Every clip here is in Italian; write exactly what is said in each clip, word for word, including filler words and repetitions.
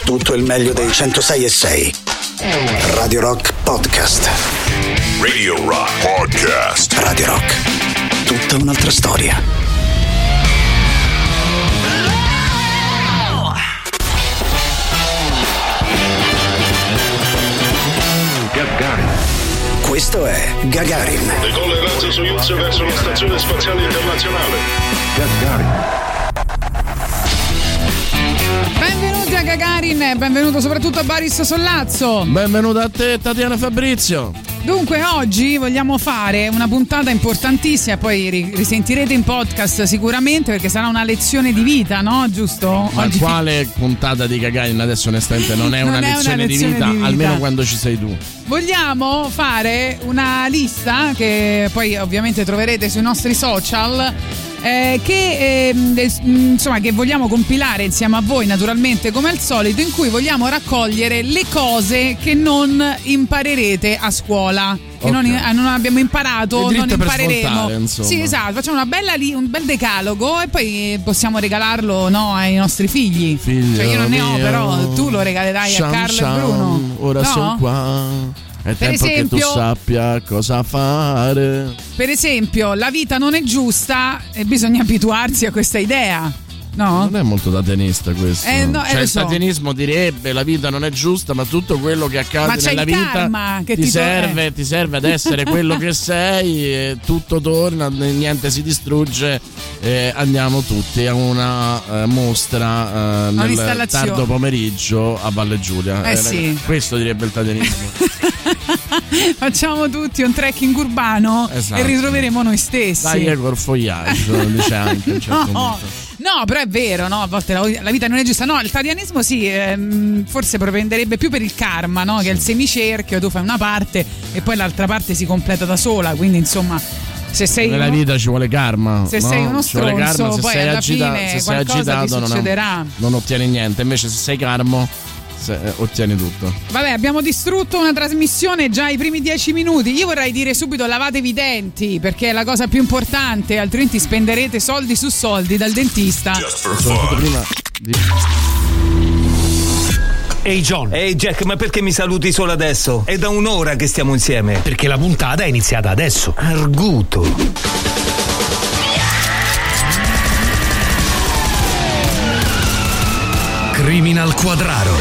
tutto il meglio dei centosei e sei. Radio Rock Podcast. Radio Rock Podcast. Radio Rock. Tutta un'altra storia. Gagarin. Questo è Gagarin. Decolla il razzo Soyuz verso la stazione spaziale internazionale. Gagarin. Benvenuti a Gagarin e benvenuto soprattutto a Boris Sollazzo. Benvenuto a te, Tatiana Fabrizio. Dunque oggi vogliamo fare una puntata importantissima, poi risentirete in podcast sicuramente perché sarà una lezione di vita, no? Giusto? Ma oggi quale puntata di Gagarin adesso onestamente non è non una, è lezione, una lezione di, vita, di vita, almeno quando ci sei tu. Vogliamo fare una lista che poi ovviamente troverete sui nostri social. Eh, che eh, insomma che vogliamo compilare insieme a voi naturalmente come al solito, in cui vogliamo raccogliere le cose che non imparerete a scuola, che okay. non, non abbiamo imparato, non impareremo. Per scontare, sì, esatto, facciamo una bella li, un bel decalogo e poi possiamo regalarlo, no, ai nostri figli. Figlio cioè io non ne ho, mio, però tu lo regalerai Sham, a Carlo Sham, e Bruno. Ora no? sono qua. È Per tempo esempio, che tu sappia cosa fare. Per esempio, la vita non è giusta e bisogna abituarsi a questa idea. No? Non è molto da tenista questo. Eh, no, cioè eh, il so. tatianismo direbbe la vita non è giusta, ma tutto quello che accade ma c'è nella il vita karma che ti, ti serve, to- ti serve ad essere quello che sei e tutto torna, niente si distrugge e andiamo tutti a una uh, mostra uh, nel tardo pomeriggio a Valle Giulia. Eh, eh, sì. Questo direbbe il tatianismo. Facciamo tutti un trekking urbano, esatto, e ritroveremo noi stessi. Dai, col fogliaggio, dice anche un certo no, no, però è vero, no? A volte la, la vita non è giusta. No, il tatianismo sì, ehm, forse propenderebbe più per il karma, no? Che è il semicerchio, tu fai una parte e poi l'altra parte si completa da sola. Quindi, insomma, se sei nella uno, vita ci vuole karma. se no? sei uno ci vuole stronzo, karma, se poi sei alla agita- fine se sei qualcosa agitato ti succederà. Non, non ottieni niente. Invece, se sei karmo, se, eh, ottieni tutto. Vabbè, abbiamo distrutto una trasmissione già ai primi dieci minuti. Io vorrei dire subito: lavatevi i denti, perché è la cosa più importante, altrimenti spenderete soldi su soldi dal dentista. Prima di... Ehi hey John. Ehi hey Jack, ma perché mi saluti solo adesso? È da un'ora che stiamo insieme. Perché la puntata è iniziata adesso. Arguto. Criminal Quadraro.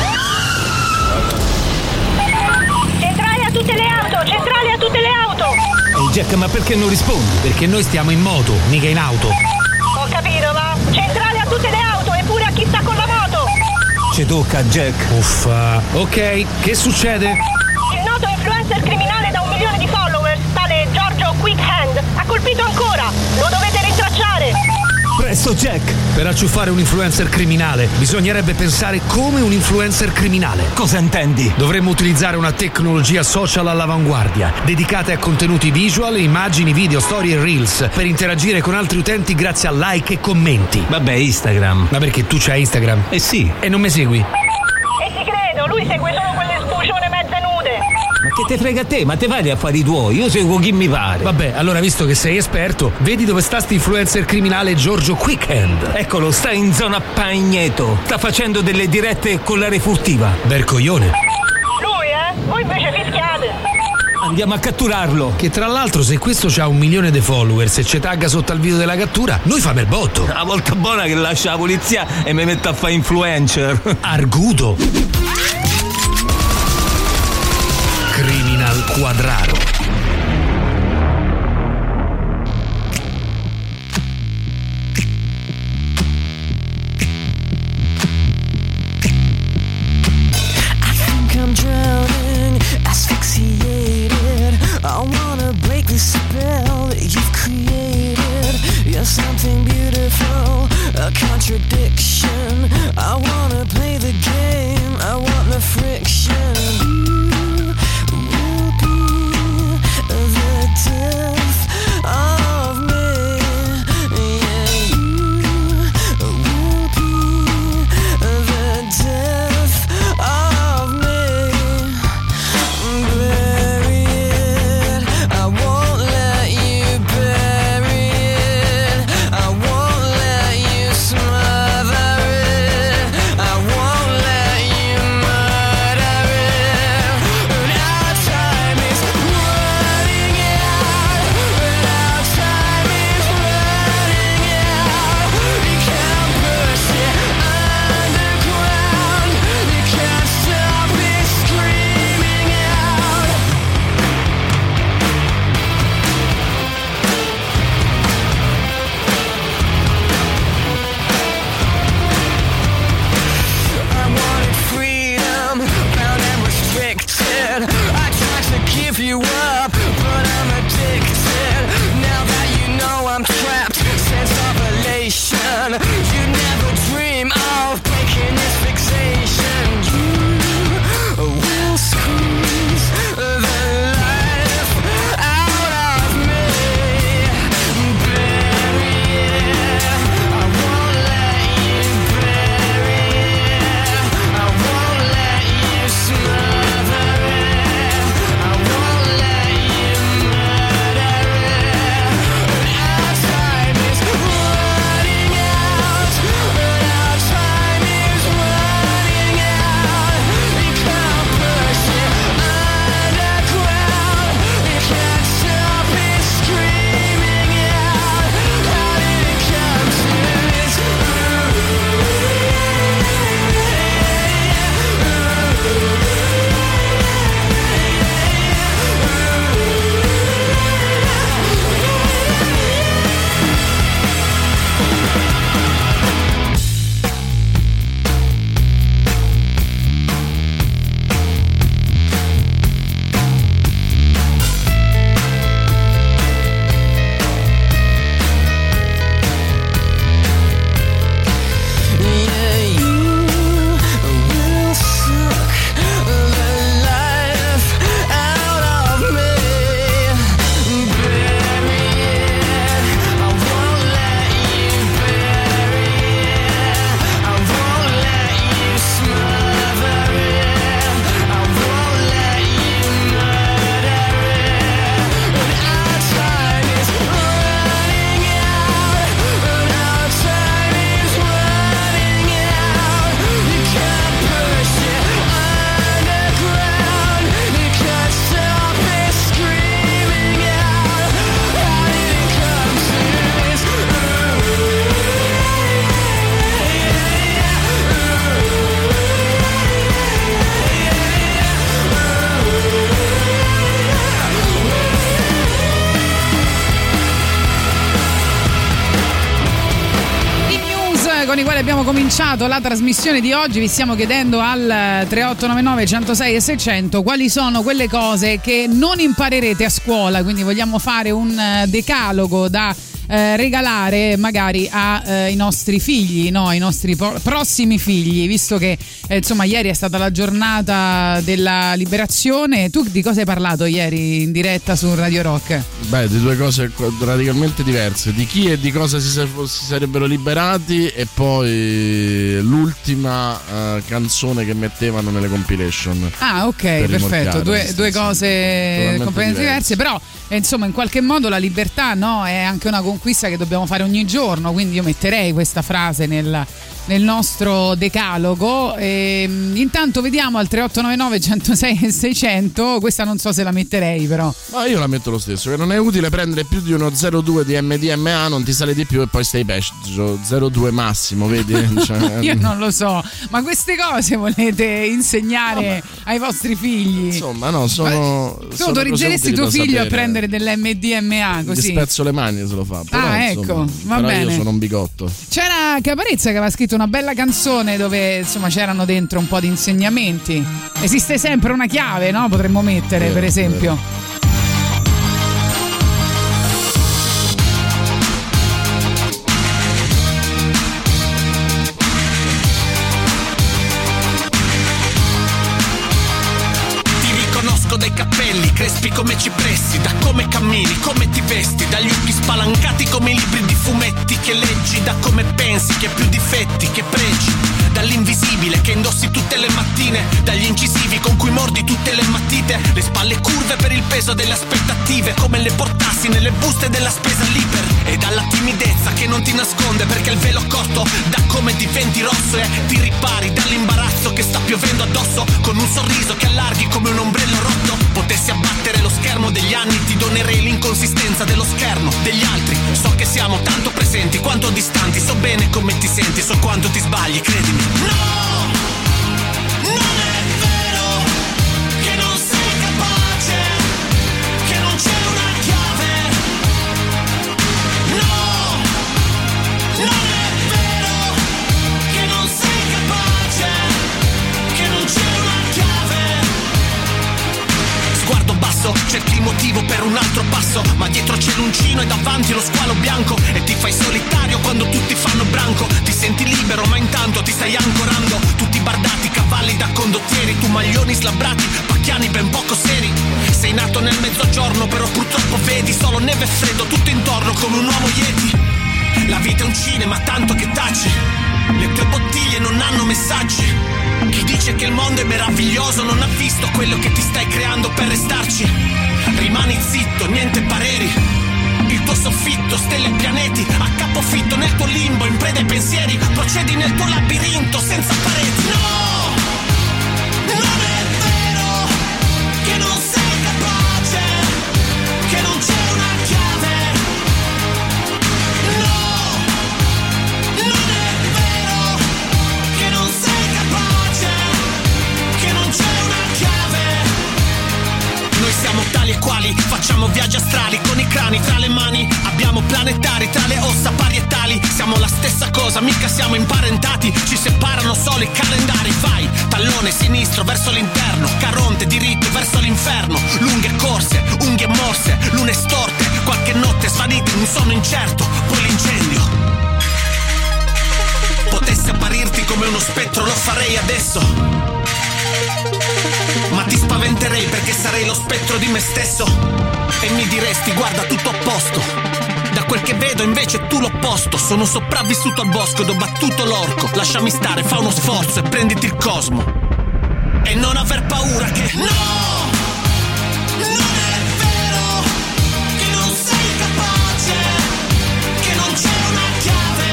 Centrale a tutte le auto, centrale a tutte le auto. Ehi hey Jack, ma perché non rispondi? Perché noi stiamo in moto, mica in auto. Ho capito, ma centrale a tutte le auto e pure a chi sta con la moto. Ci tocca, Jack. Uffa. Ok, che succede? Il noto influencer criminale da un milione di followers, tale Giorgio Quickhand, ha colpito ancora. Lo dovete rintracciare. Presto, Jack. Per acciuffare un influencer criminale bisognerebbe pensare come un influencer criminale. Cosa intendi? Dovremmo utilizzare una tecnologia social all'avanguardia, dedicata a contenuti visual, immagini, video, storie e reels, per interagire con altri utenti grazie a like e commenti. Vabbè, Instagram. Ma perché tu c'hai Instagram? Eh sì. E non mi segui? E ti credo, lui segue solo quelle sbucione mezze nude. Ma che te frega a te? Ma te fai gli affari tuoi, io seguo chi mi pare. Vabbè, allora visto che sei esperto, vedi dove sta sto influencer criminale Giorgio Quickhand. Eccolo, sta in zona Pagneto. Sta facendo delle dirette con la refurtiva. Bercoglione. Lui, eh? Voi invece fischiate. Andiamo a catturarlo. Che tra l'altro, se questo c'ha un milione di followers e ci tagga sotto al video della cattura, noi famo il botto. Una volta buona che lascia la polizia e mi metto a fare influencer. Arguto. Criminal Quadraro. I think I'm drowning, asphyxiated. I wanna break the spell that you've created. You're something beautiful, a contradiction. I wanna play the game, I want the friction. You will be abbiamo cominciato la trasmissione di oggi vi stiamo chiedendo al tre otto nove nove, centosei e seicento quali sono quelle cose che non imparerete a scuola, quindi vogliamo fare un decalogo da Eh, regalare magari ai eh, nostri figli, no, ai nostri po- prossimi figli, visto che eh, insomma ieri è stata la giornata della liberazione. Tu di cosa hai parlato ieri in diretta su Radio Rock? Beh, di due cose radicalmente diverse, di chi e di cosa si, si sarebbero liberati, e poi l'ultima uh, canzone che mettevano nelle compilation. Ah, ok, per perfetto, due, due cose completamente diverse, però eh, insomma in qualche modo la libertà, no, è anche una conquista che dobbiamo fare ogni giorno, quindi io metterei questa frase nel, nel nostro decalogo. E, intanto vediamo al tre otto nove nove, centosei e seicento, questa non so se la metterei, però ma io la metto lo stesso, che non è utile prendere più di uno zero due di M D M A, non ti sale di più e poi stai peggio, zero due massimo, vedi? Cioè, io non lo so, ma queste cose volete insegnare Vabbè. ai vostri figli? Insomma, no, sono tu sono autorizzeresti tuo figlio sapere. a prendere dell'M D M A così? Gli spezzo le mani se lo fa. Però, ah, insomma, ecco, va però bene. Io sono un bigotto. C'era Caparezza che aveva scritto una bella canzone dove insomma c'erano dentro un po' di insegnamenti. Esiste sempre una chiave, no? Potremmo mettere, vero, per esempio. Vero. Dai capelli crespi come cipressi, da come cammini, come ti vesti, dagli occhi spalancati come i libri di fumetti che leggi, da come pensi che più difetti che pregi, dall'invisibile che indossi tutte le mattine, dagli incisivi con cui mordi tutte le matite, le spalle curve per il peso delle aspettative, come le portassi nelle buste della spesa l'Iper, e dalla timidezza che non ti nasconde perché il velo corto da come diventi rosso e ti ripari dall'imbarazzo che sta piovendo addosso, con un sorriso che allarghi come un ombrello rotto. Potessi abbattere lo schermo degli anni, ti donerei l'inconsistenza dello schermo degli altri. So che siamo tanto presenti quanto distanti, so bene come ti senti, so quanto ti sbagli, credimi. No, non è vero che non sei capace, che non c'è una chiave. No, non è vero che non sei capace, che non c'è una chiave. Sguardo basso, cerchi il motivo per un altro passo, ma dietro c'è l'uncino e davanti lo squalo bianco, e ti fai solitario quando tutti fanno branco, ti senti libero ma intanto ti stai ancorando, tutti bardati, cavalli da condottieri, tu maglioni slabbrati, pacchiani ben poco seri, sei nato nel mezzogiorno però purtroppo vedi solo neve e freddo tutto intorno come un uomo Yeti, la vita è un cinema tanto che taci, le tue bottiglie non hanno messaggi, chi dice che il mondo è meraviglioso non ha visto quello che ti stai creando per restarci, rimani zitto, niente pareri, il tuo soffitto, stelle e pianeti, a capofitto nel tuo limbo, in preda ai pensieri, procedi nel tuo labirinto senza pareti. No, non è vero che non sei capace, che non c'è una chiave. No, non è vero che non sei capace, che non c'è una chiave. Noi siamo tali e quali, facciamo viaggi astrali con i crani tra le mani, abbiamo planetari tra le ossa parietali, siamo la stessa cosa, mica siamo imparentati, ci separano solo i calendari. Vai, tallone sinistro verso l'interno, Caronte diritto verso l'inferno, lunghe corse, unghie morse, lune storte, qualche notte svanite in un sonno incerto, poi l'incendio. Potessi apparirti come uno spettro, lo farei adesso, ma ti spaventerei perché sarei lo spettro di me stesso, e mi diresti guarda tutto a posto. Da quel che vedo invece tu l'opposto, sono sopravvissuto al bosco ed ho battuto l'orco. Lasciami stare, fa uno sforzo e prenditi il cosmo, e non aver paura che no, non è vero che non sei capace, che non c'è una chiave.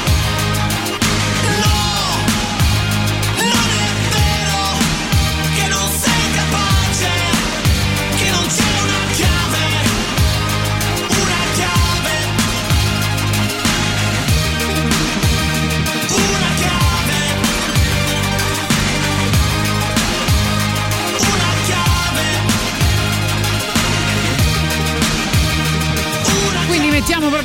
No, non è vero che non sei capace, che non c'è una chiave, una chiave, una chiave, una chiave.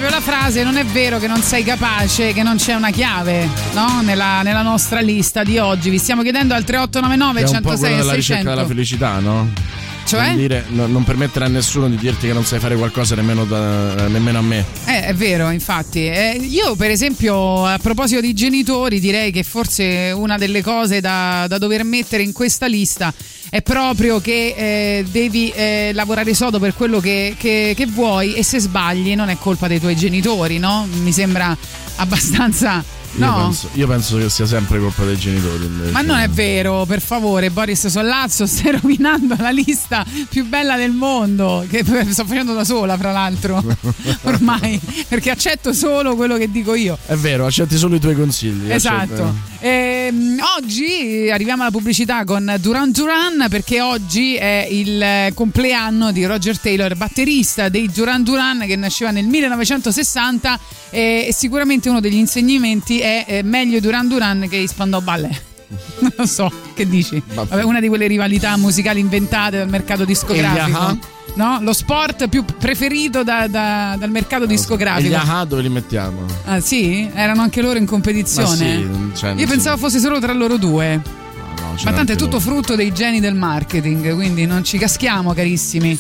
proprio la frase: non è vero che non sei capace, che non c'è una chiave, no? Nella, nella nostra lista di oggi. Vi stiamo chiedendo al tre otto nove nove uno zero sei della seicento. ricerca della felicità, no? Cioè? Non, dire, no, non permettere a nessuno di dirti che non sai fare qualcosa, nemmeno, da, nemmeno a me. Eh, è vero, infatti. Eh, io, per esempio, a proposito di genitori, direi che forse una delle cose da, da dover mettere in questa lista è proprio che eh, devi eh, lavorare sodo per quello che, che, che vuoi, e se sbagli non è colpa dei tuoi genitori, no? Mi sembra abbastanza... Io, no? penso, io penso che sia sempre colpa dei genitori invece. Ma non è vero, per favore, Boris Sollazzo, stai rovinando la lista più bella del mondo, che sto facendo da sola, fra l'altro, ormai, perché accetto solo quello che dico io. È vero, accetti solo i tuoi consigli. Esatto. Ehm, oggi arriviamo alla pubblicità con Duran Duran, perché oggi è il compleanno di Roger Taylor, batterista dei Duran Duran, che nasceva nel millenovecentosessanta, e sicuramente uno degli insegnamenti è eh, meglio Duran Duran che i Spandau Ballet. Non lo so, che dici? Vabbè, una di quelle rivalità musicali inventate dal mercato discografico, no? Lo sport più preferito da, da, dal mercato discografico. E gli Aha dove li mettiamo? Ah sì? Erano anche loro in competizione? Ma sì, cioè, io pensavo fosse solo tra loro due. No, no, ma tanto è tutto loro. Frutto dei geni del marketing, quindi non ci caschiamo, carissimi.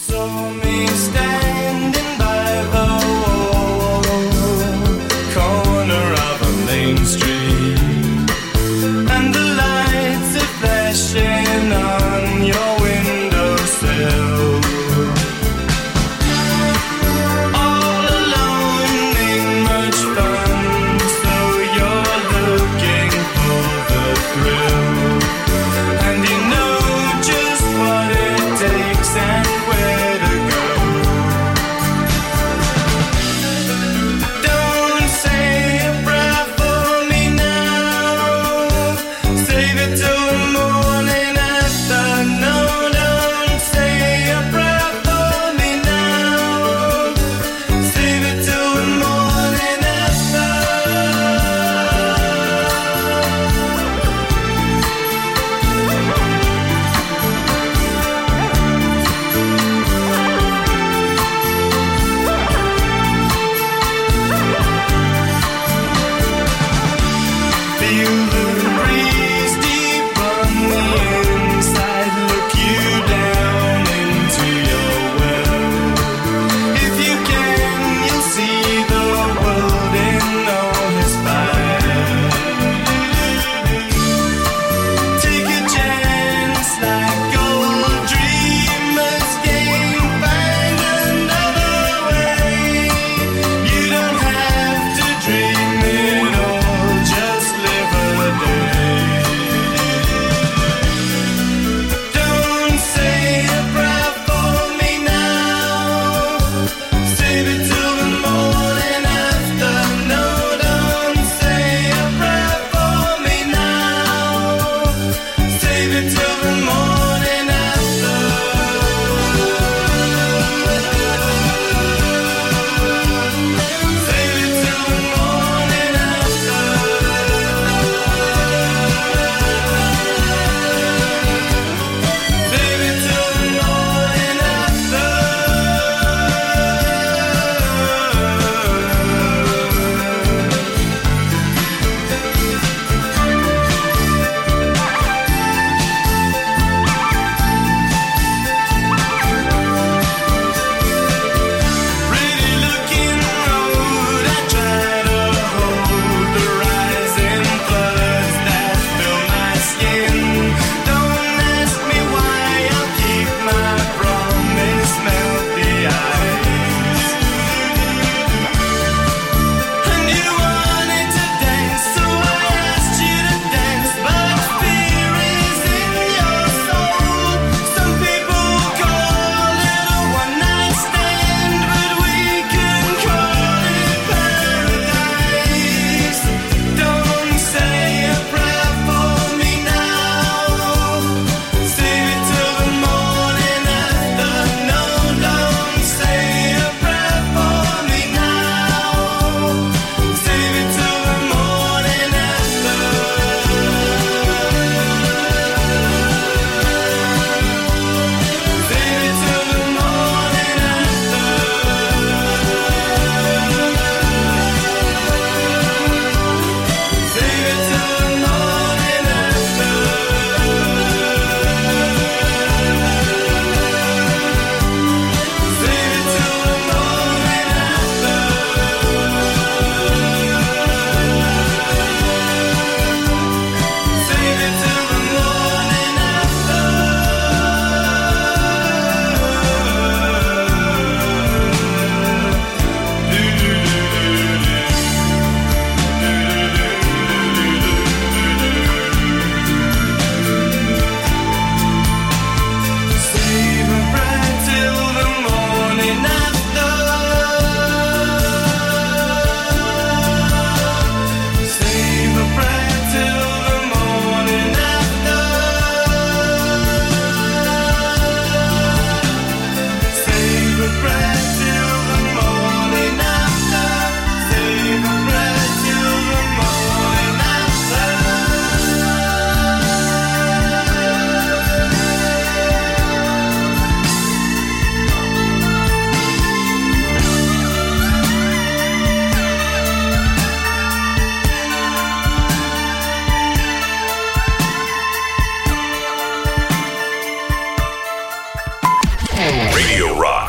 Main Street, and the lights are flashing on your windowsill. All alone ain't much fun, so you're looking for the thrill, and you know just what it takes and where to go. Don't say a prayer for me now.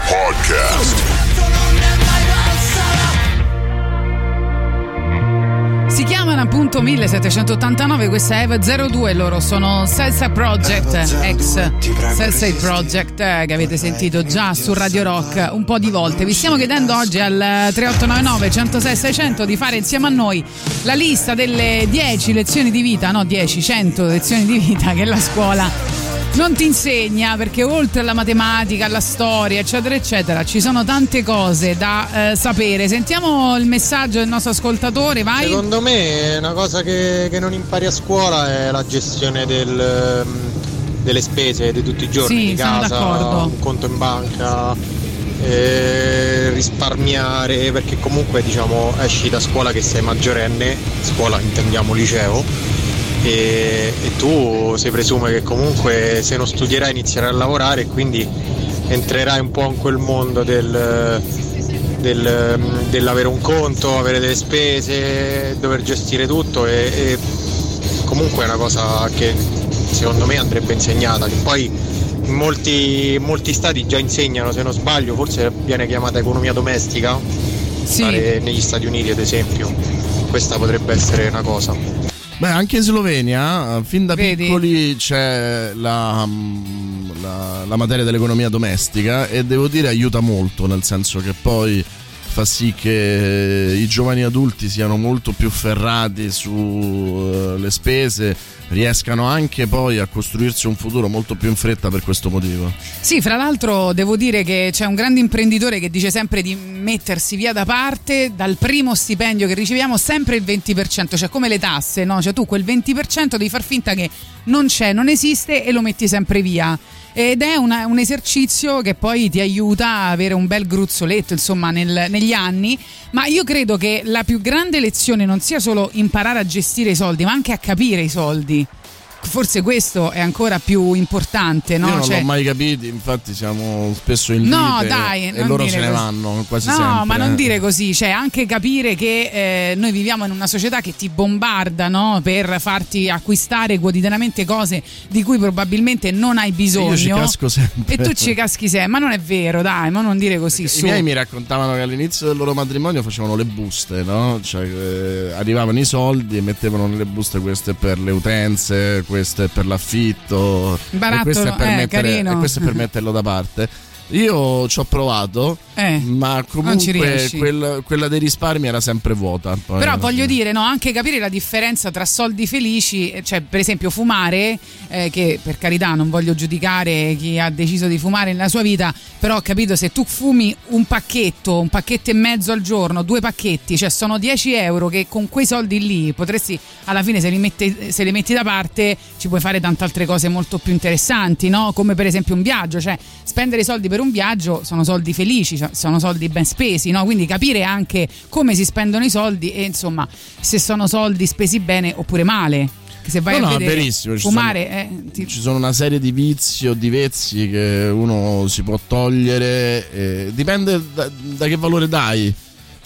Rock Podcast. Si chiamano appunto millesettecentottantanove, questa è Eva zero due, loro sono Salsa Project, ex Salsa Project, eh, che avete sentito già su Radio Rock un po' di volte. Vi stiamo chiedendo oggi al tre otto nove nove, uno zero sei, sei zero zero di fare insieme a noi la lista delle dieci lezioni di vita, no dieci, cento lezioni di vita che la scuola non ti insegna, perché oltre alla matematica, alla storia, eccetera eccetera, ci sono tante cose da eh, sapere. Sentiamo il messaggio del nostro ascoltatore, vai. Secondo me una cosa che, che non impari a scuola è la gestione del, delle spese di tutti i giorni, sì, di casa, d'accordo. un conto in banca, eh, risparmiare, perché comunque diciamo esci da scuola che sei maggiorenne, scuola intendiamo liceo, E, e tu si presume che comunque se non studierai inizierai a lavorare e quindi entrerai un po' in quel mondo del, del, dell'avere un conto, avere delle spese, dover gestire tutto e, e comunque è una cosa che secondo me andrebbe insegnata, che poi in molti, molti stati già insegnano, se non sbaglio, forse viene chiamata economia domestica, sì. Negli Stati Uniti ad esempio, questa potrebbe essere una cosa. Beh, anche in Slovenia, fin da Vedi? piccoli c'è la, la, la materia dell'economia domestica e devo dire aiuta molto, nel senso che poi fa sì che i giovani adulti siano molto più ferrati sulle spese, riescano anche poi a costruirsi un futuro molto più in fretta per questo motivo. Sì, fra l'altro devo dire che c'è un grande imprenditore che dice sempre di mettersi via da parte dal primo stipendio che riceviamo sempre il venti per cento, cioè come le tasse, no? Cioè tu quel venti per cento devi far finta che non c'è, non esiste e lo metti sempre via. Ed è una, un esercizio che poi ti aiuta a avere un bel gruzzoletto, insomma, nel, negli anni. Ma io credo che la più grande lezione non sia solo imparare a gestire i soldi, ma anche a capire i soldi. Forse questo è ancora più importante, no? Io non cioè... l'ho mai capito, infatti siamo spesso in lite no, dai, e loro se ne così. vanno quasi no, sempre. No, ma non dire così, cioè anche capire che eh, noi viviamo in una società che ti bombarda, no? Per farti acquistare quotidianamente cose di cui probabilmente non hai bisogno. Io ci casco sempre. E tu ci caschi sempre, ma non è vero, dai, ma non dire così. I su. miei mi raccontavano che all'inizio del loro matrimonio facevano le buste, no? Cioè eh, arrivavano i soldi e mettevano nelle buste, queste per le utenze, queste per l'affitto. Barattolo, e questo è per, eh, mettere, e questo è per metterlo da parte. Io ci ho provato, eh, ma comunque quel, quella dei risparmi era sempre vuota. Poi Però voglio dire, no, anche capire la differenza tra soldi felici, cioè per esempio fumare, eh, che per carità non voglio giudicare chi ha deciso di fumare nella sua vita, però ho capito, se tu fumi un pacchetto, un pacchetto e mezzo al giorno, due pacchetti, cioè sono dieci euro che con quei soldi lì potresti, alla fine se li, mette, se li metti da parte ci puoi fare tante altre cose molto più interessanti, no? Come per esempio un viaggio, cioè spendere i soldi per un viaggio sono soldi felici, sono soldi ben spesi, no? Quindi capire anche come si spendono i soldi e insomma se sono soldi spesi bene oppure male. Se vai no, a no, vedere verissimo. Ci fumare, sono, eh, ti... ci sono una serie di vizi o di vezzi che uno si può togliere, eh, dipende da, da che valore dai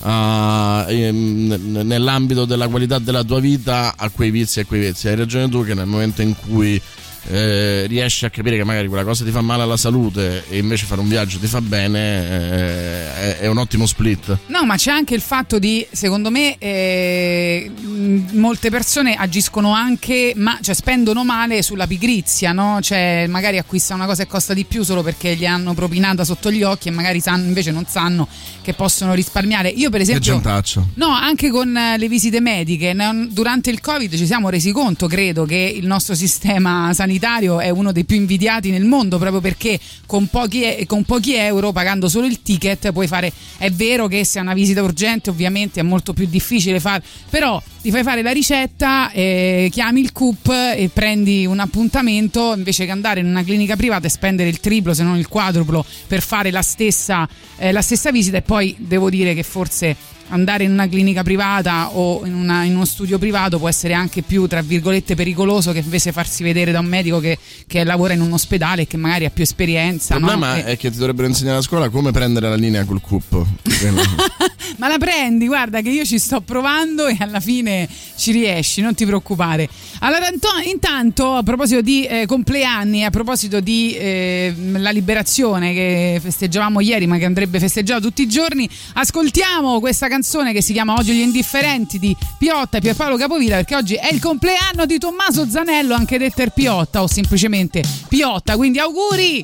uh, in, nell'ambito della qualità della tua vita a quei vizi e a quei vezzi. Hai ragione tu che nel momento in cui Eh, riesci a capire che magari quella cosa ti fa male alla salute e invece fare un viaggio ti fa bene, eh, è, è un ottimo split. No, ma c'è anche il fatto di, secondo me, eh, molte persone agiscono anche, ma, cioè spendono male sulla pigrizia, no? Cioè magari acquistano una cosa che costa di più solo perché gli hanno propinata sotto gli occhi e magari sanno, invece non sanno che possono risparmiare. Io per esempio, che gentaccio. No, anche con le visite mediche, durante il Covid ci siamo resi conto, credo, che il nostro sistema sanitario è uno dei più invidiati nel mondo, proprio perché con pochi, con pochi euro, pagando solo il ticket, puoi fare. È vero che se è una visita urgente ovviamente è molto più difficile fare, però ti fai fare la ricetta, eh, chiami il C U P e prendi un appuntamento invece che andare in una clinica privata e spendere il triplo se non il quadruplo per fare la stessa, eh, la stessa visita. E poi devo dire che forse andare in una clinica privata o in, una, in uno studio privato può essere anche più, tra virgolette, pericoloso che invece farsi vedere da un medico che, che lavora in un ospedale e che magari ha più esperienza. Il problema no? è che ti dovrebbero insegnare a scuola come prendere la linea col C U P. Ma la prendi, guarda che io ci sto provando e alla fine ci riesci, non ti preoccupare. Allora, intanto, a proposito di eh, compleanni, a proposito di eh, la liberazione che festeggiavamo ieri, ma che andrebbe festeggiato tutti i giorni, ascoltiamo questa canzone che si chiama Odio gli indifferenti di Piotta e Pierpaolo Capovilla, perché oggi è il compleanno di Tommaso Zanello, anche detto il Piotta o semplicemente Piotta, quindi auguri!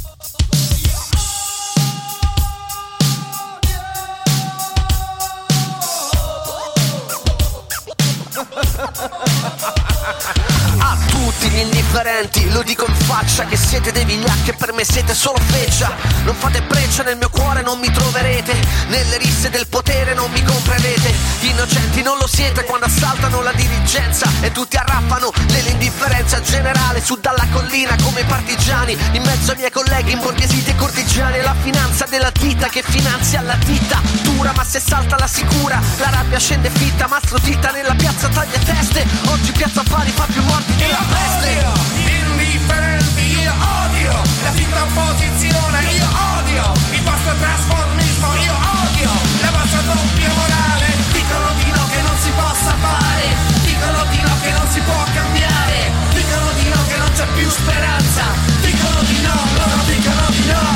A tutti gli indifferenti lo dico in faccia che siete dei vigliacchi e per me siete solo feccia. Non fate breccia, nel mio cuore non mi troverete, nelle risse del potere non mi comprerete. Gli innocenti non lo siete quando assaltano la dirigenza e tutti arrappano nell'indifferenza generale su dalla collina come i partigiani, in mezzo ai miei colleghi imborghesiti e cortigiani. La finanza della ditta che finanzia la ditta dura, ma se salta la sicura la rabbia scende fitta. Mastro Tita nella piazza taglia teste, oggi piazza Fari fa più morti della peste. Indifferenti, io odio la finta opposizione, io odio il vostro trasformismo, io odio la vostra doppia morale. Dicono di no che non si possa fare, dicono di no che non si può cambiare, dicono di no che non c'è più speranza, dicono di no, loro dicono di no.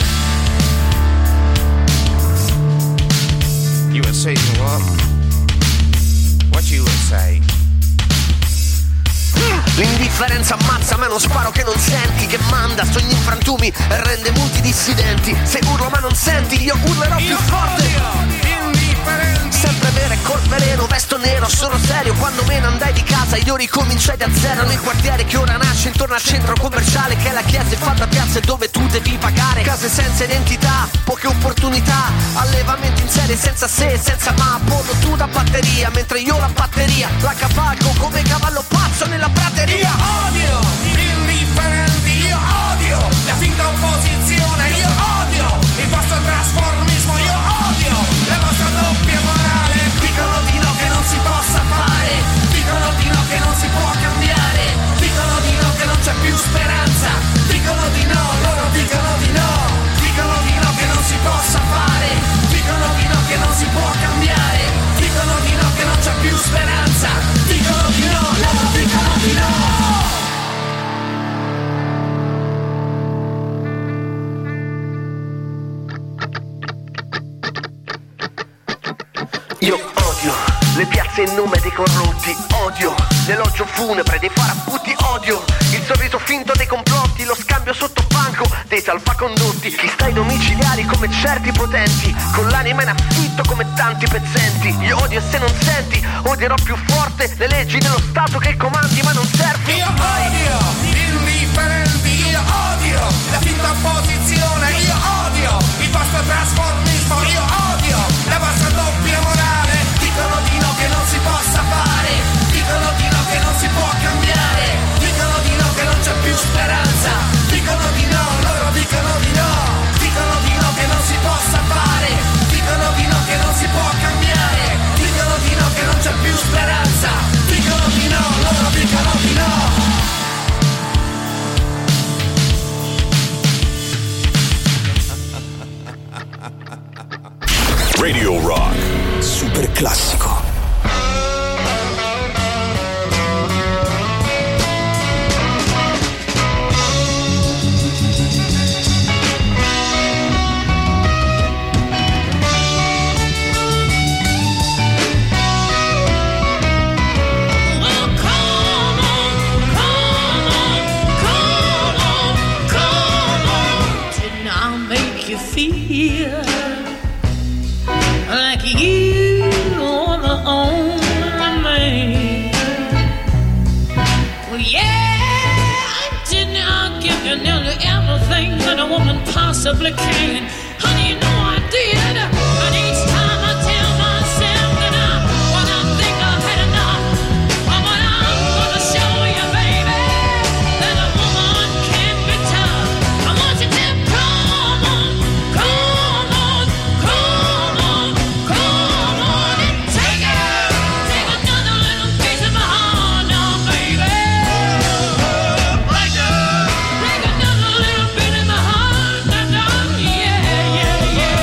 You were saying what? What you would say? L'indifferenza ammazza, ma non sparo che non senti, che manda sogni in frantumi e rende multidissidenti. Se urlo ma non senti, io urlerò più forte. Sempre vero e col veleno, vesto nero, sono serio. Quando me ne andai di casa io ricominciai da zero nel quartiere che ora nasce intorno al centro commerciale, che è la chiesa e fatta piazze dove tu devi pagare. Case senza identità, poche opportunità, allevamenti in serie senza se e senza ma. Apollo tu da batteria, mentre io la batteria la cavalco come cavallo pazzo nella prateria. Io odio indifferenti, io odio la finta opposizione, io odio il vostro trasformismo, io odio la vostra doppia morale. Dicono di no che non si possa fare, dicono di no che non si può cambiare, dicono di no che non c'è più speranza, dicono di no, loro dicono di no, dicono di no che non si possa fare, dicono di no che non si può cambiare, dicono di no che non c'è più speranza, dicono di no, loro dicono di no. Io odio le piazze in nome dei corrotti, odio l'elogio funebre dei farabbutti, odio il sorriso finto dei complotti, lo scambio sotto banco dei salvacondotti, chi sta ai domiciliari come certi potenti, con l'anima in affitto come tanti pezzenti. Io odio e se non senti, odierò più forte le leggi dello Stato che comandi ma non servi. Io odio indifferenti, io odio la finta opposizione, io odio il vostro trasformismo, io odio la vostra doppia morale. Dicono di no che non si possa fare, dicono di no che non si può cambiare, dicono di no che non c'è più speranza, dicono di no, loro dicono di no, dicono di no che non si possa fare, dicono di no che non si può cambiare, dicono di no che non c'è più speranza, dicono di no, loro dicono di no. Radio Rock. Super classico. Possibly can. Honey, you know I did. But each time I tell myself that I, when I think I've had enough, but when I'm gonna show you, baby, that a woman can be tough. I want you to come on, come on, come on, come on and take it. Take another little piece of my heart now, baby. Break it. Take another little bit of my heart. Yeah, yeah, yeah.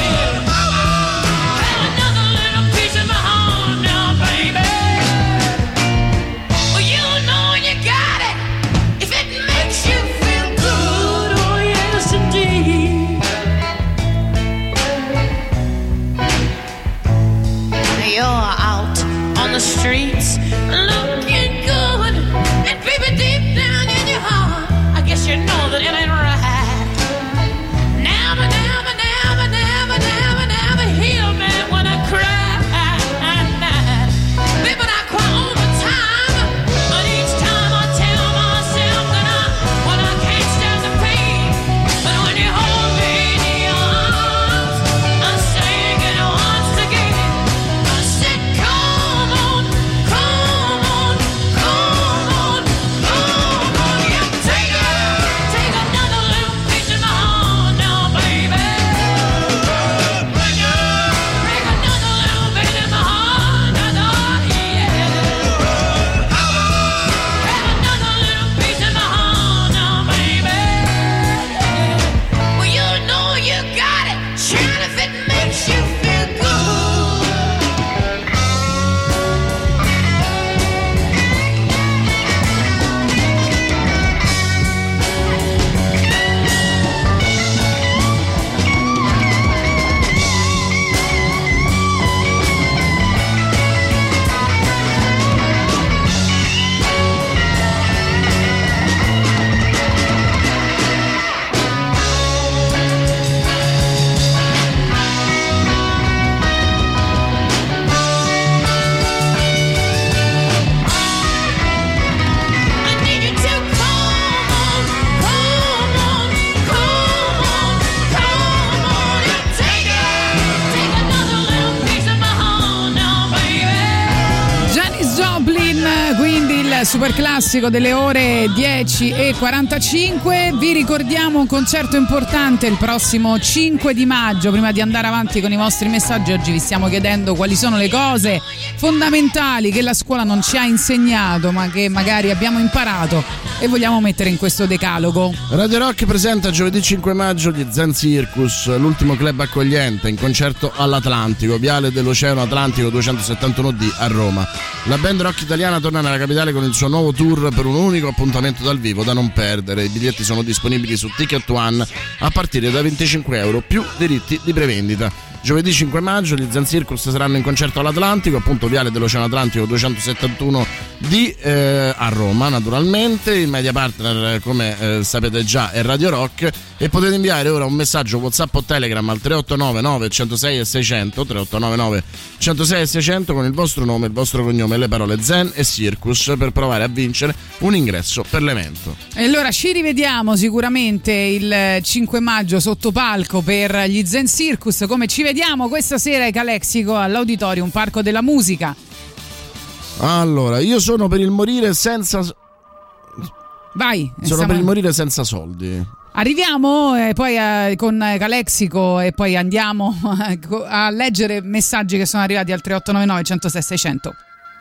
super classico delle ore dieci e quarantacinque. Vi ricordiamo un concerto importante il prossimo cinque di maggio. Prima di andare avanti con i vostri messaggi, oggi vi stiamo chiedendo quali sono le cose fondamentali che la scuola non ci ha insegnato ma che magari abbiamo imparato e vogliamo mettere in questo decalogo. Radio Rock presenta giovedì cinque maggio gli Zen Circus, l'ultimo club accogliente, in concerto all'Atlantico, Viale dell'Oceano Atlantico duecentosettantuno D a Roma. La band rock italiana torna nella capitale con il suo nuovo tour per un unico appuntamento dal vivo da non perdere. I biglietti sono disponibili su Ticket One a partire da venticinque euro più diritti di prevendita. Giovedì cinque maggio gli Zen Circus saranno in concerto all'Atlantico, appunto Viale dell'Oceano Atlantico duecentosettantuno D eh, a Roma, naturalmente. Il media partner, come eh, sapete già, è Radio Rock, e potete inviare ora un messaggio WhatsApp o Telegram al tre otto nove nove uno zero sei e seicento, tre otto nove nove uno zero sei e seicento, con il vostro nome, il vostro cognome e le parole Zen e Circus per provare a vincere un ingresso per l'evento. E allora ci rivediamo sicuramente il cinque maggio sotto palco per gli Zen Circus, come ci vediamo questa sera ai Calexico all'Auditorium Parco della Musica. Allora, io sono per il morire senza Vai. Sono stiamo... per il morire senza soldi. Arriviamo eh, poi eh, con Calexico e poi andiamo a leggere messaggi che sono arrivati al tre otto nove nove uno zero sei seicento.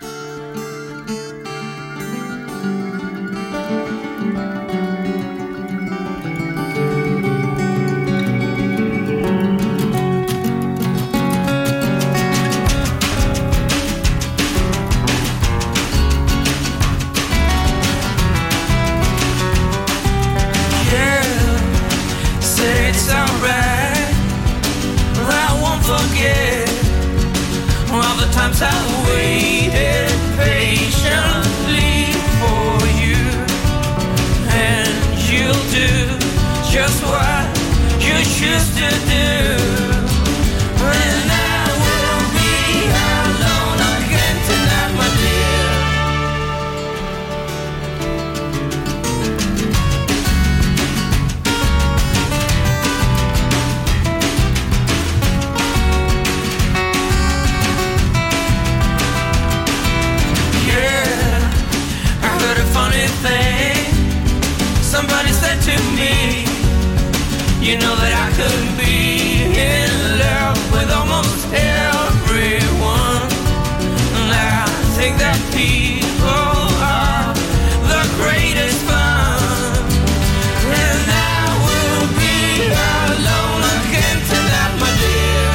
Times I waited patiently for you, and you'll do just what you choose to do. And I will be alone again tonight, my dear. Somebody said to me, you know that I could be in love with almost everyone. And I think that people are the greatest fun. And I will be alone again tonight, my dear.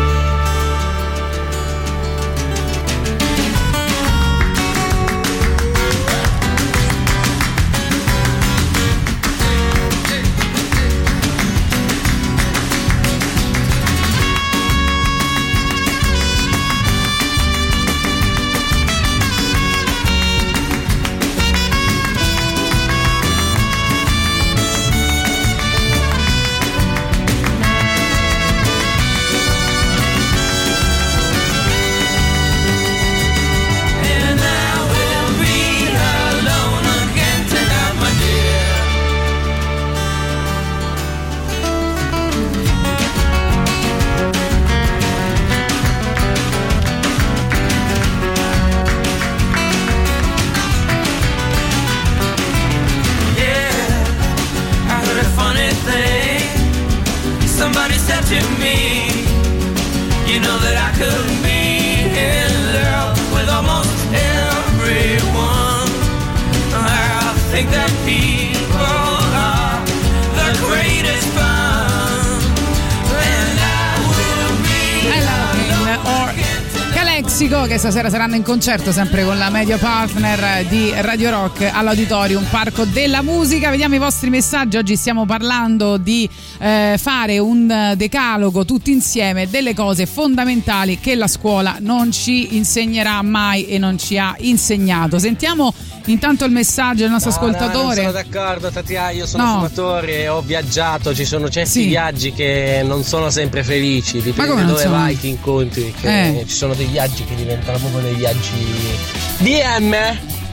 Somebody said to me, you know that I could be in love with almost everyone. I think that people are the greatest fun. And I will be alone or Calexico, che stasera saranno in concerto sempre con la media partner di Radio Rock all'Auditorium Parco della Musica. Vediamo i vostri messaggi. Oggi stiamo parlando di eh, fare un decalogo tutti insieme delle cose fondamentali che la scuola non ci insegnerà mai e non ci ha insegnato. Sentiamo intanto il messaggio del nostro no, ascoltatore. No, non sono d'accordo, Tatiana, io sono no. fumatore e ho viaggiato, ci sono certi sì. viaggi che non sono sempre felici, dipende dove sono? vai, ti incontri, che eh. ci sono dei viaggi che diventano proprio dei viaggi D M.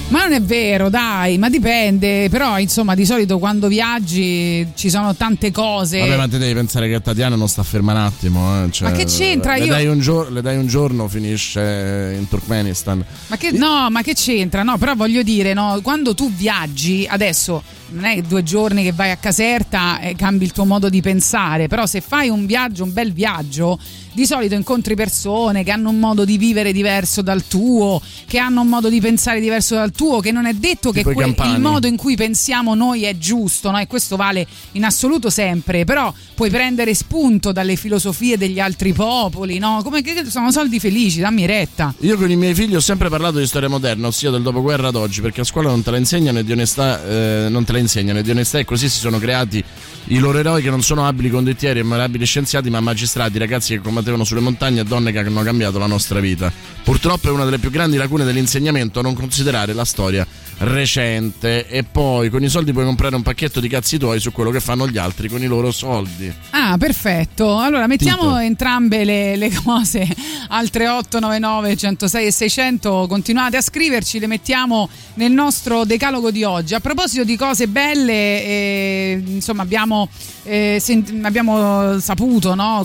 Ma non è vero, dai, ma dipende. Però, insomma, di solito quando viaggi ci sono tante cose. Vabbè, ma te devi pensare che Tatiana non sta ferma un attimo. Eh. Cioè, ma che c'entra? Le, Io... dai un gior- le dai un giorno, finisce in Turkmenistan. Ma che no, ma che c'entra? No, però voglio dire, no, quando tu viaggi, adesso non è due giorni che vai a Caserta e cambi il tuo modo di pensare, però se fai un viaggio, un bel viaggio, di solito incontri persone che hanno un modo di vivere diverso dal tuo, che hanno un modo di pensare diverso dal tuo, che non è detto che que- il modo in cui pensiamo noi è giusto, no? E questo vale in assoluto sempre, però puoi prendere spunto dalle filosofie degli altri popoli, no? Come che sono soldi felici, dammi retta. Io con i miei figli ho sempre parlato di storia moderna, ossia del dopoguerra ad oggi, perché a scuola non te la insegnano e di onestà eh, non te la insegnano e di onestà, e così si sono creati i loro eroi che non sono abili condottieri e malabili scienziati, ma magistrati, ragazzi che combattevano sulle montagne e donne che hanno cambiato la nostra vita. Purtroppo è una delle più grandi lacune dell'insegnamento non considerare la storia recente, e poi con i soldi puoi comprare un pacchetto di cazzi tuoi su quello che fanno gli altri con i loro soldi. Ah, perfetto. Allora mettiamo tipo entrambe le, le cose al tre otto nove nove, centosei e seicento. Continuate a scriverci, le mettiamo nel nostro decalogo di oggi. A proposito di cose belle, eh, insomma abbiamo, eh, sent- abbiamo saputo, no?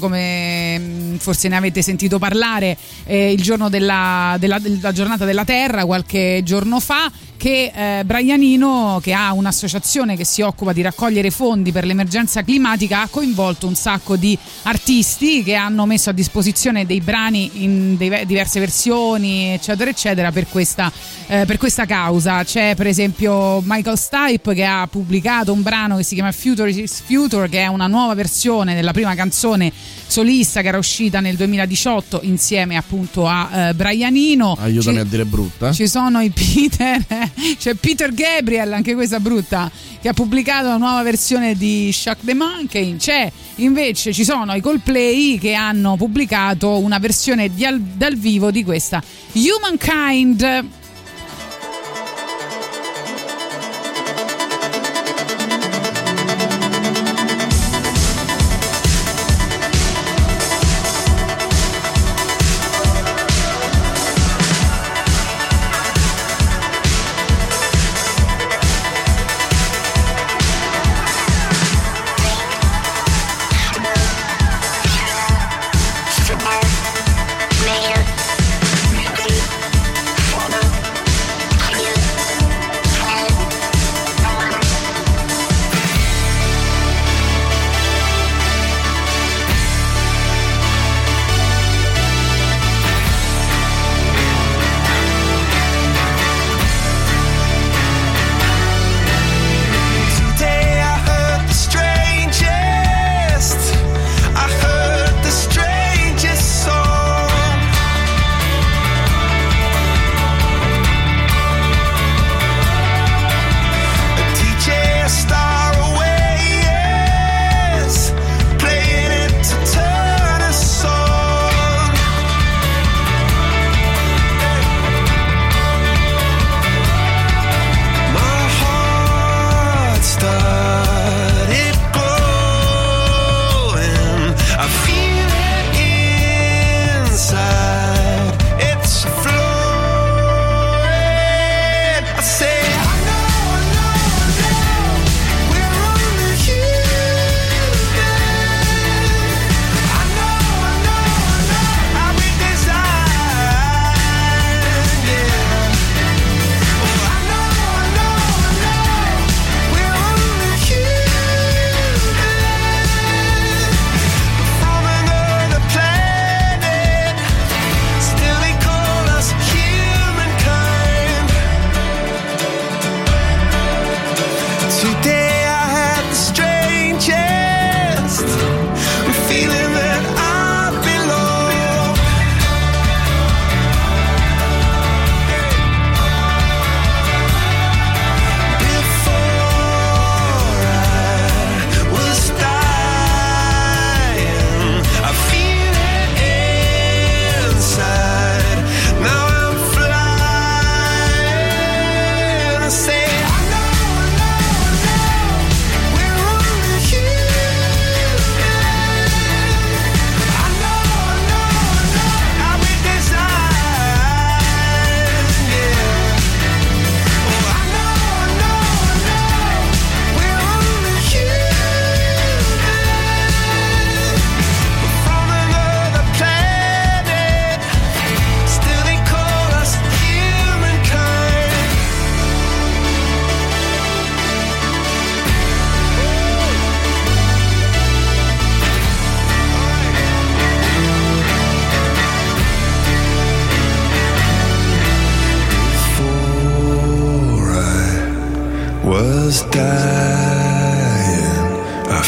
Come forse ne avete sentito parlare, eh, il giorno della, della, della giornata della Terra qualche giorno fa, che eh, Brianino, che ha un'associazione che si occupa di raccogliere fondi per l'emergenza climatica, ha coinvolto un sacco di artisti che hanno messo a disposizione dei brani in dei, diverse versioni, eccetera eccetera, per questa, eh, per questa causa. C'è per esempio Michael Stipe che ha pubblicato un brano che si chiama Future is Future, che è una nuova versione della prima canzone solista che era uscita nel duemiladiciotto insieme appunto a eh, Brianino. Aiutami ci, a dire brutta. Ci sono i Peter, c'è Peter Gabriel, anche questa brutta, che ha pubblicato una nuova versione di Shock the Monkey. C'è invece, ci sono i Coldplay che hanno pubblicato una versione di al, dal vivo di questa Humankind. Man,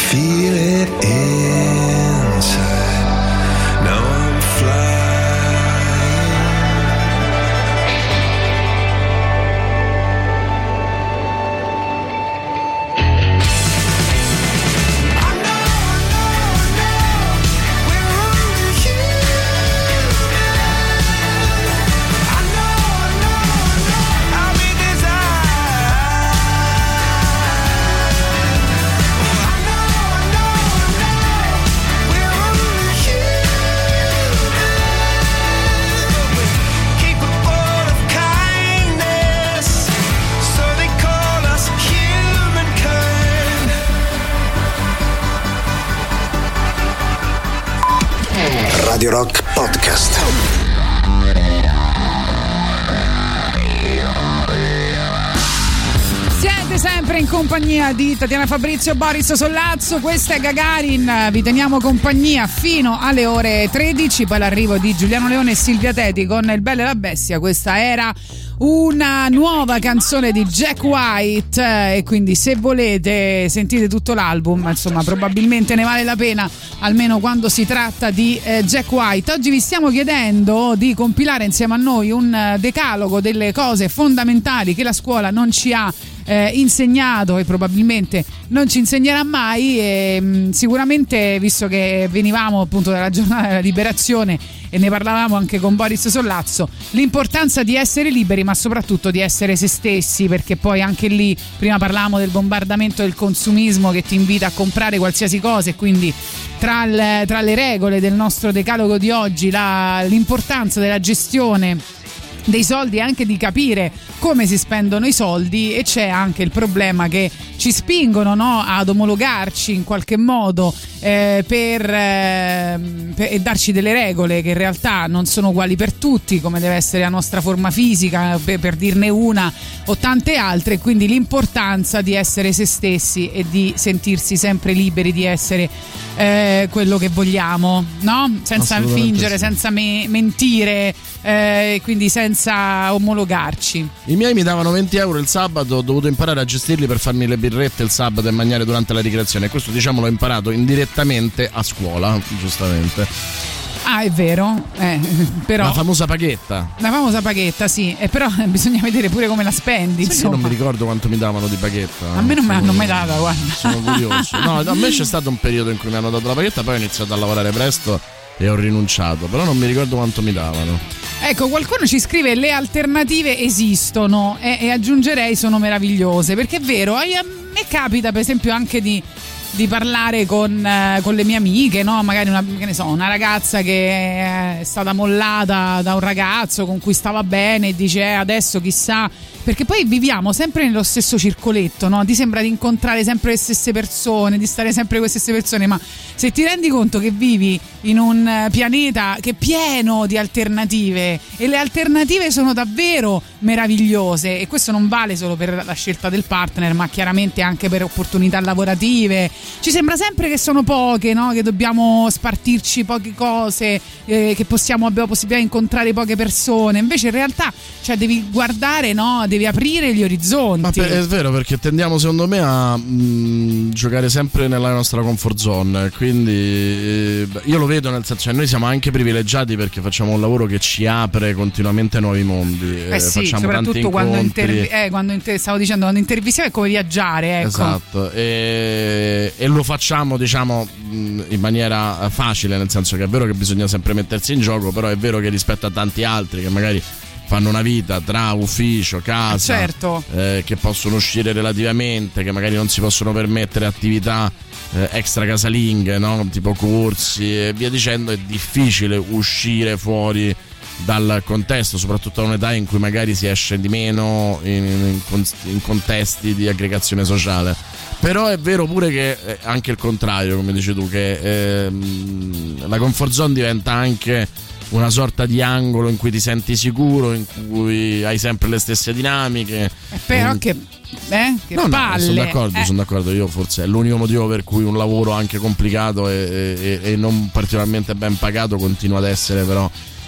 feel it inside. Now I'm flying. Radio Rock Podcast. Siete sempre in compagnia di Tatiana Fabrizio, Boris Sollazzo, questa è Gagarin, vi teniamo compagnia fino alle ore tredici, poi l'arrivo di Giuliano Leone e Silvia Teti con Il Bello e la Bestia. Questa era una nuova canzone di Jack White e quindi se volete sentite tutto l'album, insomma probabilmente ne vale la pena, almeno quando si tratta di eh, Jack White. Oggi vi stiamo chiedendo di compilare insieme a noi un decalogo delle cose fondamentali che la scuola non ci ha Eh, insegnato e probabilmente non ci insegnerà mai, e mh, sicuramente, visto che venivamo appunto dalla giornata della liberazione e ne parlavamo anche con Boris Sollazzo, l'importanza di essere liberi ma soprattutto di essere se stessi, perché poi anche lì prima parlavamo del bombardamento del consumismo che ti invita a comprare qualsiasi cosa, e quindi tra, il, tra le regole del nostro decalogo di oggi la, l'importanza della gestione dei soldi e anche di capire come si spendono i soldi, e c'è anche il problema che ci spingono, no, ad omologarci in qualche modo eh, per, eh, per e darci delle regole che in realtà non sono uguali per tutti, come deve essere la nostra forma fisica, per, per dirne una, o tante altre. Quindi l'importanza di essere se stessi e di sentirsi sempre liberi di essere eh, quello che vogliamo, no? Senza fingere, sì. senza me- mentire, eh, quindi senza omologarci. I miei mi davano venti euro il sabato, ho dovuto imparare a gestirli per farmi le birrette il sabato e mangiare durante la ricreazione, e questo diciamo l'ho imparato indirettamente a scuola, giustamente. Ah, è vero, eh, però la famosa paghetta. La famosa paghetta, sì, e però bisogna vedere pure come la spendi. Sai, insomma. io non mi ricordo quanto mi davano di paghetta. A me non me l'hanno mai data, guarda. Sono curioso. No, a me c'è stato un periodo in cui mi hanno dato la paghetta, poi ho iniziato a lavorare presto e ho rinunciato, però non mi ricordo quanto mi davano. Ecco, qualcuno ci scrive: le alternative esistono, e, e aggiungerei sono meravigliose, perché è vero, a me capita per esempio anche di di parlare con, eh, con le mie amiche, no? Magari una, che ne so, una ragazza che è stata mollata da un ragazzo con cui stava bene e dice eh, adesso chissà, perché poi viviamo sempre nello stesso circoletto, no? Ti sembra di incontrare sempre le stesse persone, di stare sempre con le stesse persone, ma se ti rendi conto che vivi in un pianeta che è pieno di alternative, e le alternative sono davvero meravigliose, e questo non vale solo per la scelta del partner, ma chiaramente anche per opportunità lavorative. Ci sembra sempre che sono poche, no? Che dobbiamo spartirci poche cose, eh, che possiamo, abbiamo possibilità di incontrare poche persone. Invece in realtà, cioè, devi guardare, no? Devi aprire gli orizzonti. Ma per, è vero, perché tendiamo secondo me a mh, giocare sempre nella nostra comfort zone, quindi eh, io lo vedo, nel senso, cioè, noi siamo anche privilegiati perché facciamo un lavoro che ci apre continuamente nuovi mondi. Eh, eh sì, facciamo soprattutto tanti quando, incontri. intervi- eh, quando inter- stavo dicendo, quando intervistiamo è come viaggiare, ecco. Esatto, e, e lo facciamo, diciamo, in maniera facile, nel senso che è vero che bisogna sempre mettersi in gioco, però è vero che rispetto a tanti altri che magari fanno una vita tra ufficio, casa, certo. eh, che possono uscire relativamente, che magari non si possono permettere attività eh, extra casalinghe, no? Tipo corsi e via dicendo, è difficile uscire fuori dal contesto, soprattutto a un'età in cui magari si esce di meno in, in, in contesti di aggregazione sociale. Però è vero pure che eh, anche il contrario, come dici tu, che ehm, la comfort zone diventa anche una sorta di angolo in cui ti senti sicuro, in cui hai sempre le stesse dinamiche. Eh, però in... che, eh, che no, palle. No, sono d'accordo, eh. sono d'accordo. Io forse è l'unico motivo per cui un lavoro anche complicato e, e, e non particolarmente ben pagato continua ad essere però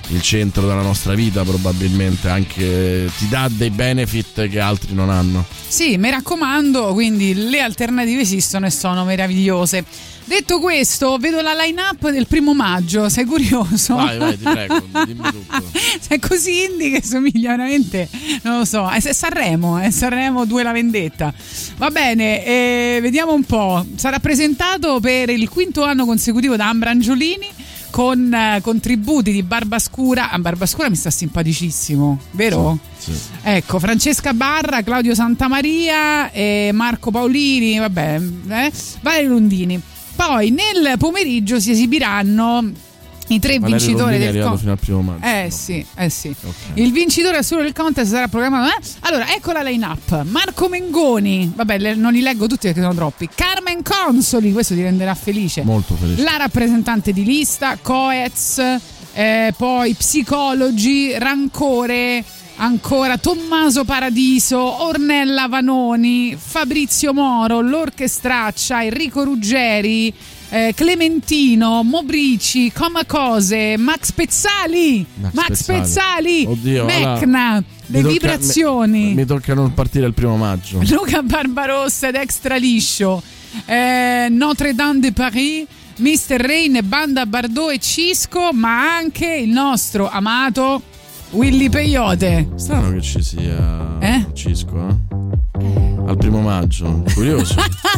il centro della nostra vita, probabilmente anche ti dà dei benefit che altri non hanno. Sì, mi raccomando, quindi le alternative esistono e sono meravigliose. Detto questo, vedo la line-up del primo maggio, sei curioso? Vai, vai, ti prego, dimmi tutto. Sei così indie che somiglia veramente, non lo so, è Sanremo, è Sanremo due La Vendetta. Va bene, eh, vediamo un po'. Sarà presentato per il quinto anno consecutivo da Ambra Angiolini, con eh, contributi di Barbascura. A Barbascura mi sta simpaticissimo, vero? Sì, sì. Ecco, Francesca Barra, Claudio Santamaria, e Marco Paolini, vabbè, eh, Valerio Lundini. Poi nel pomeriggio si esibiranno i tre Valerio vincitori Lundini del è arrivato con- fino al primo maggio. Eh no. sì, eh sì. Okay. Il vincitore assoluto del contest sarà programmato. Eh? Allora, ecco la line-up: Marco Mengoni, vabbè, le, non li leggo tutti perché sono troppi. Carmen Consoli, questo ti renderà felice. Molto felice. La rappresentante di lista, Coez, eh, poi Psicologi, Rancore. Ancora Tommaso Paradiso, Ornella Vanoni, Fabrizio Moro, l'Orchestraccia, Enrico Ruggeri, eh, Clementino, Mobrici, Comacose, Max Pezzali, Max, Max Pezzali, Pezzali, Oddio, Mecna, allora, Le tocca, Vibrazioni, mi, mi tocca non partire il primo maggio. Luca Barbarossa ed Extra Liscio, eh, Notre Dame de Paris, mister Rain, Banda Bardot e Cisco, ma anche il nostro amato Willy Peyote. Strano che ci sia eh? Cisco, eh? Al primo maggio, curioso.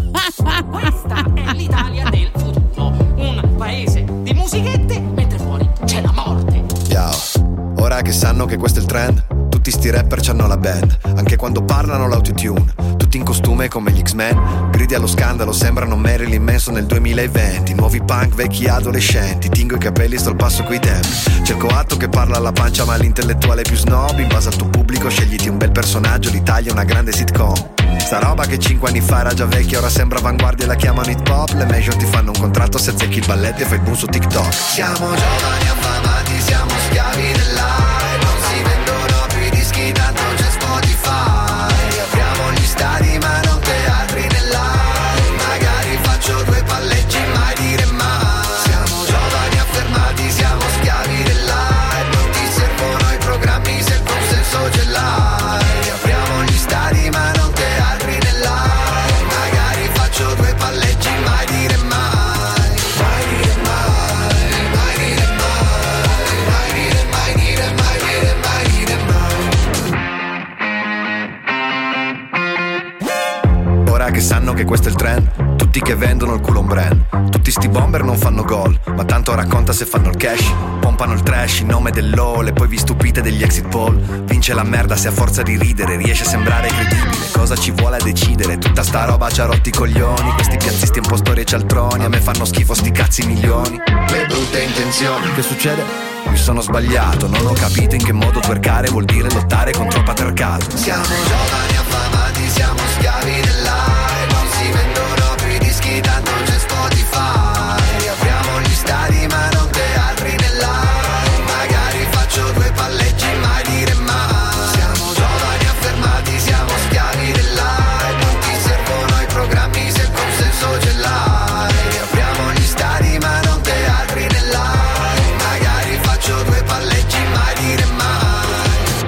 Questa è l'Italia del futuro, un paese di musichette mentre fuori c'è la morte. Ciao, ora che sanno che questo è il trend, tutti sti rapper c'hanno la band, anche quando parlano l'autotune, tutti in costume come gli X-Men, gridi allo scandalo, sembrano Marilyn Manson nel duemilaventi, nuovi punk, vecchi adolescenti, tingo i capelli, sto al passo coi tempi, cerco atto che parla alla pancia ma l'intellettuale più snob, in base al tuo pubblico scegliti un bel personaggio, l'Italia è una grande sitcom. Sta roba che cinque anni fa era già vecchia, ora sembra avanguardia e la chiamano hip hop. Le major ti fanno un contratto se azzecchi il balletto e fai il boom su TikTok. Siamo giovani affamati, siamo schiavi dell'hype, non si vendono più i dischi, tanto c'è Spotify. Apriamo gli stadi ma non teatri nell'aria, magari faccio due palleggi, mai dire mai. Siamo giovani affermati, siamo schiavi dell'hype, non ti servono i programmi se il consenso ce l'hai. Apriamo gli stadi ma non teatri nell'aria, magari faccio due palleggi, mai dire mai. Mai dire mai, mai dire mai, mai dire mai dire mai dire mai dire mai. Ora che sanno che questo è il trend, tutti che vendono il culo un brand, tutti sti bomber non fanno gol, ma tanto racconta se fanno il cash, pompano il trash in nome dell'O L E poi vi stupite degli exit poll, vince la merda se a forza di ridere riesce a sembrare credibile, cosa ci vuole a decidere, tutta sta roba ci ha rotti i coglioni, questi piazzisti impostori e cialtroni, a me fanno schifo sti cazzi milioni, le brutte intenzioni, che succede? Mi sono sbagliato, non ho capito in che modo twerkare vuol dire lottare contro il patriarcato. Siamo giovani affamati, siamo schiavi dell'hype, non si vendono più i dischi, tanto c'è Spotify. Apriamo gli stadi ma non teatri nell'aria, magari faccio due palleggi, mai dire mai. Siamo giovani affermati, siamo schiavi dell'hype, non ti servono i programmi se il consenso ce l'hai. Apriamo gli stadi ma non teatri nell'aria, magari faccio due palleggi, mai dire mai.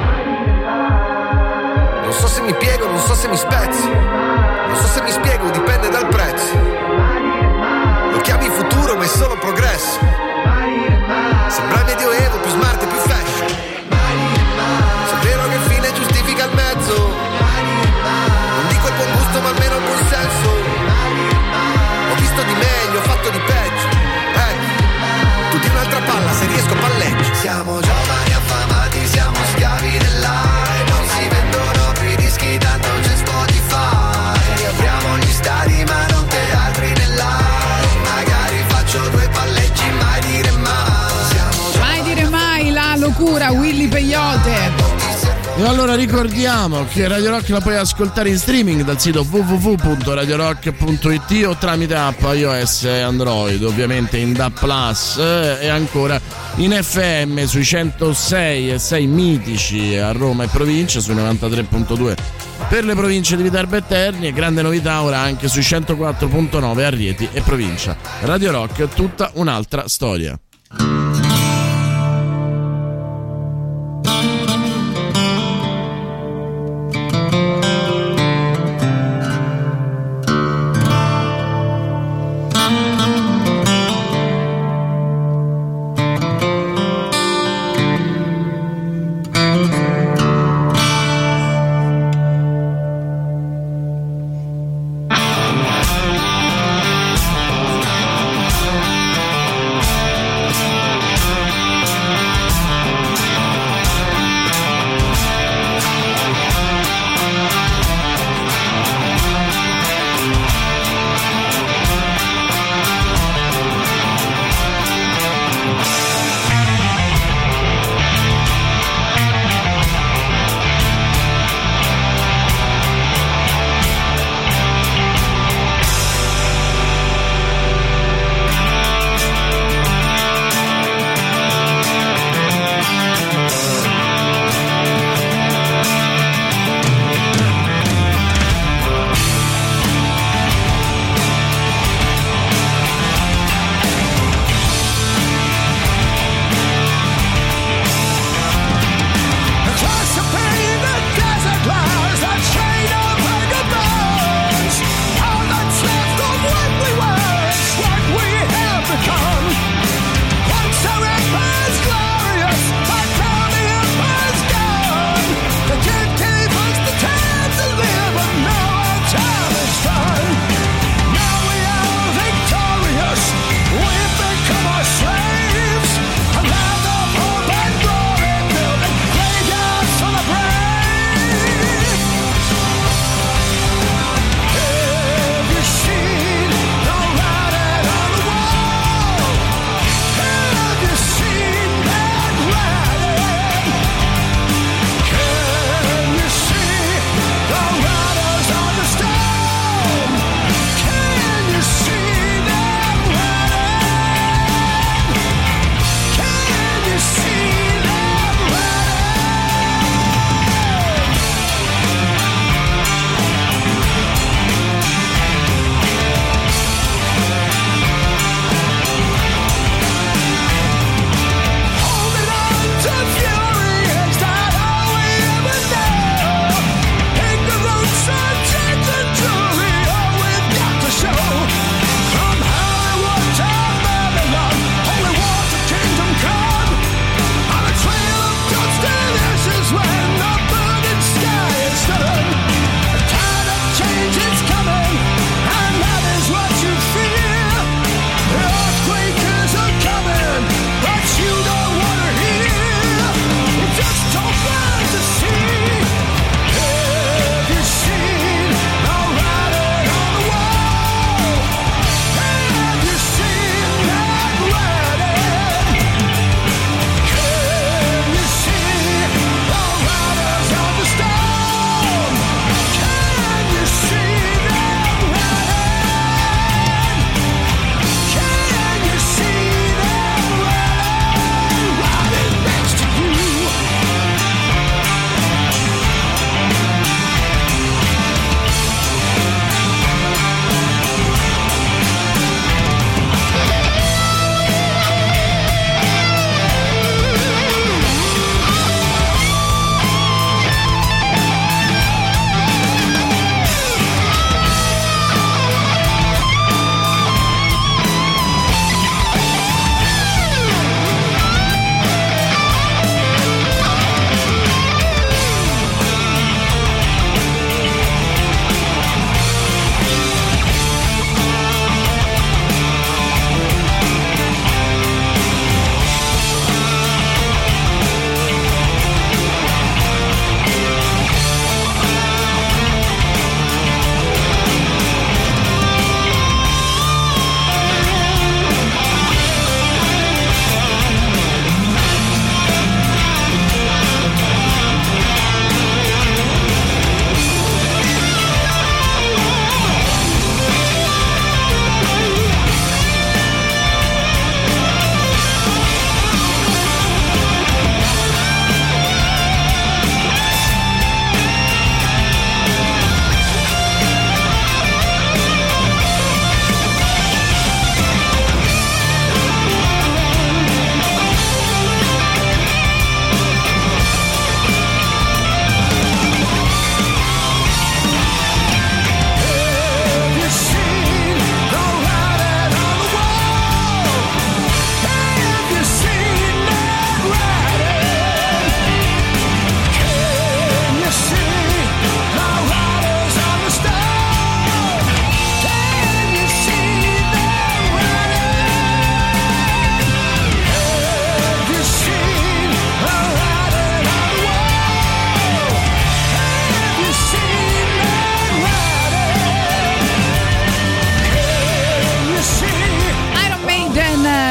Non so se mi piego, non so se mi spezzo, non so se mi spiego, dipende dal prezzo. Lo chiami futuro ma è solo progresso. Sembra medioevo, più smart e più fashion. Se è vero che il fine giustifica il mezzo, non dico il buon gusto ma almeno il buon senso. Ho visto di meglio, ho fatto di peggio. Eh, tu di un'altra palla, se riesco palleggio. Siamo giovani affamati, siamo schiavi dell'hype, non si vendono più i dischi, tanto c'è Spotify. Apriamo gli stadi ma non teatri nell'aria, magari faccio due palleggi, mai dire mai. Siamo Mai dire mai, la locura Willy Peyote. E allora ricordiamo che Radio Rock la puoi ascoltare in streaming dal sito w w w punto radio rock punto i t o tramite app iOS e Android, ovviamente in D A B plus, e ancora in F M sui centosei e sei mitici a Roma e provincia, sui novantatré virgola due per le province di Viterbo e Terni, e grande novità ora anche sui centoquattro virgola nove a Rieti e provincia. Radio Rock, tutta un'altra storia.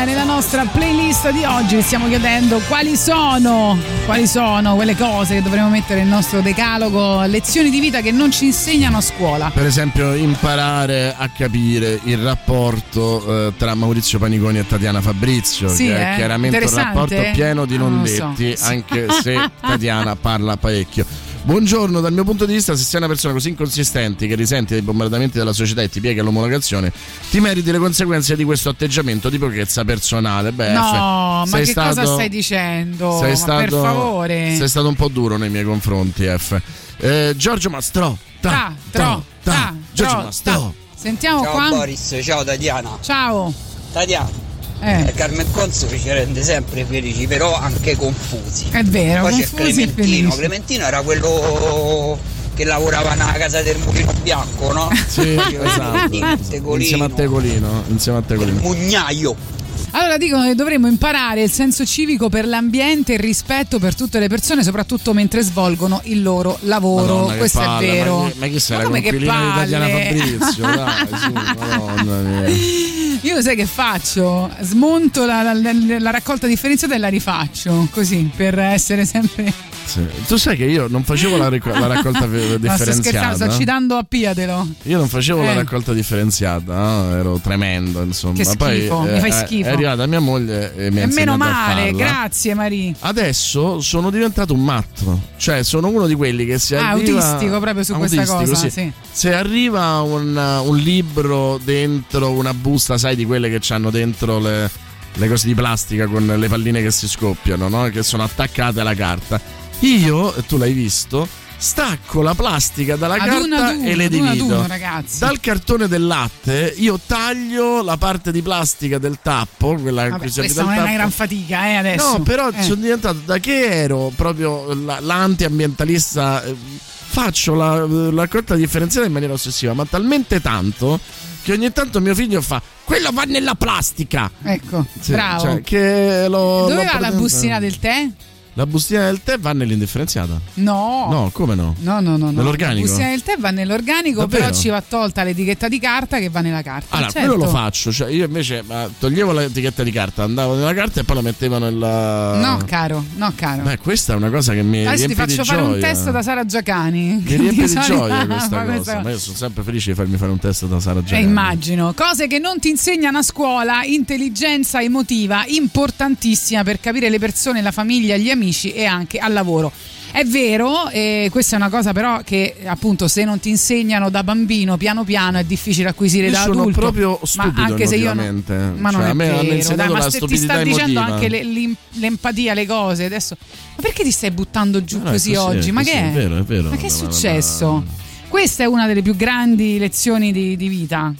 nella nostra playlist di oggi vi stiamo chiedendo quali sono, quali sono quelle cose che dovremmo mettere nel nostro decalogo, lezioni di vita che non ci insegnano a scuola. Per esempio imparare a capire il rapporto eh, tra Maurizio Paniconi e Tatiana Fabrizio, sì, che eh? è chiaramente un rapporto pieno di non, non detti, so. Anche se Tatiana parla parecchio. Buongiorno, dal mio punto di vista, se sei una persona così inconsistente che risenti dei bombardamenti della società e ti piega l'omologazione, ti meriti le conseguenze di questo atteggiamento di pochezza personale. Beh, no, F, ma che stato, cosa stai dicendo? Sei ma stato, per favore. Sei stato un po' duro nei miei confronti, F. Eh, Giorgio Mastro. Ta, tro, ta, ta, Giorgio tro, Mastro. Ta. Sentiamo ciao qua. Ciao Boris, ciao Tatiana. Ciao. Tatiana. Eh. Carmen Consoli ci rende sempre felici, però anche confusi. È vero. Poi c'è Clementino. Clementino era quello che lavorava nella casa del Mulino Bianco, no? Sì, esatto. Insieme a Tegolino. Insieme a Tegolino. Il mugnaio. Allora dicono che dovremmo imparare il senso civico per l'ambiente e il rispetto per tutte le persone, soprattutto mentre svolgono il loro lavoro. Madonna, questo palle, è vero. Ma, ma chi sarà? Ma come che Conquilina di Tatiana palle? Fabrizio? Dai, su, Madonna mia. Io sai che faccio? Smonto la, la, la, la raccolta differenziata e la rifaccio così per essere sempre. Sì. Tu sai che io non facevo la, ric- la raccolta differenziata. Ma sto scherzando, sto citando Appiatelo. Io non facevo eh. la raccolta differenziata, no? Ero tremendo, insomma. Che schifo, poi, mi eh, fai schifo. È arrivata mia moglie e mi ha e meno male, a farla. grazie Marie. Adesso sono diventato un matto, cioè sono uno di quelli che se ah, arriva autistico proprio su questa cosa, sì. Sì. Se arriva un, un libro dentro una busta, sai, di quelle che c'hanno dentro le, le cose di plastica con le palline che si scoppiano, no? Che sono attaccate alla carta. Io, tu l'hai visto, stacco la plastica dalla ad carta uno ad uno, e le ad uno divido. Ad uno, ragazzi. Dal cartone del latte io taglio la parte di plastica del tappo, quella Vabbè, che questa non è una gran fatica, eh, adesso. No, però eh. sono diventato, da che ero proprio la, l'anti-ambientalista, eh, faccio la, la raccolta differenziata in maniera ossessiva, ma talmente tanto che ogni tanto mio figlio fa quello va nella plastica. Ecco, sì, bravo. Cioè, che lo, Dove lo va la bustina del tè? La bustina del tè va nell'indifferenziata? No. No, come no? No, no, no. no. Nell'organico? La bustina del tè va nell'organico, Davvero? però ci va tolta l'etichetta di carta che va nella carta. Allora, certo. quello lo faccio, cioè io invece ma, toglievo l'etichetta di carta, andavo nella carta e poi la mettevo nella. No, caro, no, caro. Beh, questa è una cosa che mi Adesso riempie ti faccio di fare gioia. un test da Sara Giacani. Mi riempie di solito gioia questa cosa. questa... Ma io sono sempre felice di farmi fare un test da Sara Eh, Giacani. immagino. Cose che non ti insegnano a scuola, intelligenza emotiva, importantissima per capire le persone, la famiglia, gli amici e anche al lavoro. È vero, e questa è una cosa però che appunto se non ti insegnano da bambino piano piano è difficile acquisire io da sono adulto. proprio stupido, ma anche se io non, ma non cioè, è a me hanno vero, insegnato dai, ma la se ti stupidità sta dicendo emotiva. anche le, l'im- l'empatia, le cose adesso. Ma perché ti stai buttando giù No, così, è così, oggi? è Ma così, che è? è vero, è vero. Ma che è Ma- ma- successo? ma- Questa è una delle più grandi lezioni di, di vita.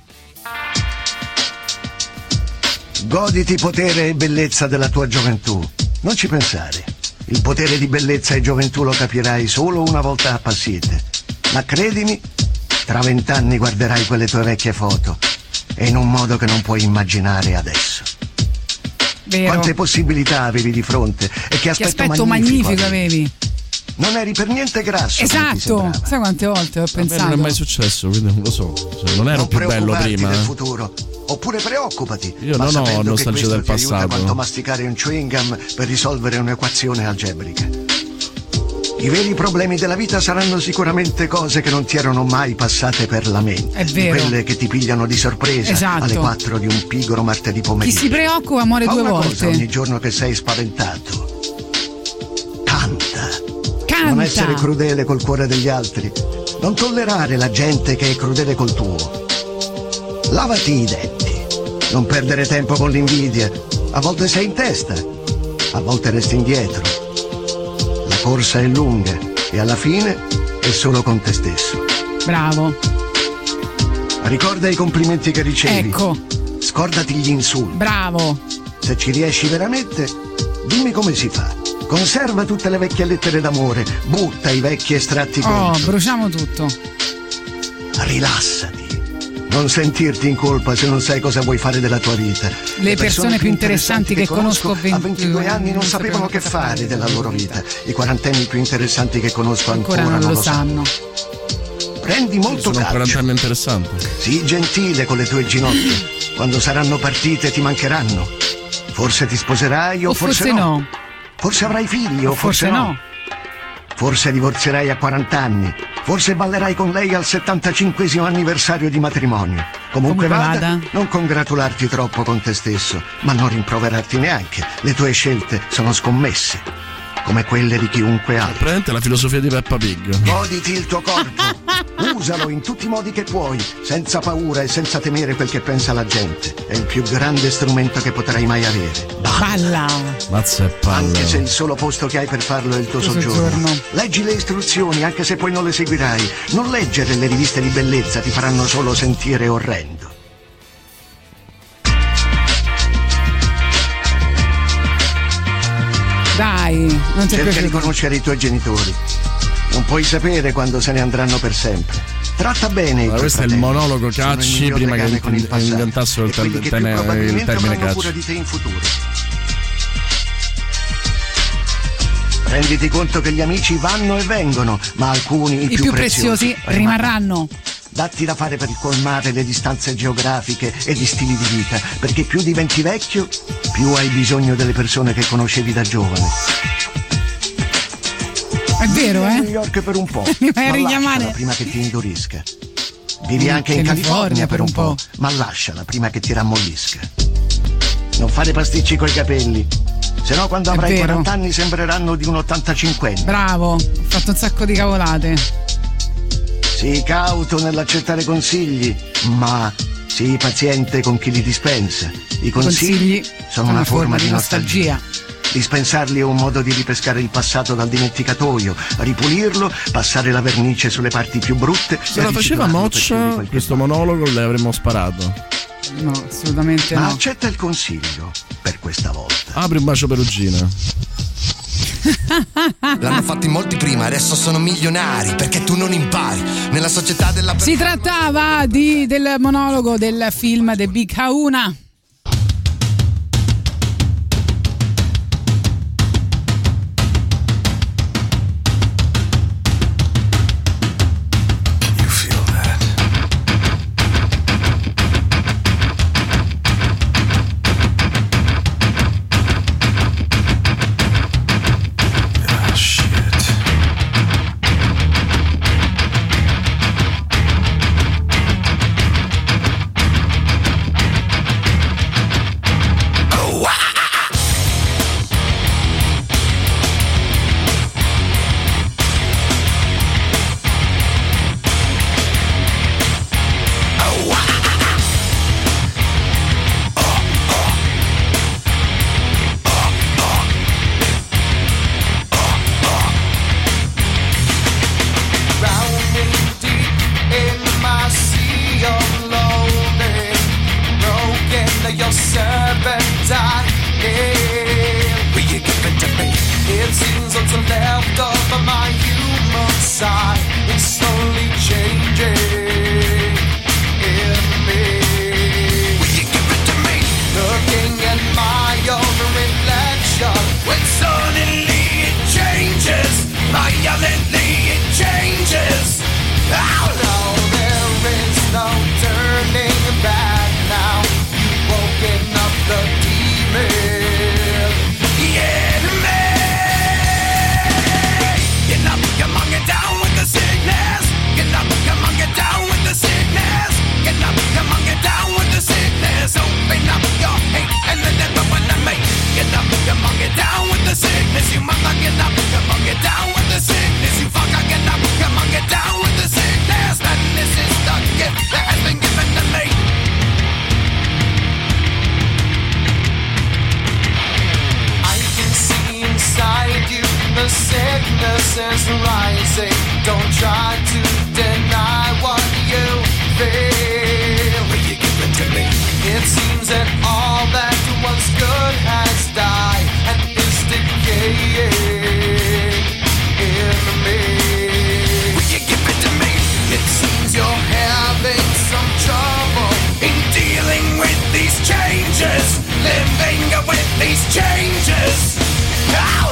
Goditi potere e bellezza della tua gioventù. Non ci pensare. Il potere di bellezza e gioventù lo capirai solo una volta appassite. Ma credimi, tra vent'anni guarderai quelle tue vecchie foto e in un modo che non puoi immaginare adesso. Vero. Quante possibilità avevi di fronte e che aspetto, che aspetto magnifico, magnifico avevi. Non eri per niente grasso. come ti Esatto, sembrava. sai quante volte ho pensato. Non è mai successo, quindi non lo so. Cioè, non ero Non più bello preoccuparti prima. del eh. futuro, oppure preoccupati. Io ma non ho sapendo che nostalgia questo del ti aiuta passato. quanto masticare un chewing gum per risolvere un'equazione algebrica. I veri problemi della vita saranno sicuramente cose che non ti erano mai passate per la mente. È vero. Quelle che ti pigliano di sorpresa Esatto. alle quattro di un pigro martedì Chi pomeriggio. si preoccupa muore Fa due una volte. cosa ogni giorno che sei spaventato. Canta. Canta. Non essere crudele col cuore degli altri. Non tollerare la gente che è crudele col tuo. Lavati i denti. Non perdere tempo con l'invidia. A volte sei in testa, a volte resti indietro. La corsa è lunga e alla fine è solo con te stesso. Bravo. Ricorda i complimenti che ricevi. Ecco. Scordati gli insulti. Bravo. Se ci riesci veramente, dimmi come si fa. Conserva tutte le vecchie lettere d'amore, butta i vecchi estratti Oh, contro. bruciamo tutto. Rilassati. Non sentirti in colpa se non sai cosa vuoi fare della tua vita. Le persone più interessanti che conosco a a ventidue anni non sapevano che fare della loro vita. I quarantenni più interessanti che conosco ancora, Ancora non lo sanno. sanno. Prendi molto Sono un calcio. quarantenne interessante. Sii gentile con le tue ginocchia. Quando saranno partite ti mancheranno. Forse ti sposerai o, O forse no. Forse avrai figli o, O forse no. no. Forse divorzierai a quaranta anni. Forse ballerai con lei al settantacinquesimo anniversario di matrimonio. Comunque, Comunque vada, vada. non congratularti troppo con te stesso, ma non rimproverarti neanche. Le tue scelte sono scommesse, come quelle di chiunque altro. Praticamente la filosofia di Peppa Pig. Goditi il tuo corpo, usalo in tutti i modi che puoi, senza paura e senza temere quel che pensa la gente. È il più grande strumento che potrai mai avere. Balla. Mazza e palla. Anche se il solo posto che hai per farlo è il tuo Il tuo soggiorno. soggiorno. Leggi le istruzioni, anche se poi non le seguirai. Non leggere le riviste di bellezza, ti faranno solo sentire orrendo. Dai, non ti è Cerca di piaciuto. conoscere i tuoi genitori. Non puoi sapere quando se ne andranno per sempre. Tratta bene i Allora, tuoi questo è il fratelli. monologo Sono il Cacci miglior prima che legame con il passato. inventassero il, E quelli ter- che tene- più il probabilmente termine avranno cura Cacci. di te in futuro. Renditi conto che gli amici vanno e vengono, ma alcuni, i, I più preziosi rimarranno. Datti da fare per colmare le distanze geografiche e di stili di vita, perché più diventi vecchio, più hai bisogno delle persone che conoscevi da giovane. È vero, Vivi a eh? New York per un po', Mi vai a ma richiamare? lasciala prima che ti indurisca. Vivi Mm, anche in California California per un po', ma lasciala prima che ti rammollisca. Non fare pasticci coi capelli, se no quando È avrai vero. quaranta anni sembreranno di un ottantacinquenne. Bravo, ho fatto un sacco di cavolate. Sii cauto nell'accettare consigli, ma sii paziente con chi li dispensa. I consigli, consigli sono una forma di nostalgia. Dispensarli è un modo di ripescare il passato dal dimenticatoio, ripulirlo, passare la vernice sulle parti più brutte. Se la faceva Moccia, questo monologo le avremmo sparato. No, assolutamente Ma no. accetta il consiglio per questa volta. Apri un bacio Perugina. L'hanno fatto in molti prima, adesso sono milionari perché tu non impari nella società della. Si trattava di, del monologo del film The Big Kahuna.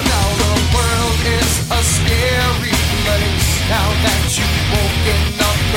Now that you've woken up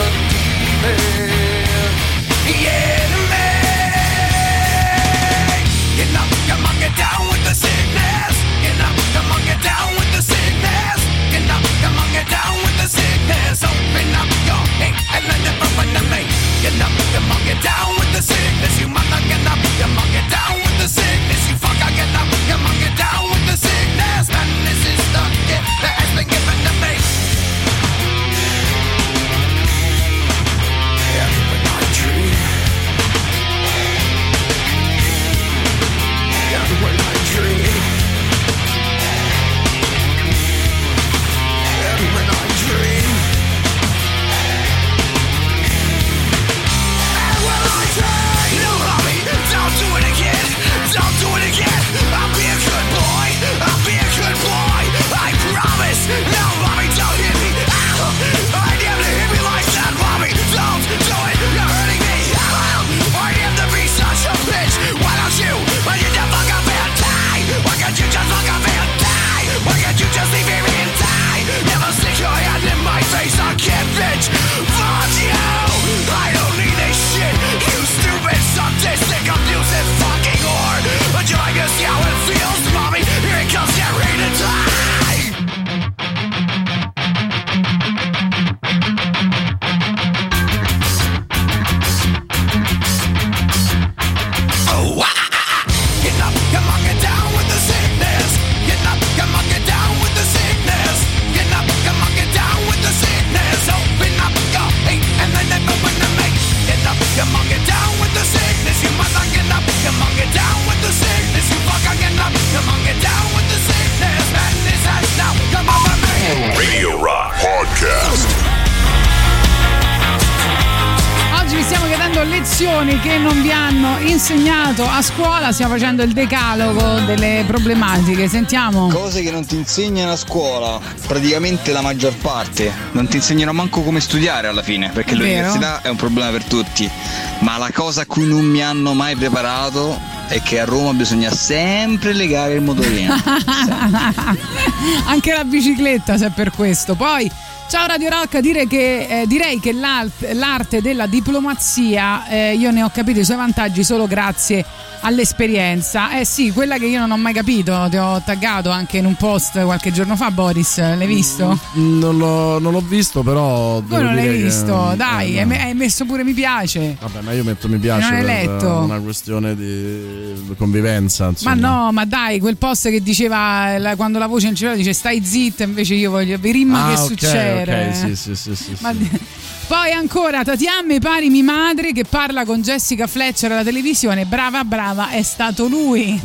lezioni che non vi hanno insegnato a scuola. Stiamo facendo il decalogo delle problematiche. Sentiamo. Cose che non ti insegnano a scuola, praticamente la maggior parte. Non ti insegnano manco come studiare alla fine, perché È l'università vero. è un problema per tutti. Ma la cosa a cui non mi hanno mai preparato è che a Roma bisogna sempre legare il motorino. Anche la bicicletta, se è per questo. Poi ciao Radio Rock, dire che, eh, direi che l'arte, l'arte della diplomazia, eh, io ne ho capito i suoi vantaggi solo grazie all'esperienza. Eh sì, quella che io non ho mai capito, ti ho taggato anche in un post qualche giorno fa. Boris, l'hai visto? Mm, non, l'ho, non l'ho visto, però Voi non l'hai visto? Che, Dai, eh, hai no. me- hai messo pure mi piace. Vabbè, ma io metto mi piace Non hai per letto? una questione di convivenza, insomma. Ma no, ma dai, quel post che diceva la- quando la voce in cervello dice stai zitta, invece io voglio rimma Ah, che ok, succede. ok, sì, sì, sì, sì, Ma- sì. Poi ancora Tatiana pari mi madre che parla con Jessica Fletcher alla televisione. Brava brava, è stato lui.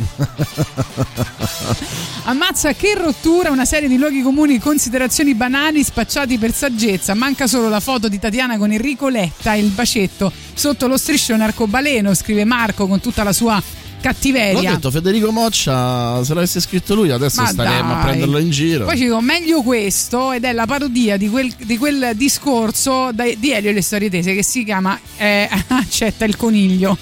Ammazza che rottura, una serie di luoghi comuni, considerazioni banali spacciati per saggezza. Manca solo la foto di Tatiana con Enrico Letta e il bacetto sotto lo striscione arcobaleno, scrive Marco con tutta la sua L'ho cattiveria. detto, Federico Moccia, se l'avesse scritto lui adesso Ma staremmo dai. a prenderlo in giro. Poi ci dico meglio questo, ed è la parodia di quel, di quel discorso da- di Elio e le storie tese che si chiama eh, Accetta il coniglio.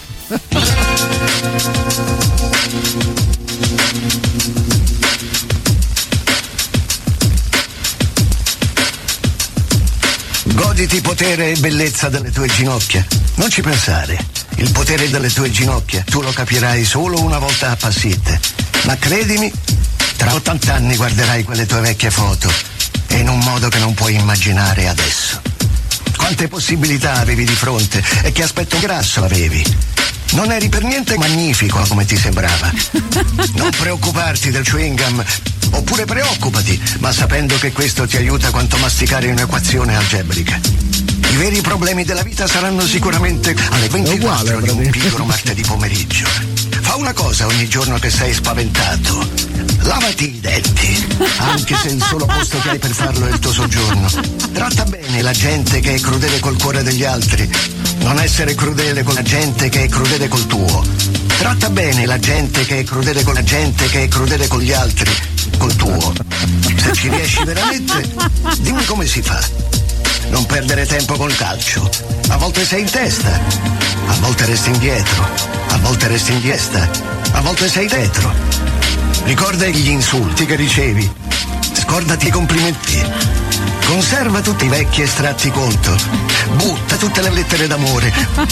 Goditi potere e bellezza delle tue ginocchia. Non ci pensare. Il potere delle tue ginocchia tu lo capirai solo una volta a passiette. Ma credimi, tra ottanta anni guarderai quelle tue vecchie foto e in un modo che non puoi immaginare adesso. Quante possibilità avevi di fronte e che aspetto grasso avevi. Non eri per niente magnifico come ti sembrava. Non preoccuparti del chewing gum, oppure preoccupati, ma sapendo che questo ti aiuta quanto masticare un'equazione algebrica. I veri problemi della vita saranno sicuramente alle ventiquattro di un piccolo martedì pomeriggio. Fa una cosa ogni giorno che sei spaventato. Lavati i denti, anche se il solo posto che hai per farlo è il tuo soggiorno. Tratta bene la gente che è crudele col cuore degli altri. Non essere crudele con la gente che è crudele col tuo. Tratta bene la gente che è crudele con la gente che è crudele con gli altri, col tuo. Se ci riesci veramente, dimmi come si fa. Non perdere tempo col calcio. A volte sei in testa, a volte resti indietro, a volte resti in testa, a volte sei dietro. Ricorda gli insulti che ricevi. Scordati i complimenti. Conserva tutti i vecchi estratti conto. Butta tutte le lettere d'amore.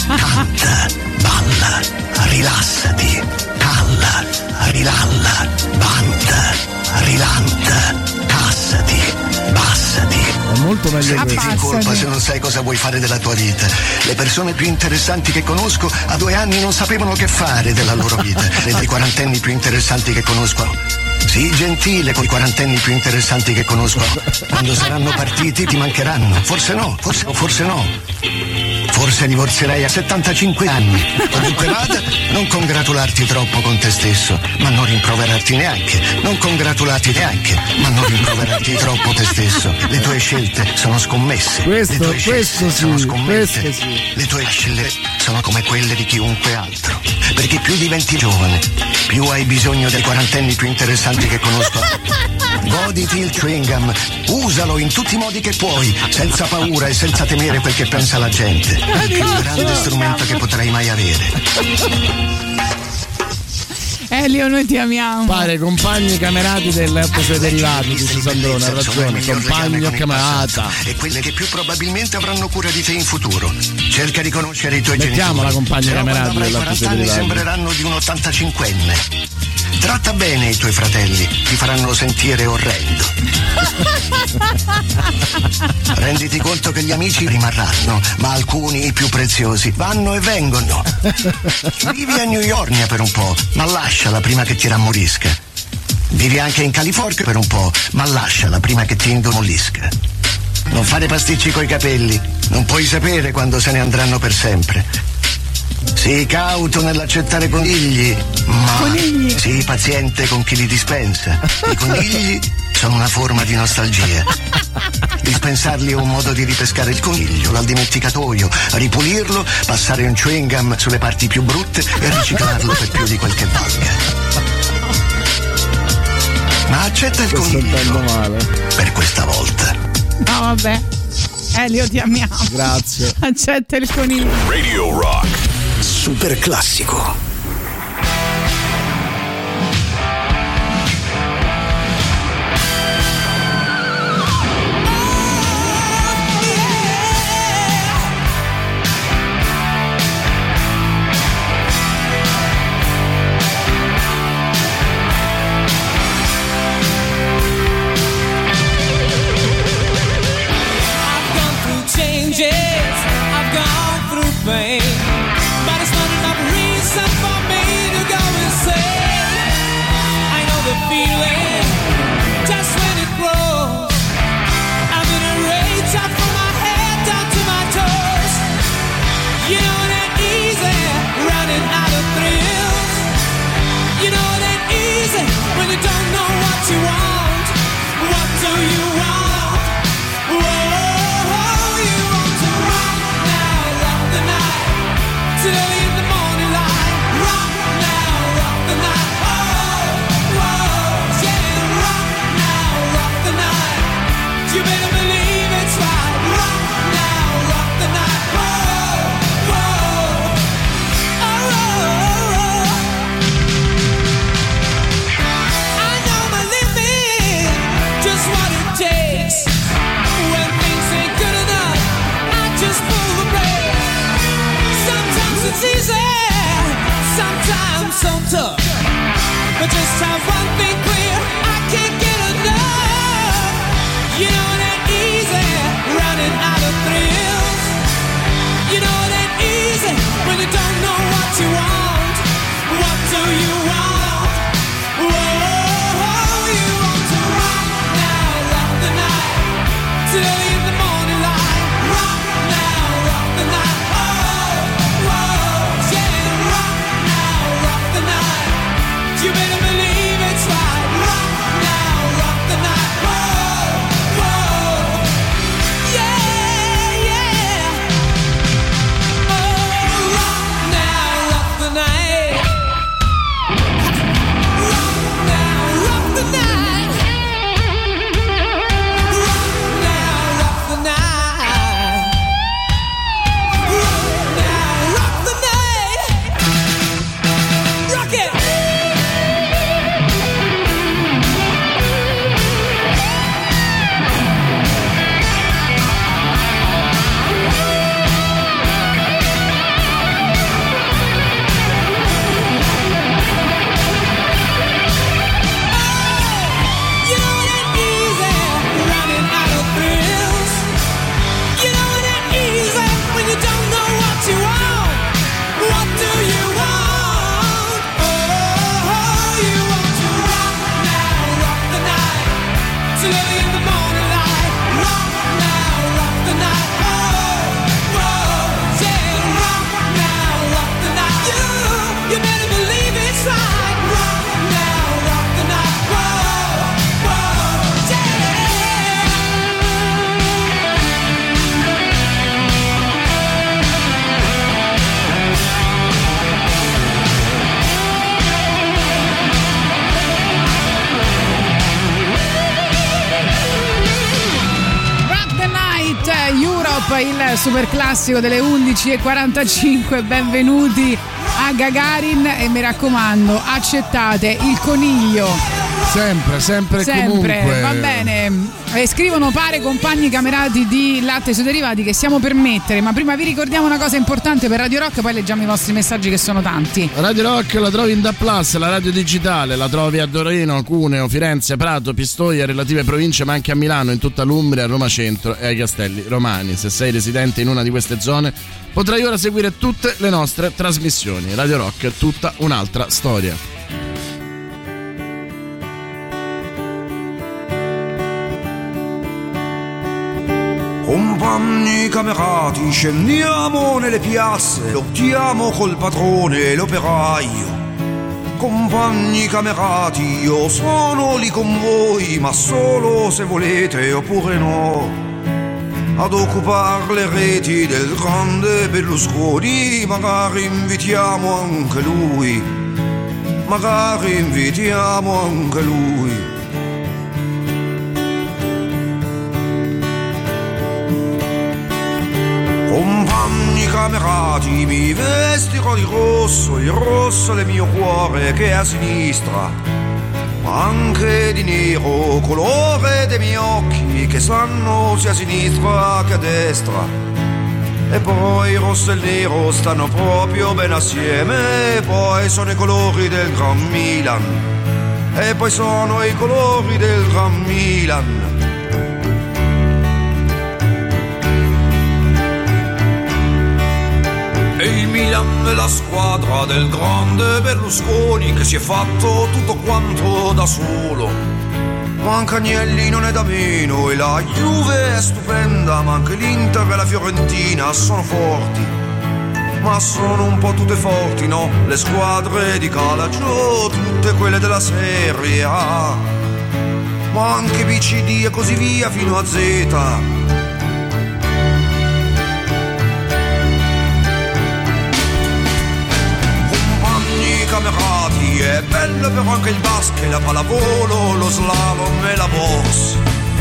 Canta, balla, rilassati. Calla, rilalla, banda, rilanta, cassati, bassati. È molto meglio Sentiti in questo. colpa se non sai cosa vuoi fare della tua vita. Le persone più interessanti che conosco a due anni non sapevano che fare della loro vita. E dei quarantenni più interessanti che conosco. Sii gentile con i quarantenni più interessanti che conosco. Quando saranno partiti ti mancheranno. Forse no, forse, forse no. Forse divorzierai a settantacinque anni. Comunque vada, non congratularti troppo con te stesso, ma non rimproverarti neanche. Non congratularti neanche, ma non rimproverarti troppo te stesso. Le tue scelte sono scommesse. Questo, Le tue scelte questo sì, sono scommesse. questo sì. Le tue scelte sono come quelle di chiunque altro. Perché più diventi giovane, più hai bisogno dei quarantenni più interessanti che conosco. Goditi il chewing gum, usalo in tutti i modi che puoi, senza paura e senza temere quel che pensa la gente. È il più grande strumento che potrai mai avere. Elio, noi ti amiamo. Pare compagni camerati del letto suoi derivati, dice Sandrone, ha ragione, compagno camerata. E quelle che più probabilmente avranno cura di te in futuro. Cerca di conoscere i tuoi Mettiamo genitori. la compagna Se no, camerata quando avrai del letto suoi quaranta anni derivati. sembreranno di un ottantacinquenne. Tratta bene i tuoi fratelli, ti faranno sentire orrendo. Renditi conto che gli amici rimarranno, ma alcuni, i più preziosi, vanno e vengono. Vivi a New York per un po', ma lasciala prima che ti rammorisca. Vivi anche in California per un po', ma lasciala prima che ti indemolisca. Non fare pasticci coi capelli, non puoi sapere quando se ne andranno per sempre. Sii cauto nell'accettare conigli, ma Conigli. sii paziente con chi li dispensa. I conigli sono una forma di nostalgia. Dispensarli è un modo di ripescare il coniglio dal dimenticatoio, ripulirlo, passare un chewing gum sulle parti più brutte e riciclarlo per più di quel che valga. Ma accetta il coniglio per questa volta. No, vabbè. Elio, ti amiamo. Grazie. Accetta il coniglio. Radio Rock. Super classico. I've gone through pain, but it's not enough reason for me to go insane. I know the feeling, just when it grows. I'm in a rage, up from my head down to my toes. You know it ain't easy, running out of thrills. You know it ain't easy when you don't know what you want. What do you want? Whoa. Till early in the morning light, rock now, rock the night. Oh, whoa, yeah, rock now, rock the night. You better believe it's right. Rock now, rock the night. Whoa, whoa, oh, oh, oh. I know my limit, just what it takes. When things ain't good enough, I just pull the brake. It's easy, sometimes so tough. But just have one thing clear, I can't get enough. You know it ain't easy, running out of thrills. You know it ain't easy, when you don't know what you want. What do you want? Whoa, you want to rock now, rock the night. Till early in the morning light. Rock now, rock the night. You better believe it's right. Rock now, rock the night. Whoa, whoa, yeah, yeah. Oh, rock now, rock the night. Rock now, rock the night. Rock now, rock the night. Rock now, rock the night. Rock it. Il super classico delle undici e quarantacinque. Benvenuti a Gagarin e mi raccomando, accettate il coniglio sempre, sempre, sempre. Comunque. Va bene. E scrivono pare compagni camerati di latte e suoi derivati che siamo per mettere, ma prima vi ricordiamo una cosa importante per Radio Rock, poi leggiamo i vostri messaggi che sono tanti. Radio Rock la trovi in D A B plus, la radio digitale, la trovi a Torino, Cuneo, Firenze, Prato, Pistoia, relative province, ma anche a Milano, in tutta l'Umbria, a Roma Centro e ai Castelli Romani. Se sei residente in una di queste zone potrai ora seguire tutte le nostre trasmissioni. Radio Rock è tutta un'altra storia. Compagni camerati, scendiamo nelle piazze, lottiamo col padrone, l'operaio. Compagni camerati, io sono lì con voi, ma solo se volete oppure no, ad occupare le reti del grande Berlusconi. Magari invitiamo anche lui, magari invitiamo anche lui. Compagni camerati, mi vestirò di rosso, il rosso del mio cuore che è a sinistra, ma anche di nero, colore dei miei occhi che sanno sia a sinistra che a destra. E poi il rosso e il nero stanno proprio bene assieme, e poi sono i colori del Gran Milan, e poi sono i colori del Gran Milan. E il Milan è la squadra del grande Berlusconi che si è fatto tutto quanto da solo. Manca Agnelli non è da meno e la Juve è stupenda, ma anche l'Inter e la Fiorentina sono forti. Ma sono un po' tutte forti, no? Le squadre di calcio, tutte quelle della Serie A, ma anche B C D e così via fino a Z. Camerati, è bello però anche il basket, la pallavolo, lo slalom e la box.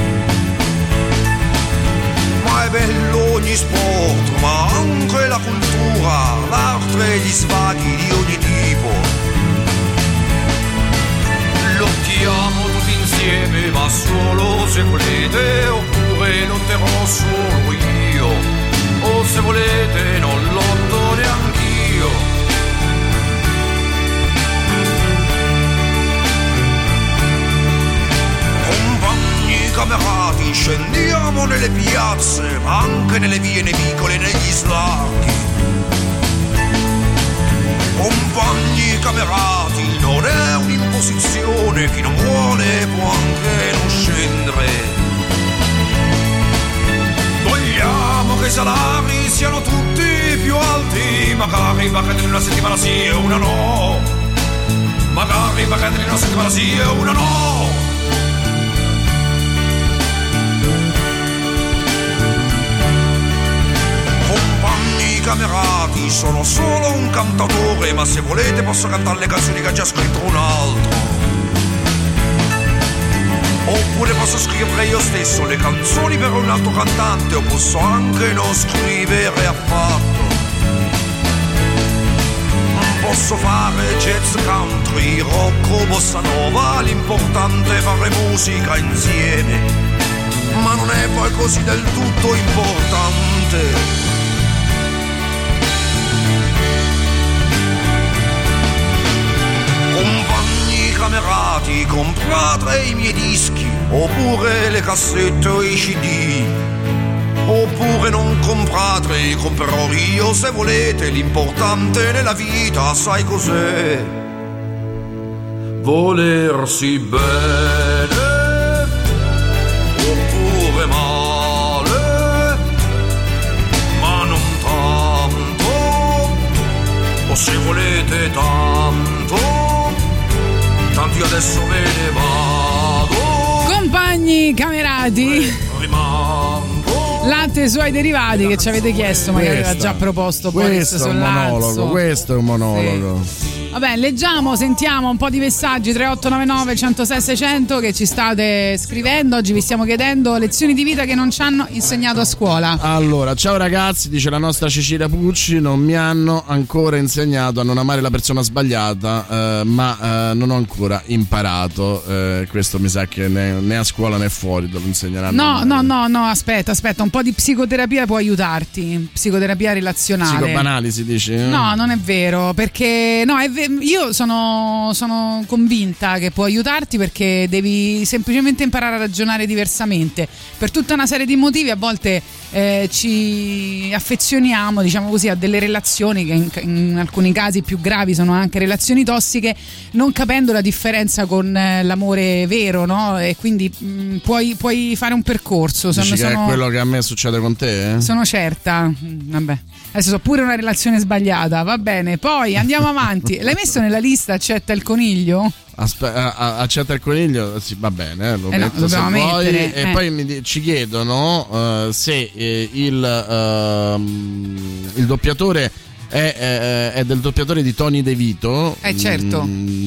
Ma è bello ogni sport, ma anche la cultura, l'arte e gli svaghi di ogni tipo. Lottiamo tutti insieme, ma solo se volete, oppure lotterò solo io, o se volete non lotto neanch'io. Camerati, scendiamo nelle piazze, ma anche nelle vie nevicole e negli slarghi. Compagni camerati, non è un'imposizione, chi non vuole può anche non scendere. Vogliamo che i salari siano tutti più alti, magari vacanze in una settimana sì e una no, magari vacanze in una settimana sì e una no. Camerati, sono solo un cantautore, ma se volete posso cantare le canzoni che ha già scritto un altro. Oppure posso scrivere io stesso le canzoni per un altro cantante, o posso anche non scrivere affatto. Posso fare jazz, country, rock o bossa nova, l'importante è fare musica insieme, ma non è poi così del tutto importante. Compagni camerati, comprate i miei dischi, oppure le cassette o i C D, oppure non comprate, li comprerò io se volete. L'importante nella vita, sai cos'è? Volersi bene oppure male, ma non tanto, o se volete tanto. Tanto io adesso me ne vado. Compagni camerati, rimango. Latte e suoi derivati che ci avete chiesto, magari aveva già proposto Boris Sollazzo. Questo è un monologo, questo è un monologo. Sì. Vabbè, leggiamo, sentiamo un po' di messaggi. Tre otto nove nove, uno zero sei, sei zero zero che ci state scrivendo. Oggi vi stiamo chiedendo lezioni di vita che non ci hanno insegnato a scuola. Allora, ciao ragazzi, dice la nostra Cecilia Pucci, non mi hanno ancora insegnato a non amare la persona sbagliata, eh, ma eh, non ho ancora imparato. Eh, questo mi sa che né, né a scuola né fuori te lo insegneranno. No, no, no, no, aspetta, aspetta, un po' di psicoterapia può aiutarti, psicoterapia relazionale. Psicobanalisi dici? Eh? No, non è vero, perché no, è vero. Io sono, sono convinta che può aiutarti, perché devi semplicemente imparare a ragionare diversamente per tutta una serie di motivi. A volte eh, ci affezioniamo, diciamo così, a delle relazioni che in, in alcuni casi più gravi sono anche relazioni tossiche, non capendo la differenza con l'amore vero, no? E quindi mh, puoi, puoi fare un percorso. Dici sono, che sono... è quello che a me che succede con te? Eh? Sono certa. Vabbè. Adesso so pure una relazione sbagliata, va bene. Poi andiamo avanti. L'hai messo nella lista accetta il coniglio? Aspe- a- a- accetta il coniglio? Sì, va bene, lo eh no, metto se vuoi. mettere, E eh. poi mi, ci chiedono uh, se eh, il, uh, il doppiatore è, è, è del doppiatore di Tony De Vito. Eh certo.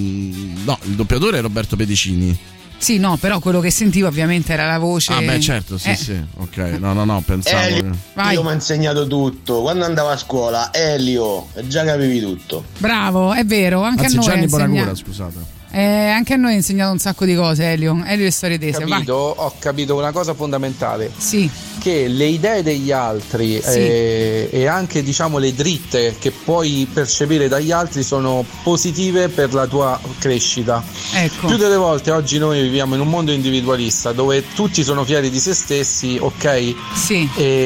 Mm, no, il doppiatore è Roberto Pedicini. Sì, no, però quello che sentivo ovviamente era la voce. Ah, beh, certo, sì, eh. sì. Ok, no, no, no, pensavo. Elio, Vai. io mi ha insegnato tutto. Quando andavo a scuola, Elio, già capivi tutto. Bravo, è vero, anche Anzi, a noi. Gianni ha insegnato- Bonacura, scusate. Eh, anche a noi ha insegnato un sacco di cose, Elio. Elio e storie tese. Capito? Ho capito una cosa fondamentale. Sì. Che le idee degli altri Sì. eh, e anche diciamo le dritte che puoi percepire dagli altri sono positive per la tua crescita. Ecco. Più delle volte oggi noi viviamo in un mondo individualista dove tutti sono fieri di se stessi, ok? Sì.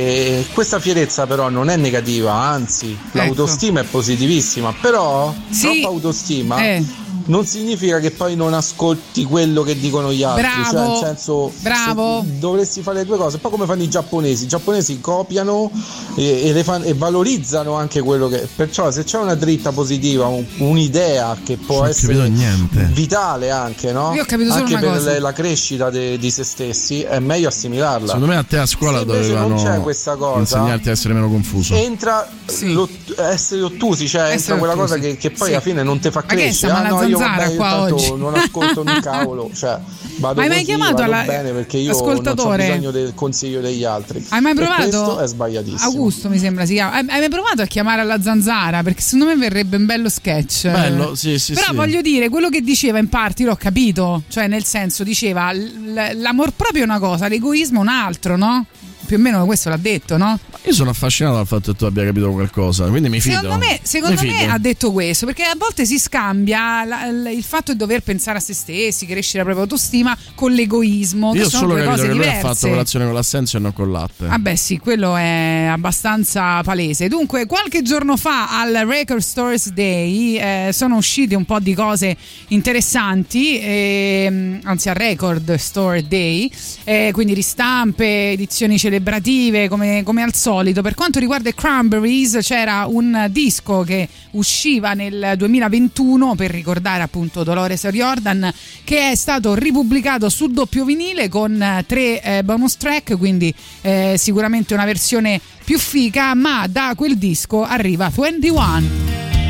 E questa fierezza però non è negativa, anzi l'autostima è positivissima, però Sì. troppa autostima Eh. non significa che poi non ascolti quello che dicono gli altri. Bravo. Cioè, nel senso, Bravo. se dovresti fare le due cose. Poi come fanno i giapponesi? I giapponesi copiano e, e, le fan- e valorizzano anche quello che. Perciò se c'è una dritta positiva, un- un'idea che può Non ho essere capito niente. vitale anche, no? Io ho capito solo anche una per cosa. le- la crescita de- di se stessi, è meglio assimilarla. Secondo me a te a scuola Se invece non dovevano c'è questa cosa, insegnarti a essere meno confuso. entra l'ott- essere ottusi, cioè entra Essere quella ottusi. cosa che, che poi Sì. alla fine non ti fa Ma che crescere. siamo Ah, alla no, io zanzara vabbè, qua intanto oggi? non ascolto un cavolo, cioè vado Hai mai così, chiamato vado alla- bene perché io non ho ascoltatore? bisogno del consiglio degli altri. Hai mai E provato? questo è sbagliatissimo. Augusto mi sembra si chiama. Hai hai mai provato a chiamare alla zanzara? Perché secondo me verrebbe un bello sketch. Bello, sì, sì, Però sì. voglio dire, quello che diceva in parti l'ho capito. Cioè, nel senso, diceva l- l'amor proprio è una cosa, l'egoismo un altro, no? Più o meno questo l'ha detto, no? Io sono affascinato dal fatto che tu abbia capito qualcosa, quindi mi fido. Secondo me, secondo Mi me fido. ha detto questo, perché a volte si scambia la- l- il fatto di dover pensare a se stessi, crescere la propria autostima con l'egoismo. Io che ho sono solo due capito cose che lui ha diverse. fatto colazione con l'assenzio e non con latte. Ah beh sì, quello è abbastanza palese. Dunque, qualche giorno fa al Record Stores Day eh, sono uscite un po' di cose interessanti, ehm, anzi al Record Store Day, eh, quindi ristampe, edizioni celebrative come, come al solito. Per quanto riguarda i Cranberries c'era un disco che usciva nel duemilaventuno per ricordare appunto Dolores O'Riordan, che è stato ripubblicato su doppio vinile con eh, tre eh, bonus track, quindi eh, sicuramente una versione più figa, ma da quel disco arriva ventuno.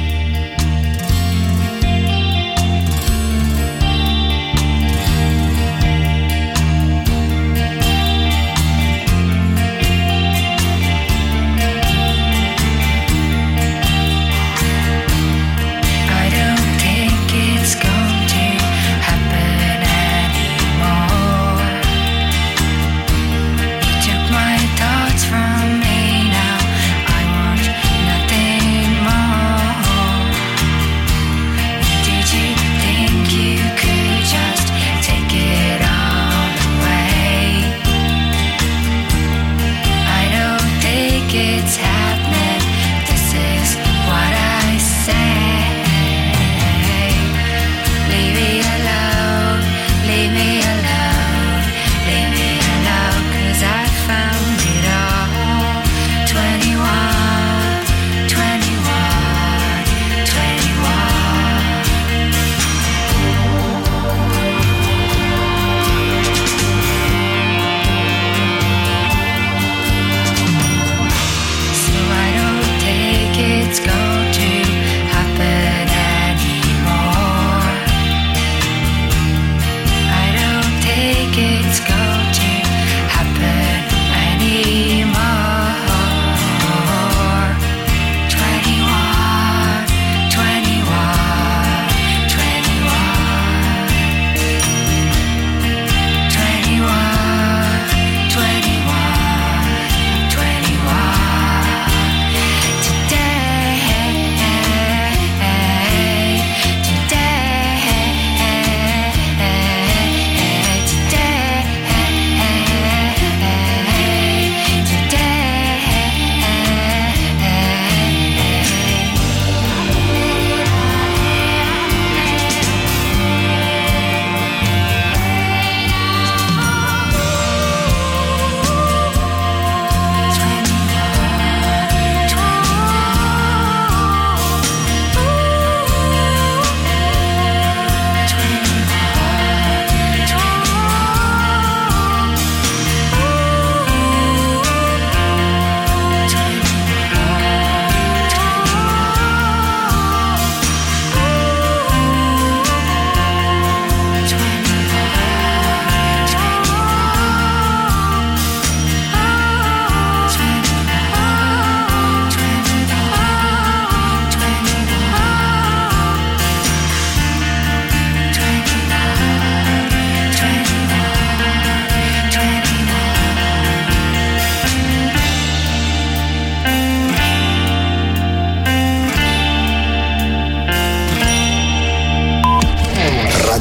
I don't think it's going to happen anymore. You took my thoughts from me now. I want nothing more.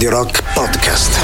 Radio Rock Podcast.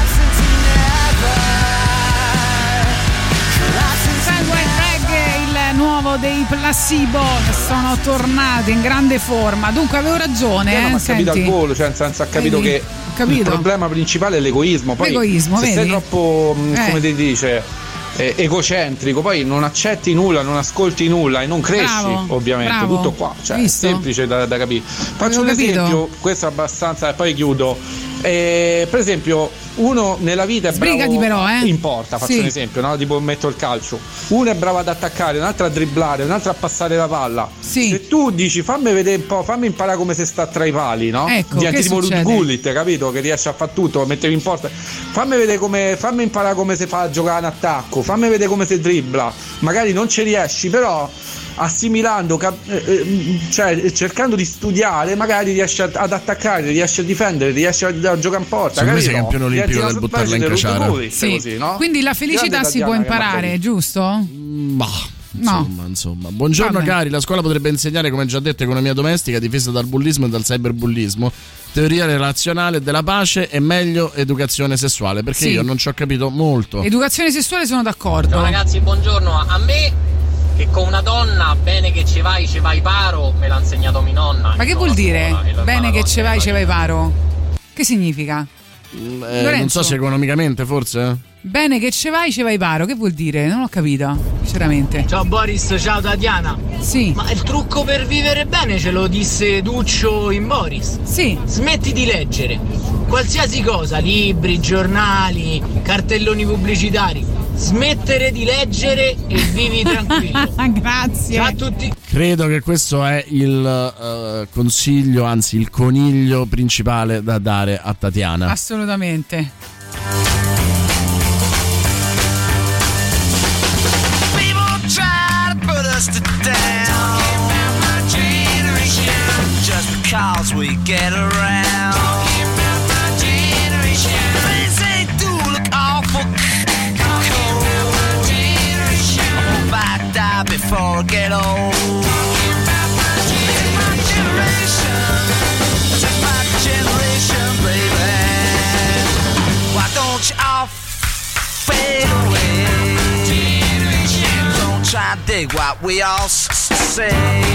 Nuovo dei Placebo, che sono tornati in grande forma. Dunque avevo ragione, eh? Ma ha capito al volo, cioè nel senso ha capito Vedi? che Capito? il problema principale è l'egoismo. Poi L'egoismo, se vedi? sei troppo, mh, Eh. come ti dice, eh, egocentrico, poi non accetti nulla, non ascolti nulla e non cresci, Bravo, ovviamente. bravo. Tutto qua, cioè è Visto? semplice da, da capire. Faccio Avevo un capito. esempio, questo è abbastanza, e poi chiudo. Eh, per esempio, uno nella vita è bravo Sbrigati però, eh. in porta, faccio Sì. un esempio, no? Tipo metto il calcio. Uno è bravo ad attaccare, un altro a dribblare, un altro a passare la palla. Sì. Se tu dici fammi vedere un po', fammi imparare come si sta tra i pali, no? Ecco, Diventi che tipo succede? Ruud Gullit, capito? Che riesce a fare tutto, mettevi in porta. Fammi vedere come, fammi imparare come si fa a giocare in attacco, fammi vedere come si dribbla. Magari non ci riesci, però assimilando, cap- eh, eh, cioè cercando di studiare, magari riesci a- ad attaccare, riesci a difendere, riesci a, a giocare in porta. Secondo me capito? sei campione olimpico Diventi del una buttarla in specie di caciara. Ruud Gullit, Sì. così, no? Quindi la felicità Grande si può Tatiana che imparare, m'ha giusto? Bah, insomma, insomma. Buongiorno Vabbè. cari, la scuola potrebbe insegnare, come già detto, economia domestica, difesa dal bullismo e dal cyberbullismo, teoria relazionale della pace e meglio educazione sessuale, perché Sì. io non ci ho capito molto. Educazione sessuale sono d'accordo. Ciao ragazzi, buongiorno. A me che con una donna bene che ci vai, ci vai paro, me l'ha insegnato mia nonna. Ma che vuol dire? Bene che ci vai, ci vai paro. Che significa? Mm, eh, Lorenzo. non so se economicamente, forse. Bene che ci vai, ci vai paro. Che vuol dire? Non ho capito, sinceramente. Ciao Boris, ciao Tatiana. Sì. Ma il trucco per vivere bene ce lo disse Duccio in Boris. Sì. Smetti di leggere. Qualsiasi cosa, libri, giornali, cartelloni pubblicitari. Smettere di leggere e vivi tranquillo. Grazie. Ciao a tutti. Credo che questo è il eh, consiglio, anzi il coniglio principale da dare a Tatiana. Assolutamente. People try to put us to down. Just because we get around. Things they do look awful cold. I hope I die before I get old. This is my generation. This is my generation, baby. Why don't you all fade away? Don't try to dig what we all s- say.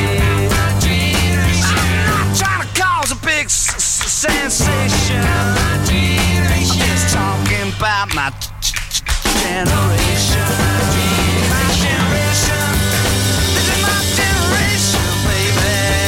I'm not trying to cause a big s- s- sensation. I'm just talking about my g- g- generation. My generation. This is my generation, baby.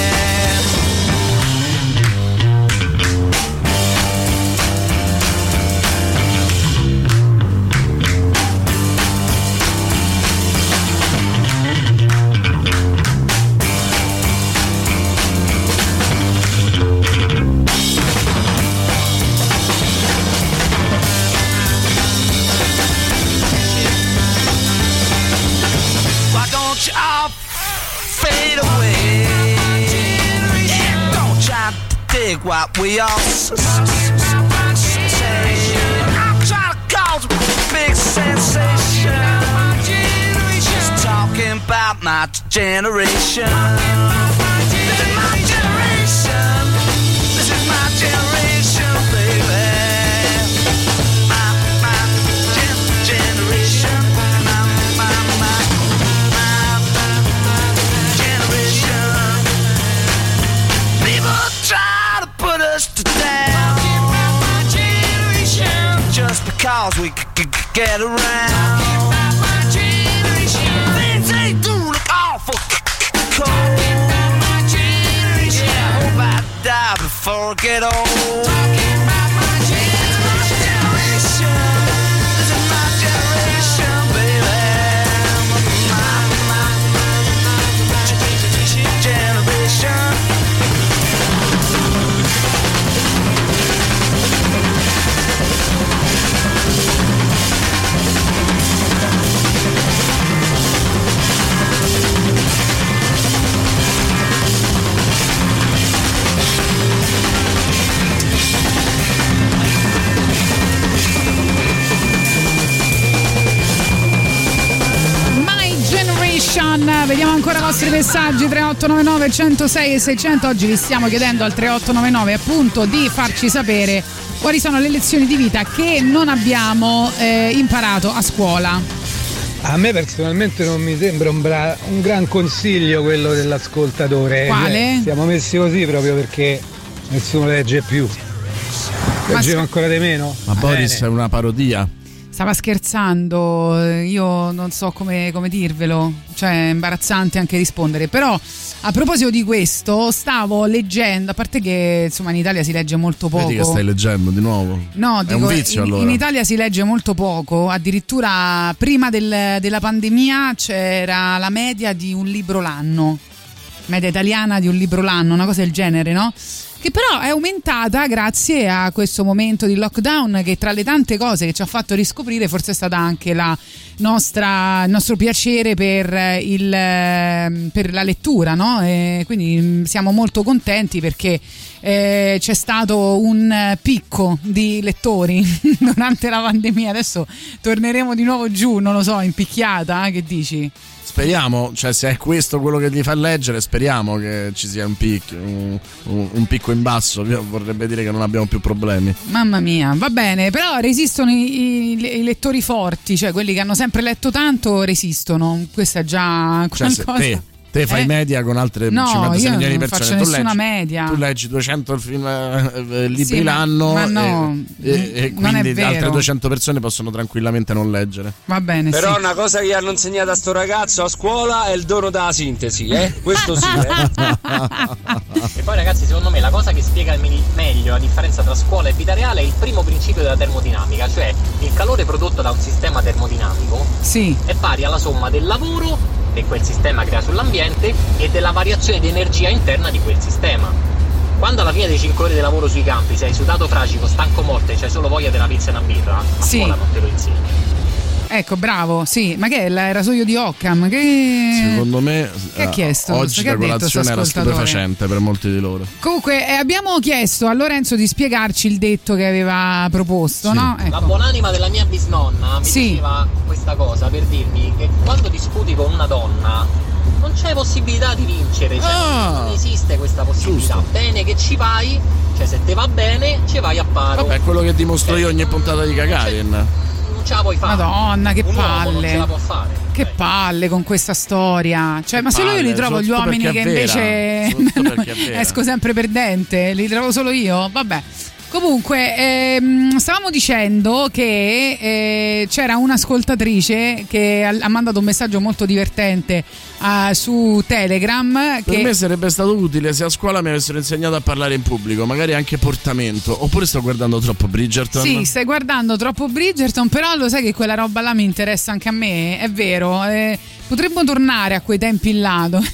Why don't you all fade away? Yeah, don't try to dig what we all s- s- s- say. I'm trying to cause a big sensation. Just talking about my generation. This is my generation. This is my generation, baby. My, my gen- generation. My, my, my, my, my generation. People try to put us to down. Just because we c- c- get around. Things they do look awful c- c- cold. Yeah, I hope I die before I get old. It's my generation. This is my generation, baby. My, my, my generation. My Generation. Vediamo ancora i vostri messaggi tre otto nove nove uno zero sei e seicento. Oggi vi stiamo chiedendo al tre otto nove nove appunto di farci sapere quali sono le lezioni di vita che non abbiamo eh, imparato a scuola. A me personalmente non mi sembra un, bra- un gran consiglio quello dell'ascoltatore. Quale? Eh, siamo messi così proprio perché nessuno legge più. Leggevo ancora di meno? Ma Boris è una parodia. Stava scherzando, io non so come, come dirvelo, cioè è imbarazzante anche rispondere, però a proposito di questo stavo leggendo, a parte che insomma in Italia si legge molto poco. Vedi che stai leggendo di nuovo? No, è dico, un vizio in, allora. in Italia si legge molto poco, addirittura prima del, della pandemia c'era la media di un libro l'anno, media italiana di un libro l'anno, una cosa del genere, no? Che però è aumentata grazie a questo momento di lockdown, che tra le tante cose che ci ha fatto riscoprire forse è stata anche la nostra, il nostro piacere per, il, per la lettura, no? E quindi siamo molto contenti perché eh, c'è stato un picco di lettori durante la pandemia. Adesso torneremo di nuovo giù, non lo so, in picchiata, eh? Che dici? Speriamo, cioè se è questo quello che gli fa leggere, speriamo che ci sia un picco, un, un, un picco in basso, vorrebbe dire che non abbiamo più problemi. Mamma mia, va bene, però resistono i, i, i lettori forti, cioè quelli che hanno sempre letto tanto resistono, questo è già qualcosa. Cioè, se te, te fai eh? media con altre no, cinquantasei milioni di non persone, faccio tu nessuna leggi, media. tu leggi duecento film, eh, libri Sì, l'anno ma no, e, e non è quindi vero. altre duecento persone possono tranquillamente non leggere. Va bene, Però sì. una cosa che gli hanno insegnato a sto ragazzo a scuola è il dono della sintesi, eh? Questo sì, eh? E poi ragazzi, secondo me la cosa che spiega meglio la differenza tra scuola e vita reale è il primo principio della termodinamica, cioè il calore prodotto da un sistema termodinamico sì. è pari alla somma del lavoro che quel sistema crea sull'ambiente e della variazione di energia interna di quel sistema. Quando alla fine dei cinque ore di lavoro sui campi sei sudato fragico, stanco morto e c'hai solo voglia della pizza e una birra, a Sì. scuola non te lo insegno. Ecco, bravo, sì, ma che è il rasoio di Occam? Che... Secondo me Che ha chiesto? oggi Che ha la detto colazione sto era ascoltatore? stupefacente per molti di loro. Comunque eh, abbiamo chiesto a Lorenzo di spiegarci il detto che aveva proposto, Sì. no? Ecco. La buonanima della mia bisnonna mi Sì. diceva questa cosa per dirmi che quando discuti con una donna non c'è possibilità di vincere, cioè Ah. non esiste questa possibilità. Giusto. Bene che ci vai, cioè se te va bene ci vai a paro. Vabbè, è quello che dimostro io ogni puntata di Gagarin. Non ce la puoi fare. Madonna, che Un uomo non palle. ce la può fare. Che palle con questa storia. Cioè, ma solo io li palle, trovo gli soprattutto uomini che perché è vera, invece soprattutto perché è vera. esco sempre perdente, li trovo solo io? Vabbè. Comunque, ehm, stavamo dicendo che eh, c'era un'ascoltatrice che ha, ha mandato un messaggio molto divertente uh, su Telegram. Per che me sarebbe stato utile se a scuola mi avessero insegnato a parlare in pubblico, magari anche portamento. Oppure sto guardando troppo Bridgerton. Sì, stai guardando troppo Bridgerton, però lo sai che quella roba là mi interessa anche a me, è vero. Eh, potremmo tornare a quei tempi là dove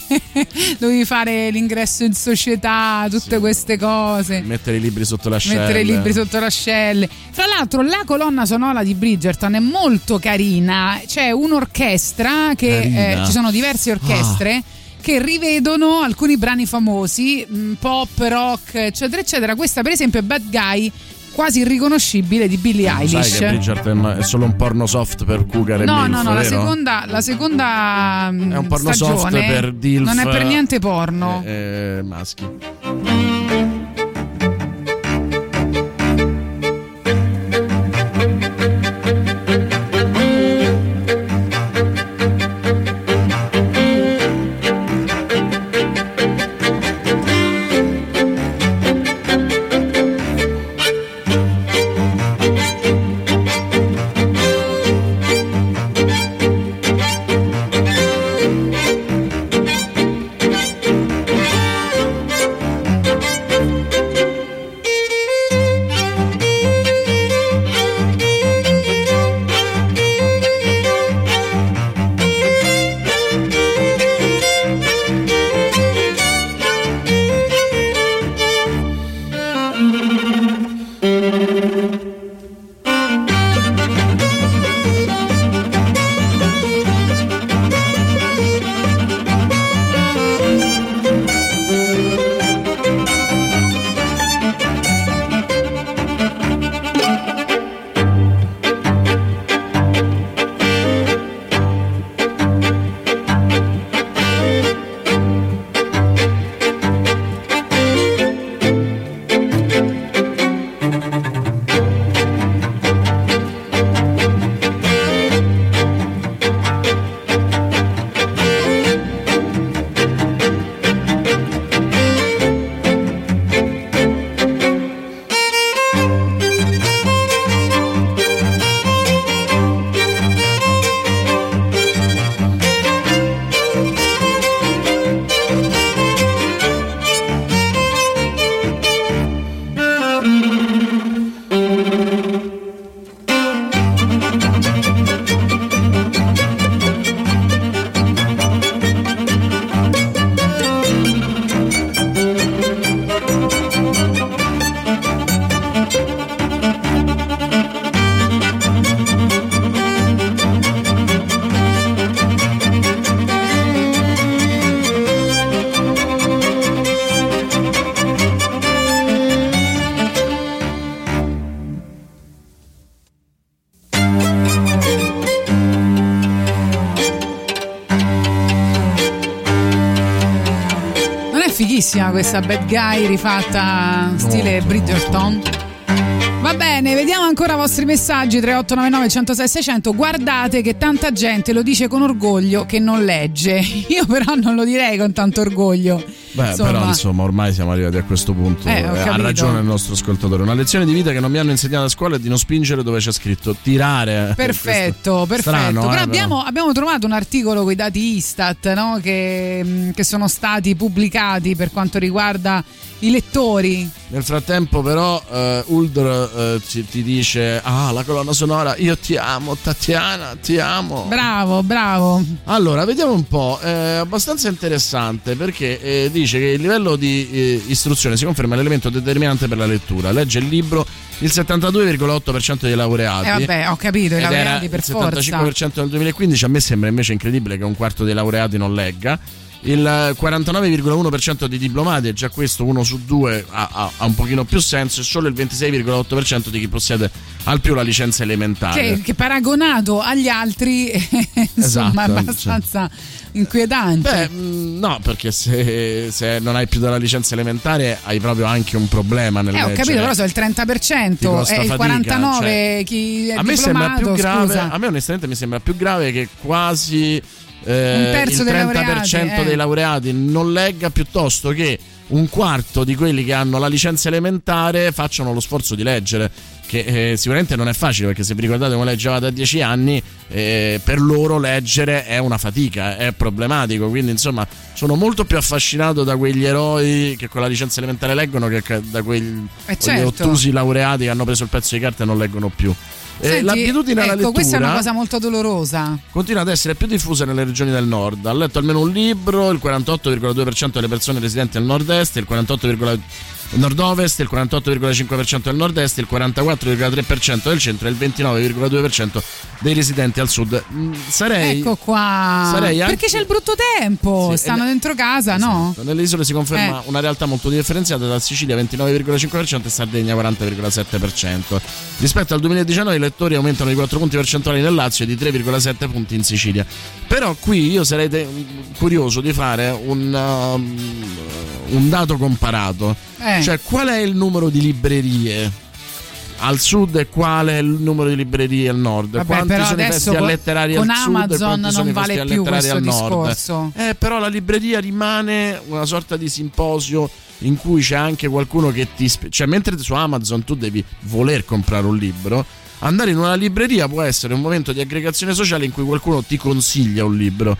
dovevi fare l'ingresso in società, tutte Sì. queste cose. Mettere i libri sotto l'ascella. Mettere i libri sotto l'ascelle. Tra l'altro la colonna sonora di Bridgerton è molto carina. C'è un'orchestra che Carina. eh, ci sono diverse orchestre che rivedono alcuni brani famosi, mh, pop, rock, eccetera, eccetera. Questa per esempio è Bad Guy, quasi irriconoscibile, di Billie Sai Eilish. che Bridgerton è solo un porno soft per Cougar e No, Milf, no, no, la vero? seconda, la seconda È un porno stagione soft per Dilf, non è per niente porno. eh, eh, maschi. bellissima questa Bad Guy rifatta stile Bridgerton. Va bene, vediamo ancora i vostri messaggi. Tre otto nove nove uno zero sei sei zero zero. Guardate che tanta gente lo dice con orgoglio che non legge. Io però non lo direi con tanto orgoglio. Beh, insomma. però insomma ormai siamo arrivati a questo punto. Eh, ho ha capito. ragione il nostro ascoltatore. Una lezione di vita che non mi hanno insegnato a scuola è di non spingere dove c'è scritto tirare. Perfetto, perfetto. Strano, però eh, abbiamo, però. abbiamo trovato un articolo con i dati Istat, no? che, che sono stati pubblicati per quanto riguarda i lettori. Nel frattempo però uh, Uldor uh, ci, ti dice ah, la colonna sonora io ti amo Tatiana, ti amo. Bravo, bravo. Allora vediamo un po', è abbastanza interessante perché eh, dice che il livello di eh, istruzione si conferma l'elemento determinante per la lettura. Legge il libro il settantadue virgola otto per cento dei laureati. Eh vabbè, ho capito, i ed laureati era per il settantacinque per cento forza. nel duemilaquindici. A me sembra invece incredibile che un quarto dei laureati non legga. Il quarantanove virgola uno per cento dei diplomati, e già questo uno su due ha, ha, ha un pochino più senso, e solo il ventisei virgola otto per cento di chi possiede al più la licenza elementare. Che, che paragonato agli altri insomma Esatto, è abbastanza inquietante. Beh, mh, no, perché se, se non hai più della licenza elementare hai proprio anche un problema nel Eh, ho leggere. capito, però so il trenta per cento e il quarantanove per cento cioè, chi è a me sembra diplomato, più grave, scusa. a me onestamente mi sembra più grave che quasi eh, Un terzo il dei trenta per cento laureati, eh. dei laureati non legga, piuttosto che un quarto di quelli che hanno la licenza elementare facciano lo sforzo di leggere, che eh, sicuramente non è facile, perché se vi ricordate come leggevate a dieci anni, eh, per loro leggere è una fatica, è problematico, quindi insomma sono molto più affascinato da quegli eroi che con la licenza elementare leggono che da quegli Eh, certo. ottusi laureati che hanno preso il pezzo di carta e non leggono più. Eh, Senti, l'abitudine alla ecco, lettura questa è una cosa molto dolorosa. continua ad essere più diffusa nelle regioni del nord. Ha letto almeno un libro il quarantotto virgola due per cento delle persone residenti al nord-est, il quarantotto virgola nord-ovest, il quarantotto virgola cinque per cento del nord-est, il quarantaquattro virgola tre per cento del centro e il ventinove virgola due per cento dei residenti al sud. Mm, Sarei Ecco qua. sarei anche- Perché c'è il brutto tempo, Sì, stanno e- dentro casa, no? Nelle isole si conferma Eh. una realtà molto differenziata, da Sicilia ventinove virgola cinque per cento e Sardegna quaranta virgola sette per cento. Rispetto al duemiladiciannove i lettori aumentano di quattro punti percentuali nel Lazio e di tre virgola sette punti in Sicilia. Però qui io sarei te- curioso di fare un, um, un dato comparato. Eh. Cioè, qual è il numero di librerie al sud e quale è il numero di librerie al nord? Vabbè, Quanti però sono i adesso festival con- letterari con al sud e Amazon quanti sono non i vale festival più letterari al questo nord? discorso. Eh, però la libreria rimane una sorta di simposio in cui c'è anche qualcuno che ti spe- cioè, mentre su Amazon tu devi voler comprare un libro, andare in una libreria può essere un momento di aggregazione sociale in cui qualcuno ti consiglia un libro,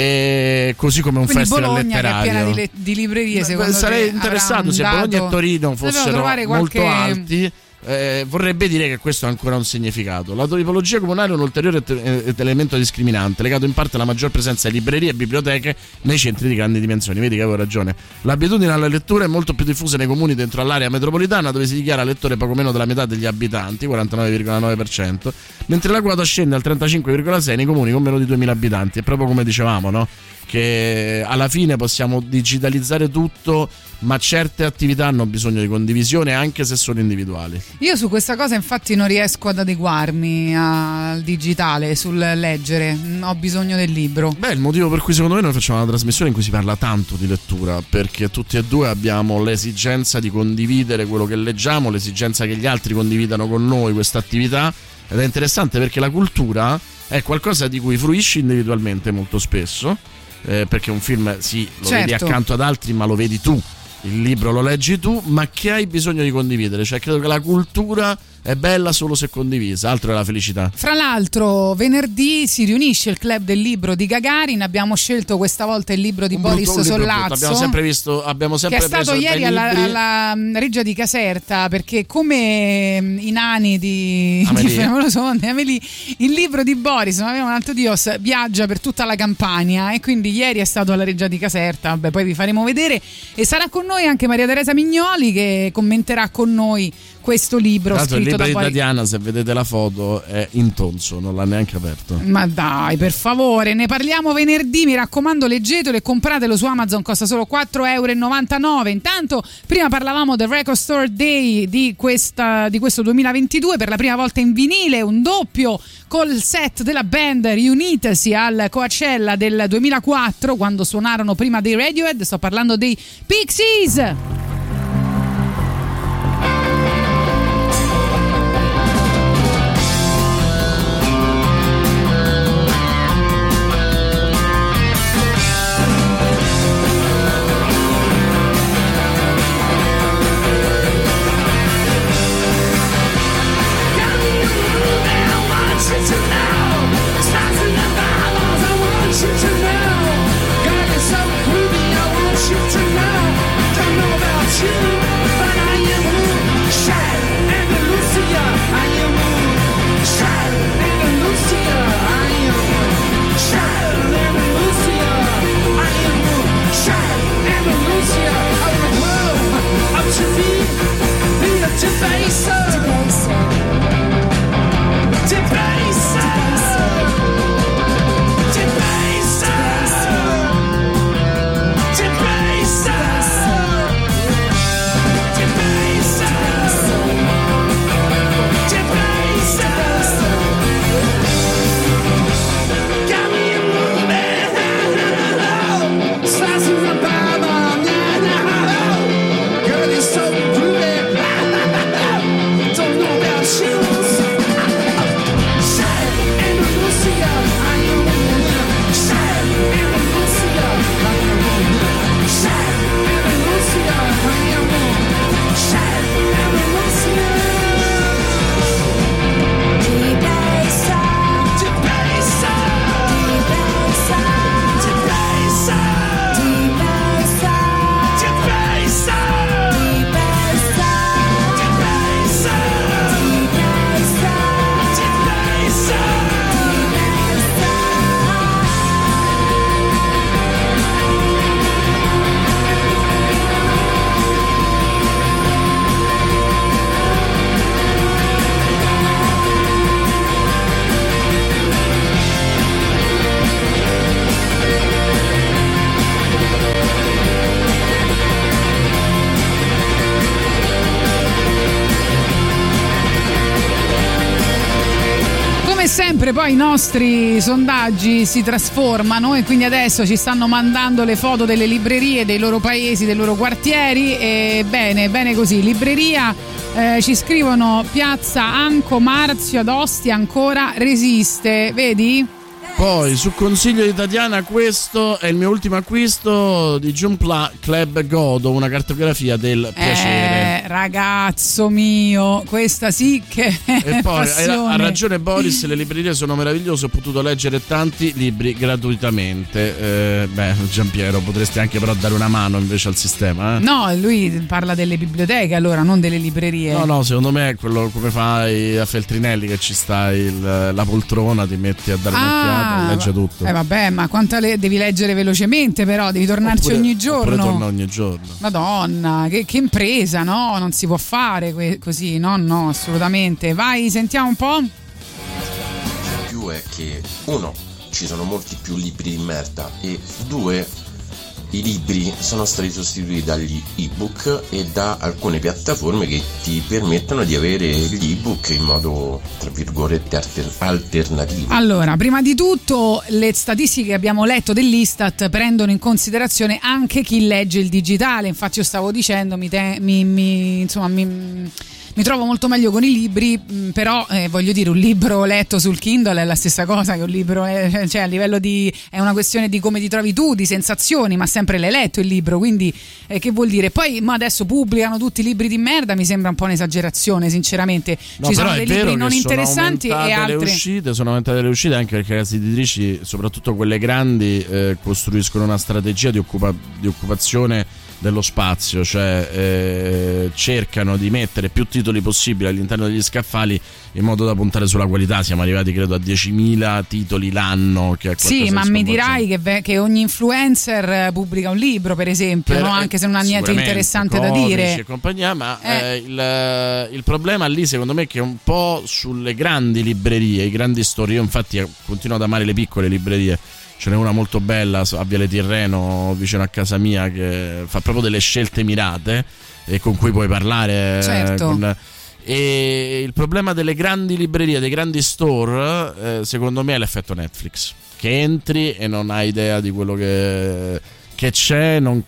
e così come un Quindi festival Bologna, letterario. che è piena di, le- di librerie, secondo Sarei te interessato avrà se un Bologna dato? e Torino Dobbiamo fossero trovare qualche- molto alti. Eh, vorrebbe dire che questo ha ancora un significato. La tipologia comunale è un ulteriore te- eh, elemento discriminante, legato in parte alla maggior presenza di librerie e biblioteche nei centri di grandi dimensioni. Vedi che avevo ragione. L'abitudine alla lettura è molto più diffusa nei comuni dentro all'area metropolitana, dove si dichiara lettore poco meno della metà degli abitanti, quarantanove virgola nove per cento, mentre la quota scende al trentacinque virgola sei per cento nei comuni con meno di duemila abitanti. È proprio come dicevamo, no? Che alla fine possiamo digitalizzare tutto, ma certe attività hanno bisogno di condivisione anche se sono individuali. Io su questa cosa infatti non riesco ad adeguarmi al digitale, sul leggere, ho bisogno del libro. Beh, il motivo per cui secondo me noi facciamo una trasmissione in cui si parla tanto di lettura, perché tutti e due abbiamo l'esigenza di condividere quello che leggiamo, l'esigenza che gli altri condividano con noi questa attività, ed è interessante perché la cultura è qualcosa di cui fruisci individualmente molto spesso, eh, perché un film sì, lo Certo. vedi accanto ad altri, ma lo vedi tu. Il libro lo leggi tu, ma che hai bisogno di condividere. Cioè, credo che la cultura è bella solo se condivisa, altro è la felicità. Fra l'altro venerdì si riunisce il club del libro di Gagarin, abbiamo scelto questa volta il libro di Un Boris brutto- un libro Sollazzo, brutto. Abbiamo sempre visto, abbiamo che sempre è stato preso ieri dei alla, libri. alla mm, Reggia di Caserta, perché come mm, i nani di, Amelie. di Femolo Sonde, Amelie, il libro di Boris, non aveva un altro Dios, viaggia per tutta la Campania, e quindi ieri è stato alla Reggia di Caserta. Vabbè, poi vi faremo vedere, e sarà con noi anche Maria Teresa Mignoli, che commenterà con noi questo libro Tra l'altro scritto il libro da di poi... Tatiana, se vedete la foto, è intonso, non l'ha neanche aperto. Ma dai, per favore, ne parliamo venerdì, mi raccomando, leggetelo e compratelo su Amazon, costa solo quattro virgola novantanove euro. Intanto prima parlavamo del Record Store Day di, questa, di questo duemilaventidue, per la prima volta in vinile, un doppio col set della band riunitasi al Coachella del duemilaquattro, quando suonarono prima dei Radiohead. Sto parlando dei Pixies. Sempre poi i nostri sondaggi si trasformano e quindi adesso ci stanno mandando le foto delle librerie dei loro paesi, dei loro quartieri, e bene, bene così. Libreria, eh, ci scrivono Piazza Anco Marzio ad Ostia ancora resiste, vedi? Poi su consiglio di Tatiana, questo è il mio ultimo acquisto di Jumpla Club Godo, una cartografia del piacere. Eh, ragazzo mio, questa sì che è e poi passione. Ha ragione Boris, le librerie sono meravigliose, ho potuto leggere tanti libri gratuitamente. Eh, beh, Giampiero, potresti anche però dare una mano invece al sistema, eh? No, lui parla delle biblioteche, allora, non delle librerie. No, no, secondo me è quello come fai a Feltrinelli, che ci sta il, la poltrona, ti metti a dare ah, un'occhiata. Legge tutto. Eh vabbè, ma quanta le devi leggere velocemente, però devi tornarci oppure, ogni giorno. Oppure torna ogni giorno. Madonna, che, che impresa, no? Non si può fare que- così, no, no, assolutamente. Vai, sentiamo un po'. Più è che uno, ci sono molti più libri di merda, e due, i libri sono stati sostituiti dagli ebook e da alcune piattaforme che ti permettono di avere gli ebook in modo, tra virgolette, alter- alternativo. Allora, prima di tutto, le statistiche che abbiamo letto dell'Istat prendono in considerazione anche chi legge il digitale. Infatti io stavo dicendo, mi, te- mi, mi insomma mi Mi trovo molto meglio con i libri, però eh, voglio dire, un libro letto sul Kindle è la stessa cosa che un libro, eh, cioè a livello di, è una questione di come ti trovi tu, di sensazioni, ma sempre l'hai letto il libro, quindi eh, che vuol dire? Poi ma adesso pubblicano tutti i libri di merda, mi sembra un po' un'esagerazione sinceramente. No, ci sono dei libri non interessanti e altri. Le uscite, sono aumentate le uscite anche perché le case editrici, soprattutto quelle grandi, eh, costruiscono una strategia di, occupa- di occupazione dello spazio, cioè eh, cercano di mettere più titoli possibili all'interno degli scaffali in modo da puntare sulla qualità. Siamo arrivati credo a diecimila titoli l'anno, che è sì, ma mi dirai che, ve- che ogni influencer pubblica un libro, per esempio, per, no? Anche se non ha niente interessante da dire e compagnia, ma eh. Eh, il, il problema lì secondo me è che è un po' sulle grandi librerie, i grandi store. Io infatti continuo ad amare le piccole librerie. Ce n'è una molto bella a Viale Tirreno vicino a casa mia che fa proprio delle scelte mirate e con cui puoi parlare. Certo. Con, e il problema delle grandi librerie, dei grandi store, eh, secondo me è l'effetto Netflix, che entri e non hai idea di quello che, che c'è, non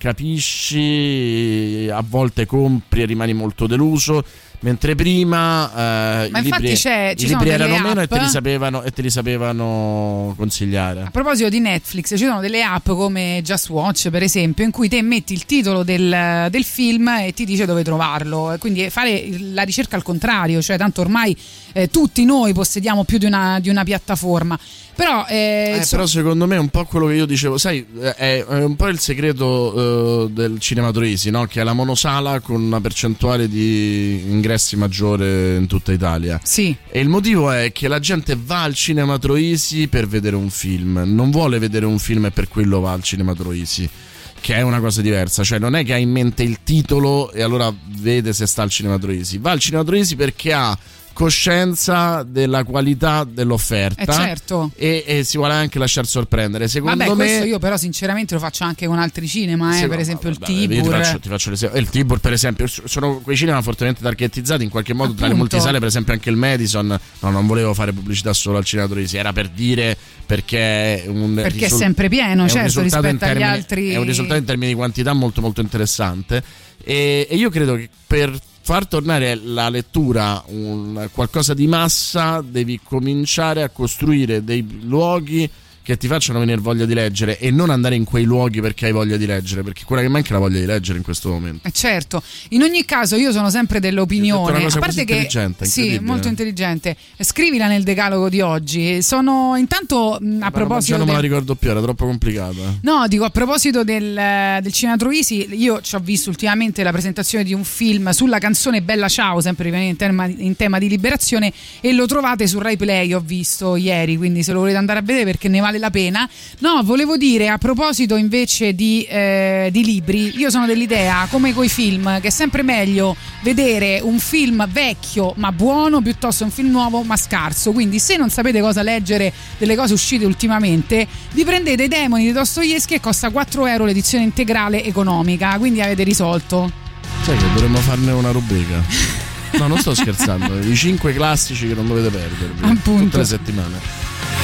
capisci, a volte compri e rimani molto deluso. Mentre prima eh, Ma i libri, c'è, i libri erano app, meno e te li sapevano, e te li sapevano consigliare. A proposito di Netflix, ci sono delle app come Just Watch, per esempio, in cui te metti il titolo del, del film e ti dice dove trovarlo. Quindi fare la ricerca al contrario, cioè tanto ormai eh, tutti noi possediamo più di una, di una piattaforma. Però, eh, eh, però secondo me è un po' quello che io dicevo, sai, è, è un po' il segreto uh, del Cinema Troisi, no? Che è la monosala con una percentuale di ingressi maggiore in tutta Italia. Sì. E il motivo è che la gente va al Cinema Troisi per vedere un film, non vuole vedere un film e per quello va al Cinema Troisi, che è una cosa diversa. Cioè non è che ha in mente il titolo e allora vede se sta al Cinema Troisi, va al Cinema Troisi perché ha coscienza della qualità dell'offerta, eh certo. e, e si vuole anche lasciar sorprendere. Secondo vabbè, me, questo io però sinceramente lo faccio anche con altri cinema, eh, sì, per esempio vabbè, il Tibur. Ti faccio, ti faccio l'esempio. Il Tibur, per esempio, sono quei cinema fortemente targetizzati in qualche modo. Appunto. Tra le multisale, per esempio anche il Madison. No, non volevo fare pubblicità solo al Cinema Troisi, era per dire perché è un perché risul- è sempre pieno, è certo, rispetto termini, agli altri. È un risultato in termini di quantità molto molto interessante, e, e io credo che per far tornare la lettura un qualcosa di massa devi cominciare a costruire dei luoghi che ti facciano venire voglia di leggere, e non andare in quei luoghi perché hai voglia di leggere, perché quella che manca è la voglia di leggere in questo momento. Eh certo, in ogni caso io sono sempre dell'opinione, una cosa a parte così che intelligente, sì, molto intelligente. Scrivila nel decalogo di oggi. Sono intanto mh, a Ma proposito non del... me la ricordo più, era troppo complicata. No, dico a proposito del, del Cinema Troisi, io ci ho visto ultimamente la presentazione di un film sulla canzone Bella Ciao, sempre in tema, in tema di liberazione, e lo trovate su Rai Play, ho visto ieri, quindi se lo volete andare a vedere perché ne vale la pena. No, volevo dire, a proposito invece di, eh, di libri, io sono dell'idea, come coi film, che è sempre meglio vedere un film vecchio ma buono piuttosto un film nuovo ma scarso. Quindi se non sapete cosa leggere delle cose uscite ultimamente, vi prendete I Demoni di Dostoevskij e costa quattro euro l'edizione integrale economica, quindi avete risolto. Sai che dovremmo farne una rubrica? No, non sto scherzando, i cinque classici che non dovete perdervi. Appunto. Tutte le settimane.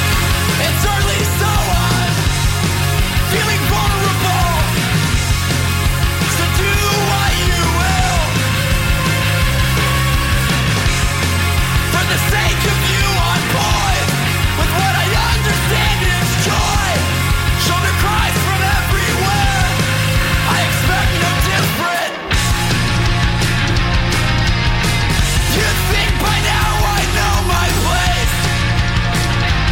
Feeling vulnerable, so do what you will. For the sake of you, I'm poised with what I understand is joy. Shoulder cries from everywhere, I expect no different. You'd think by now I know my place.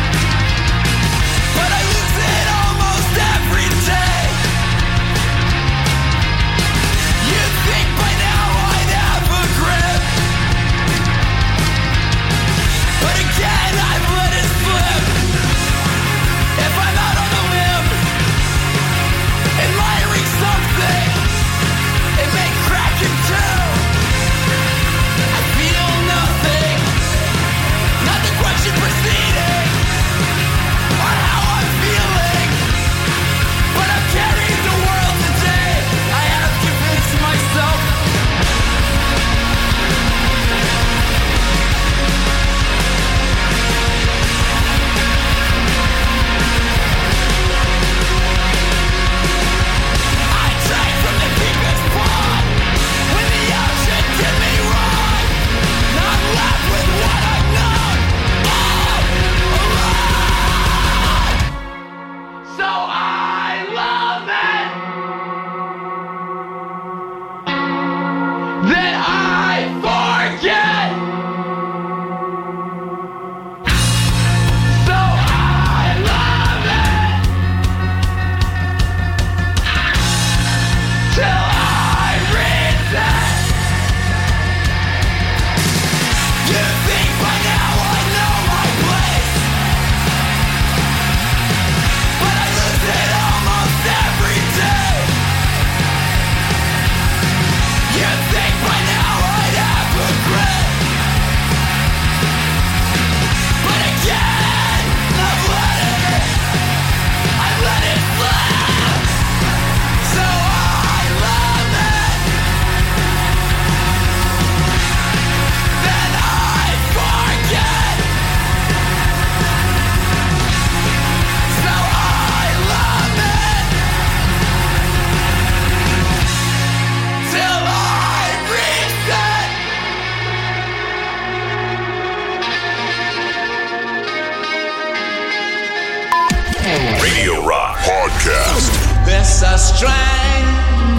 that's our strength.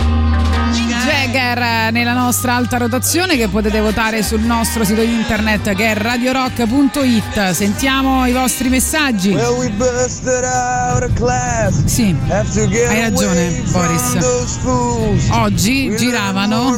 Jagger nella nostra alta rotazione, che potete votare sul nostro sito internet che è radio rock punto it. Sentiamo i vostri messaggi. Well, we busted out of class. Sì, hai ragione Boris. Oggi giravano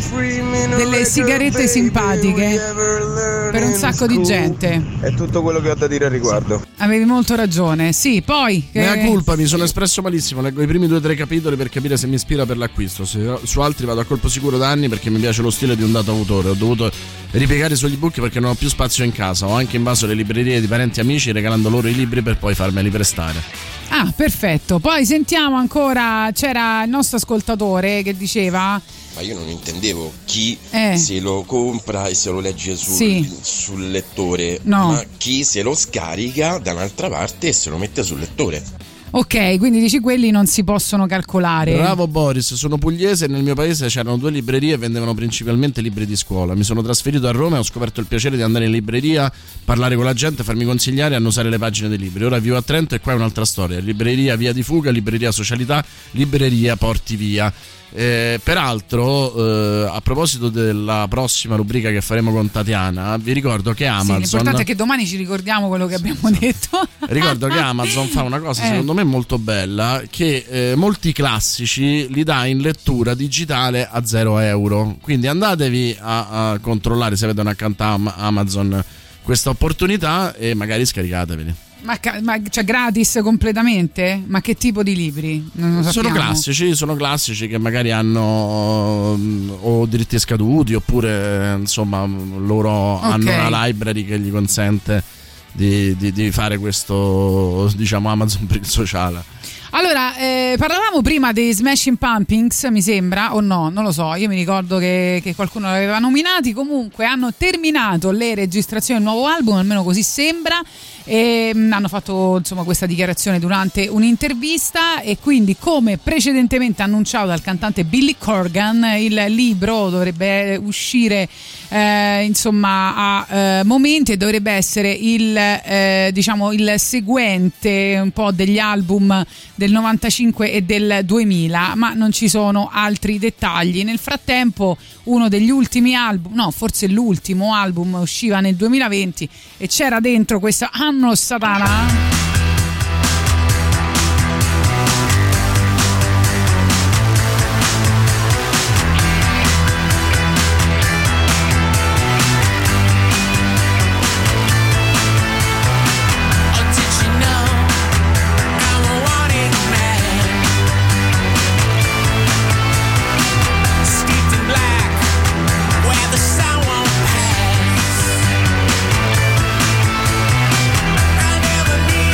delle sigarette simpatiche per un sacco di gente. È tutto quello che ho da dire al riguardo. Avevi molto ragione. Sì, poi che... Mea culpa, mi sono espresso malissimo. Leggo i primi due o tre capitoli per capire se mi ispira per l'acquisto. Se, su altri vado a colpo sicuro da anni perché mi piace lo stile di un dato autore. Ho dovuto ripiegare sugli ebook perché non ho più spazio in casa. Ho anche invaso le librerie di parenti e amici regalando loro i libri per poi farmeli prestare. Ah, perfetto. Poi sentiamo ancora, c'era il nostro ascoltatore che diceva... Ma io non intendevo chi eh. se lo compra e se lo legge sul, sì. sul lettore, no. ma chi se lo scarica da un'altra parte e se lo mette sul lettore. Ok, quindi dici quelli non si possono calcolare. Bravo Boris, sono pugliese e nel mio paese c'erano due librerie e vendevano principalmente libri di scuola. Mi sono trasferito a Roma e ho scoperto il piacere di andare in libreria, parlare con la gente, farmi consigliare e annusare le pagine dei libri. Ora vivo a Trento e qua è un'altra storia. Libreria Via di Fuga, libreria Socialità, libreria Porti Via. Eh, peraltro eh, a proposito della prossima rubrica che faremo con Tatiana, vi ricordo che Amazon, sì, l'importante è che domani ci ricordiamo quello che abbiamo detto. Ricordo che Amazon fa una cosa eh. secondo me molto bella, che eh, molti classici li dà in lettura digitale a zero euro, quindi andatevi a, a controllare se avete un account Amazon questa opportunità e magari scaricateveli. Ma, ma cioè gratis completamente? Ma che tipo di libri? Non lo sono classici, sono classici che magari hanno o diritti scaduti oppure insomma loro okay. hanno una library che gli consente di, di, di fare questo, diciamo, Amazon per il sociale. Allora, eh, parlavamo prima dei Smashing Pumpkins, mi sembra, o no, non lo so, io mi ricordo che, che qualcuno l'aveva nominati. Comunque hanno terminato le registrazioni del nuovo album, almeno così sembra, e mh, hanno fatto insomma questa dichiarazione durante un'intervista, e quindi, come precedentemente annunciato dal cantante Billy Corgan, il libro dovrebbe uscire eh, insomma a eh, momenti e dovrebbe essere il eh, diciamo il seguente un po' degli album del novantacinque e del duemila, ma non ci sono altri dettagli. Nel frattempo uno degli ultimi album, no forse l'ultimo album, usciva nel duemilaventi e c'era dentro questo Anno Satana. I never need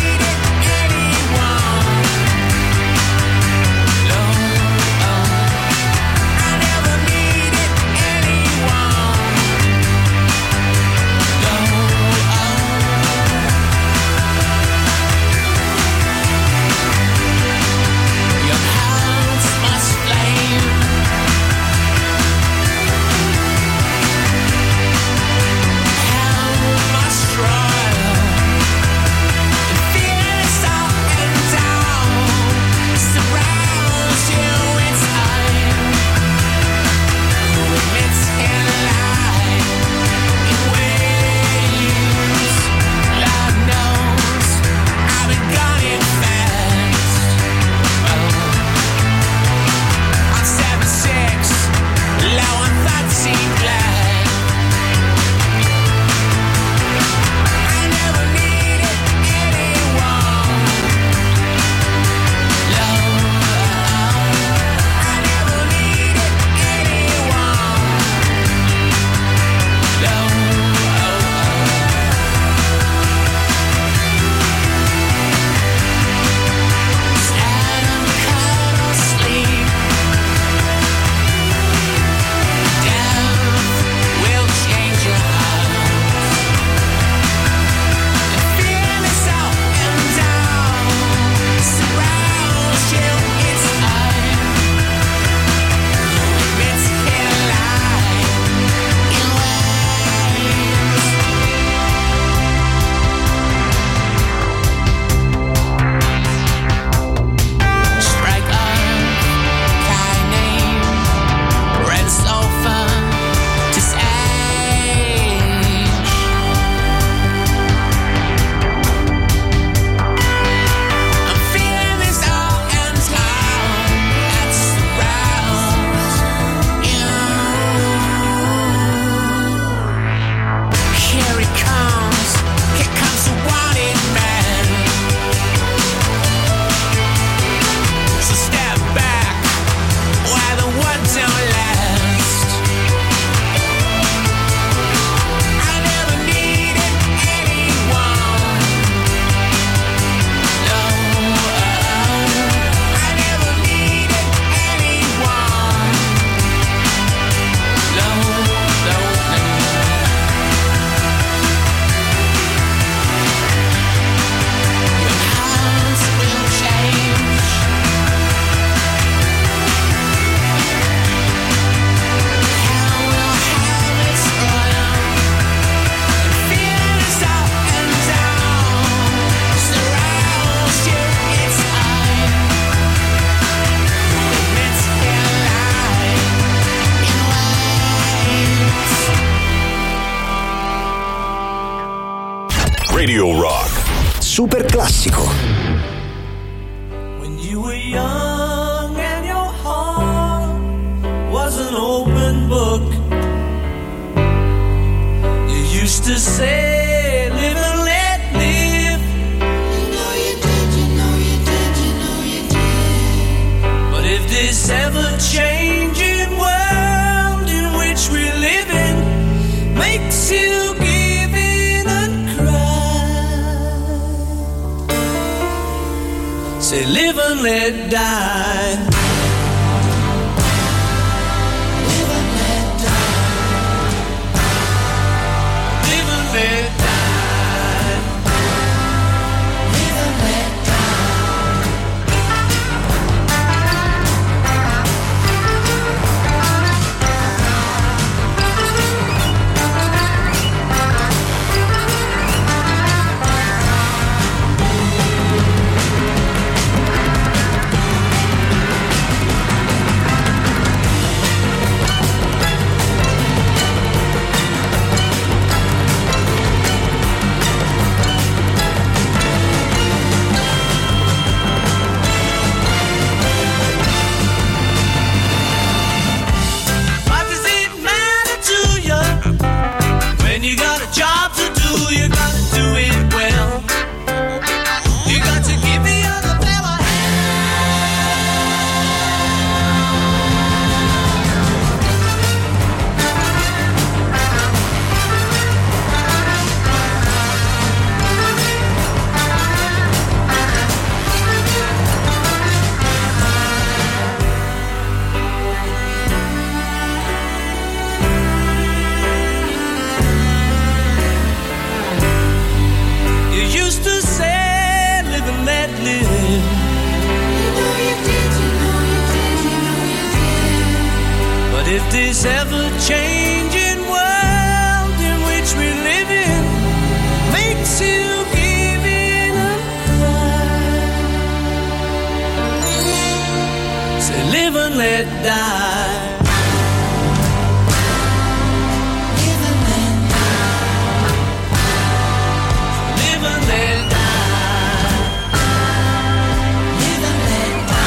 Radio Rock. Super classico. When you were young and your heart was an open book, you used to say, live and let live. You know you did, you know you did, you know you did. But if this ever-changing world in which we live in makes you give in and cry, say live and let die. This ever-changing world in which we live in makes you give in and cry, say live and let die. Live and let die. Live and let die. Live and let die.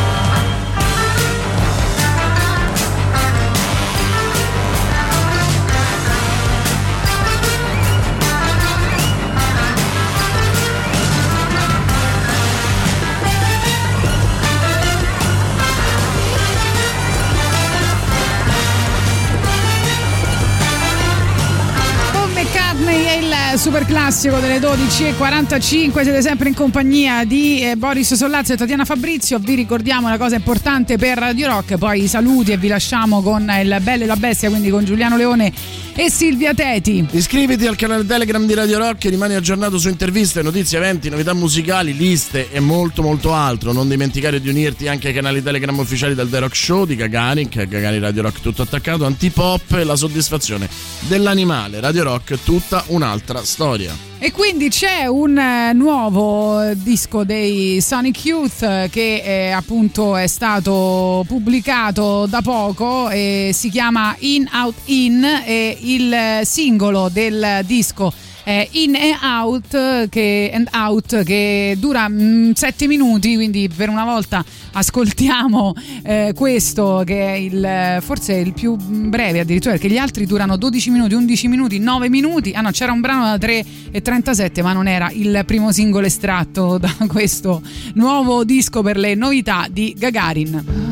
È il super classico delle dodici e quarantacinque. Siete sempre in compagnia di eh, Boris Sollazzo e Tatiana Fabrizio. Vi ricordiamo una cosa importante per Radio Rock, poi i saluti e vi lasciamo con il Bello e la Bestia, quindi con Giuliano Leone e Silvia Teti. Iscriviti al canale Telegram di Radio Rock e rimani aggiornato su interviste, notizie, eventi, novità musicali, liste e molto molto altro. Non dimenticare di unirti anche ai canali Telegram ufficiali del The Rock Show di Gagarin, che è Gagarin Radio Rock tutto attaccato, Antipop e la soddisfazione dell'animale. Radio Rock tutta un'altra storia. E quindi c'è un eh, nuovo disco dei Sonic Youth eh, che eh, appunto è stato pubblicato da poco e si chiama In Out In, e il singolo del disco è In and Out che, and out, che dura mh, sette minuti, quindi per una volta ascoltiamo eh, questo che è il forse il più breve addirittura, perché gli altri durano dodici minuti, undici minuti, nove minuti. Ah no, c'era un brano da tre e trentasette, ma non era il primo singolo estratto da questo nuovo disco per le novità di Gagarin.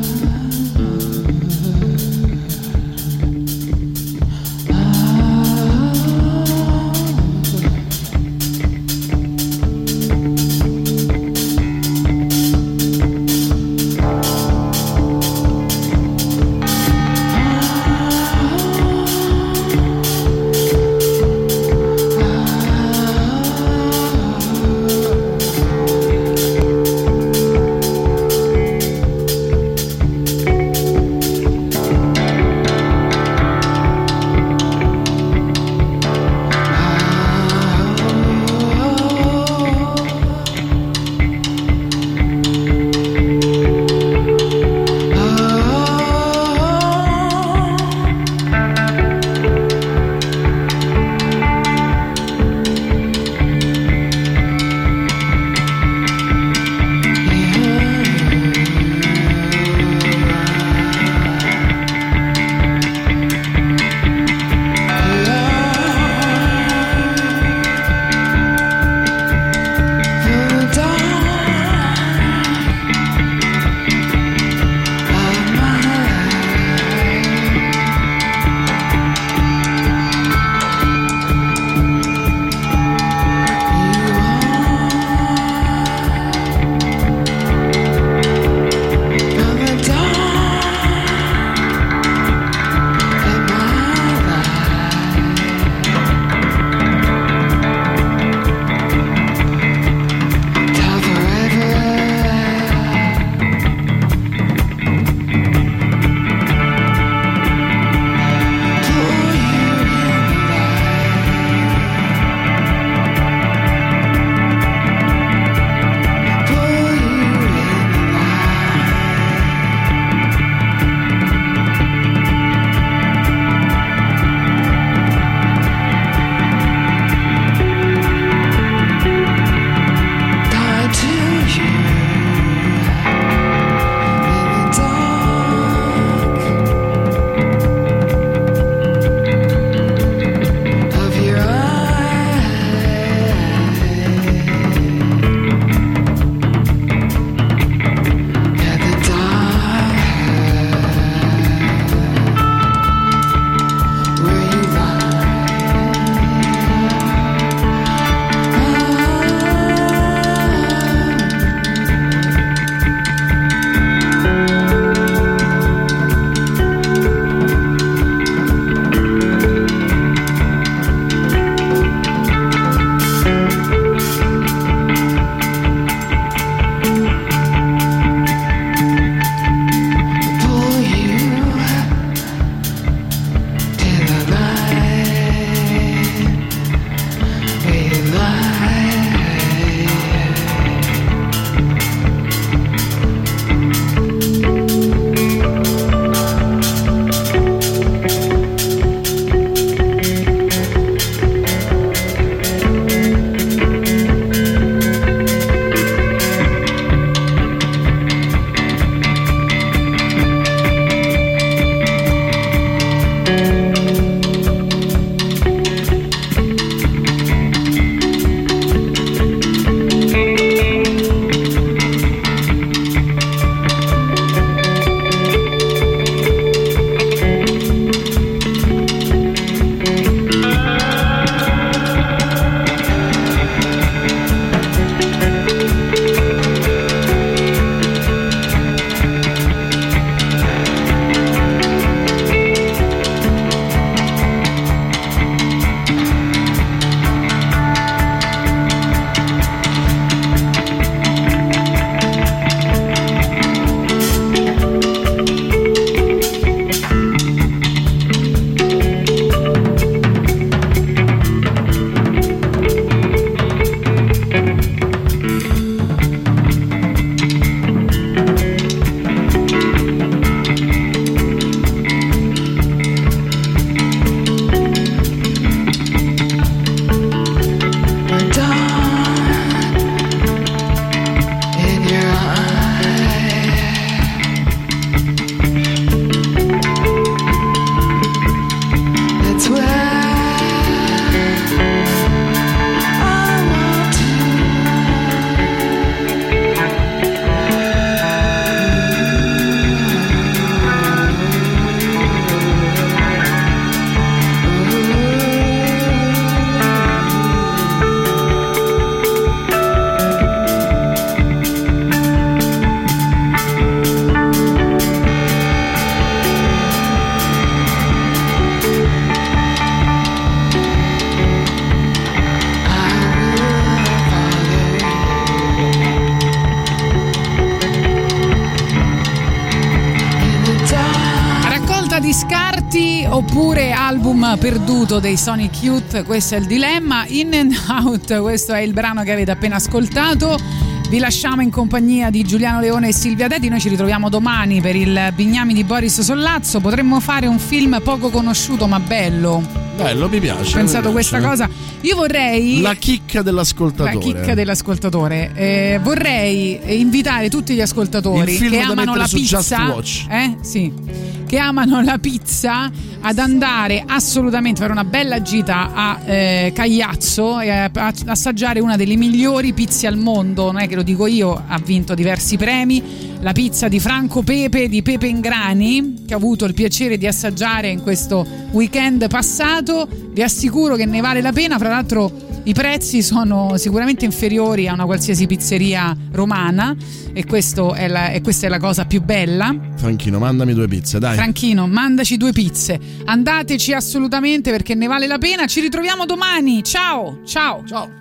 film perduto dei Sonic Youth, questo è il dilemma. In and Out, questo è il brano che avete appena ascoltato. Vi lasciamo in compagnia di Giuliano Leone e Silvia Teti. Noi ci ritroviamo domani per il Bignami di Boris Sollazzo. Potremmo fare un film poco conosciuto ma bello. Bello, mi piace. Ho pensato mi questa piace. cosa. Io vorrei La chicca dell'ascoltatore. La chicca dell'ascoltatore. Eh, vorrei invitare tutti gli ascoltatori che amano la pizza. Eh? Sì. Che amano la pizza ad andare assolutamente a fare una bella gita a eh, Cagliazzo e a, a assaggiare una delle migliori pizze al mondo. Non è che lo dico io, ha vinto diversi premi. La pizza di Franco Pepe di Pepe Ingrani, che ho avuto il piacere di assaggiare in questo weekend passato. Vi assicuro che ne vale la pena. Fra l'altro i prezzi sono sicuramente inferiori a una qualsiasi pizzeria romana e, questo è la, e questa è la cosa più bella. Franchino, mandami due pizze, dai. Franchino, mandaci due pizze. Andateci assolutamente perché ne vale la pena. Ci ritroviamo domani. Ciao, ciao. Ciao.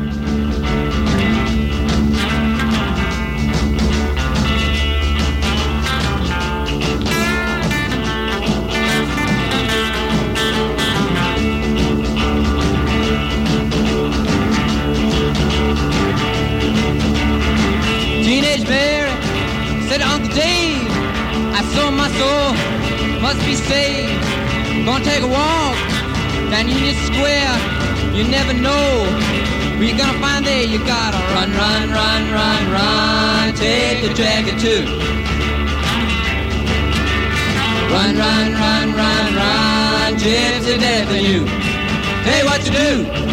Teenage Mary said to Uncle Dave, I sold my soul, must be saved. Gonna take a walk down Union Square, you never know where you're gonna find there. You gotta run, run, run, run, run, take the jacket too. Run, run, run, run, run, gypsy death for you. Tell you what you do.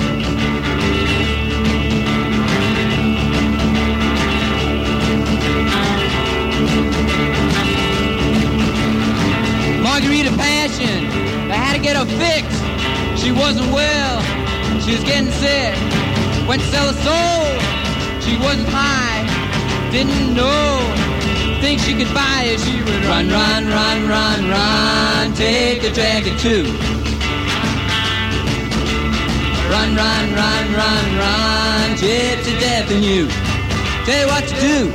Margarita Passion, they had to get her fixed. She wasn't well, she was getting sick. Went to sell her soul, she wasn't high, didn't know. Think she could buy it, she would run, run, run, run, run, take a jacket too. Run, run, run, run, run, gypsy death in you. Tell you what to do.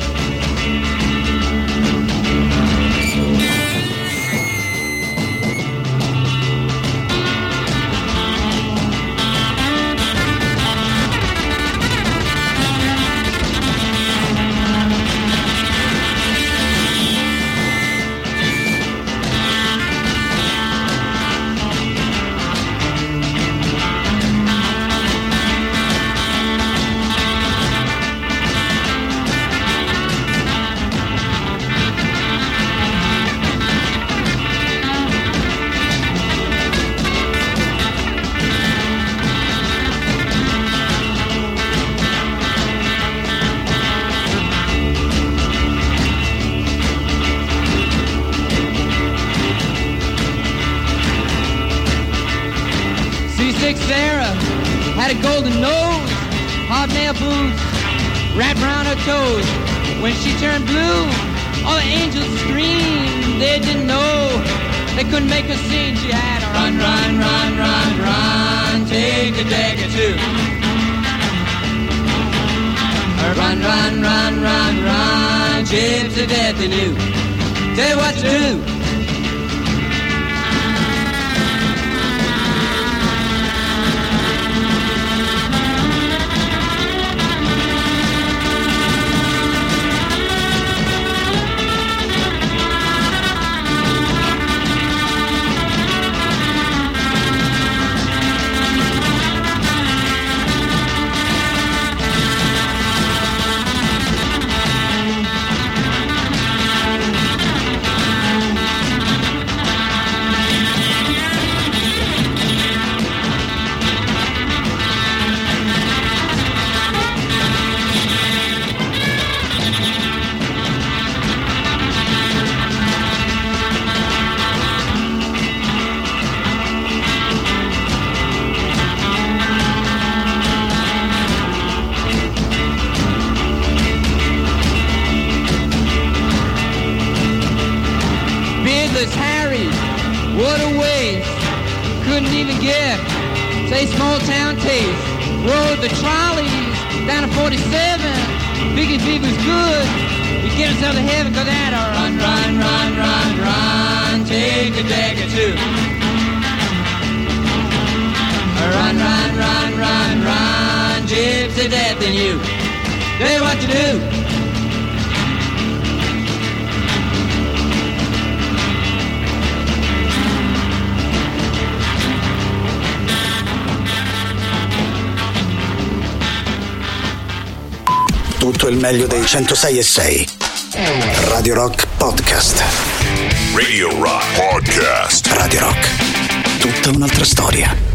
Sarah had a golden nose, hobnail boots wrapped around her toes. When she turned blue, all the angels screamed. They didn't know, they couldn't make her sing. She had to run, run, run, run, run, take a jacket too. Run, run, run, run, run, gypsy death in you. Tell you what to do. What a waste. Couldn't even get, say, small town taste. Rode the trolleys down to forty-seven. Biggie Big was good. You get yourself to heaven, cause that a run, run, run, run, run. Take a jacket too. than you. Tell you what to do. Tutto il meglio dei centosei e sei. Radio Rock Podcast. Radio Rock Podcast. Radio Rock. Tutta un'altra storia.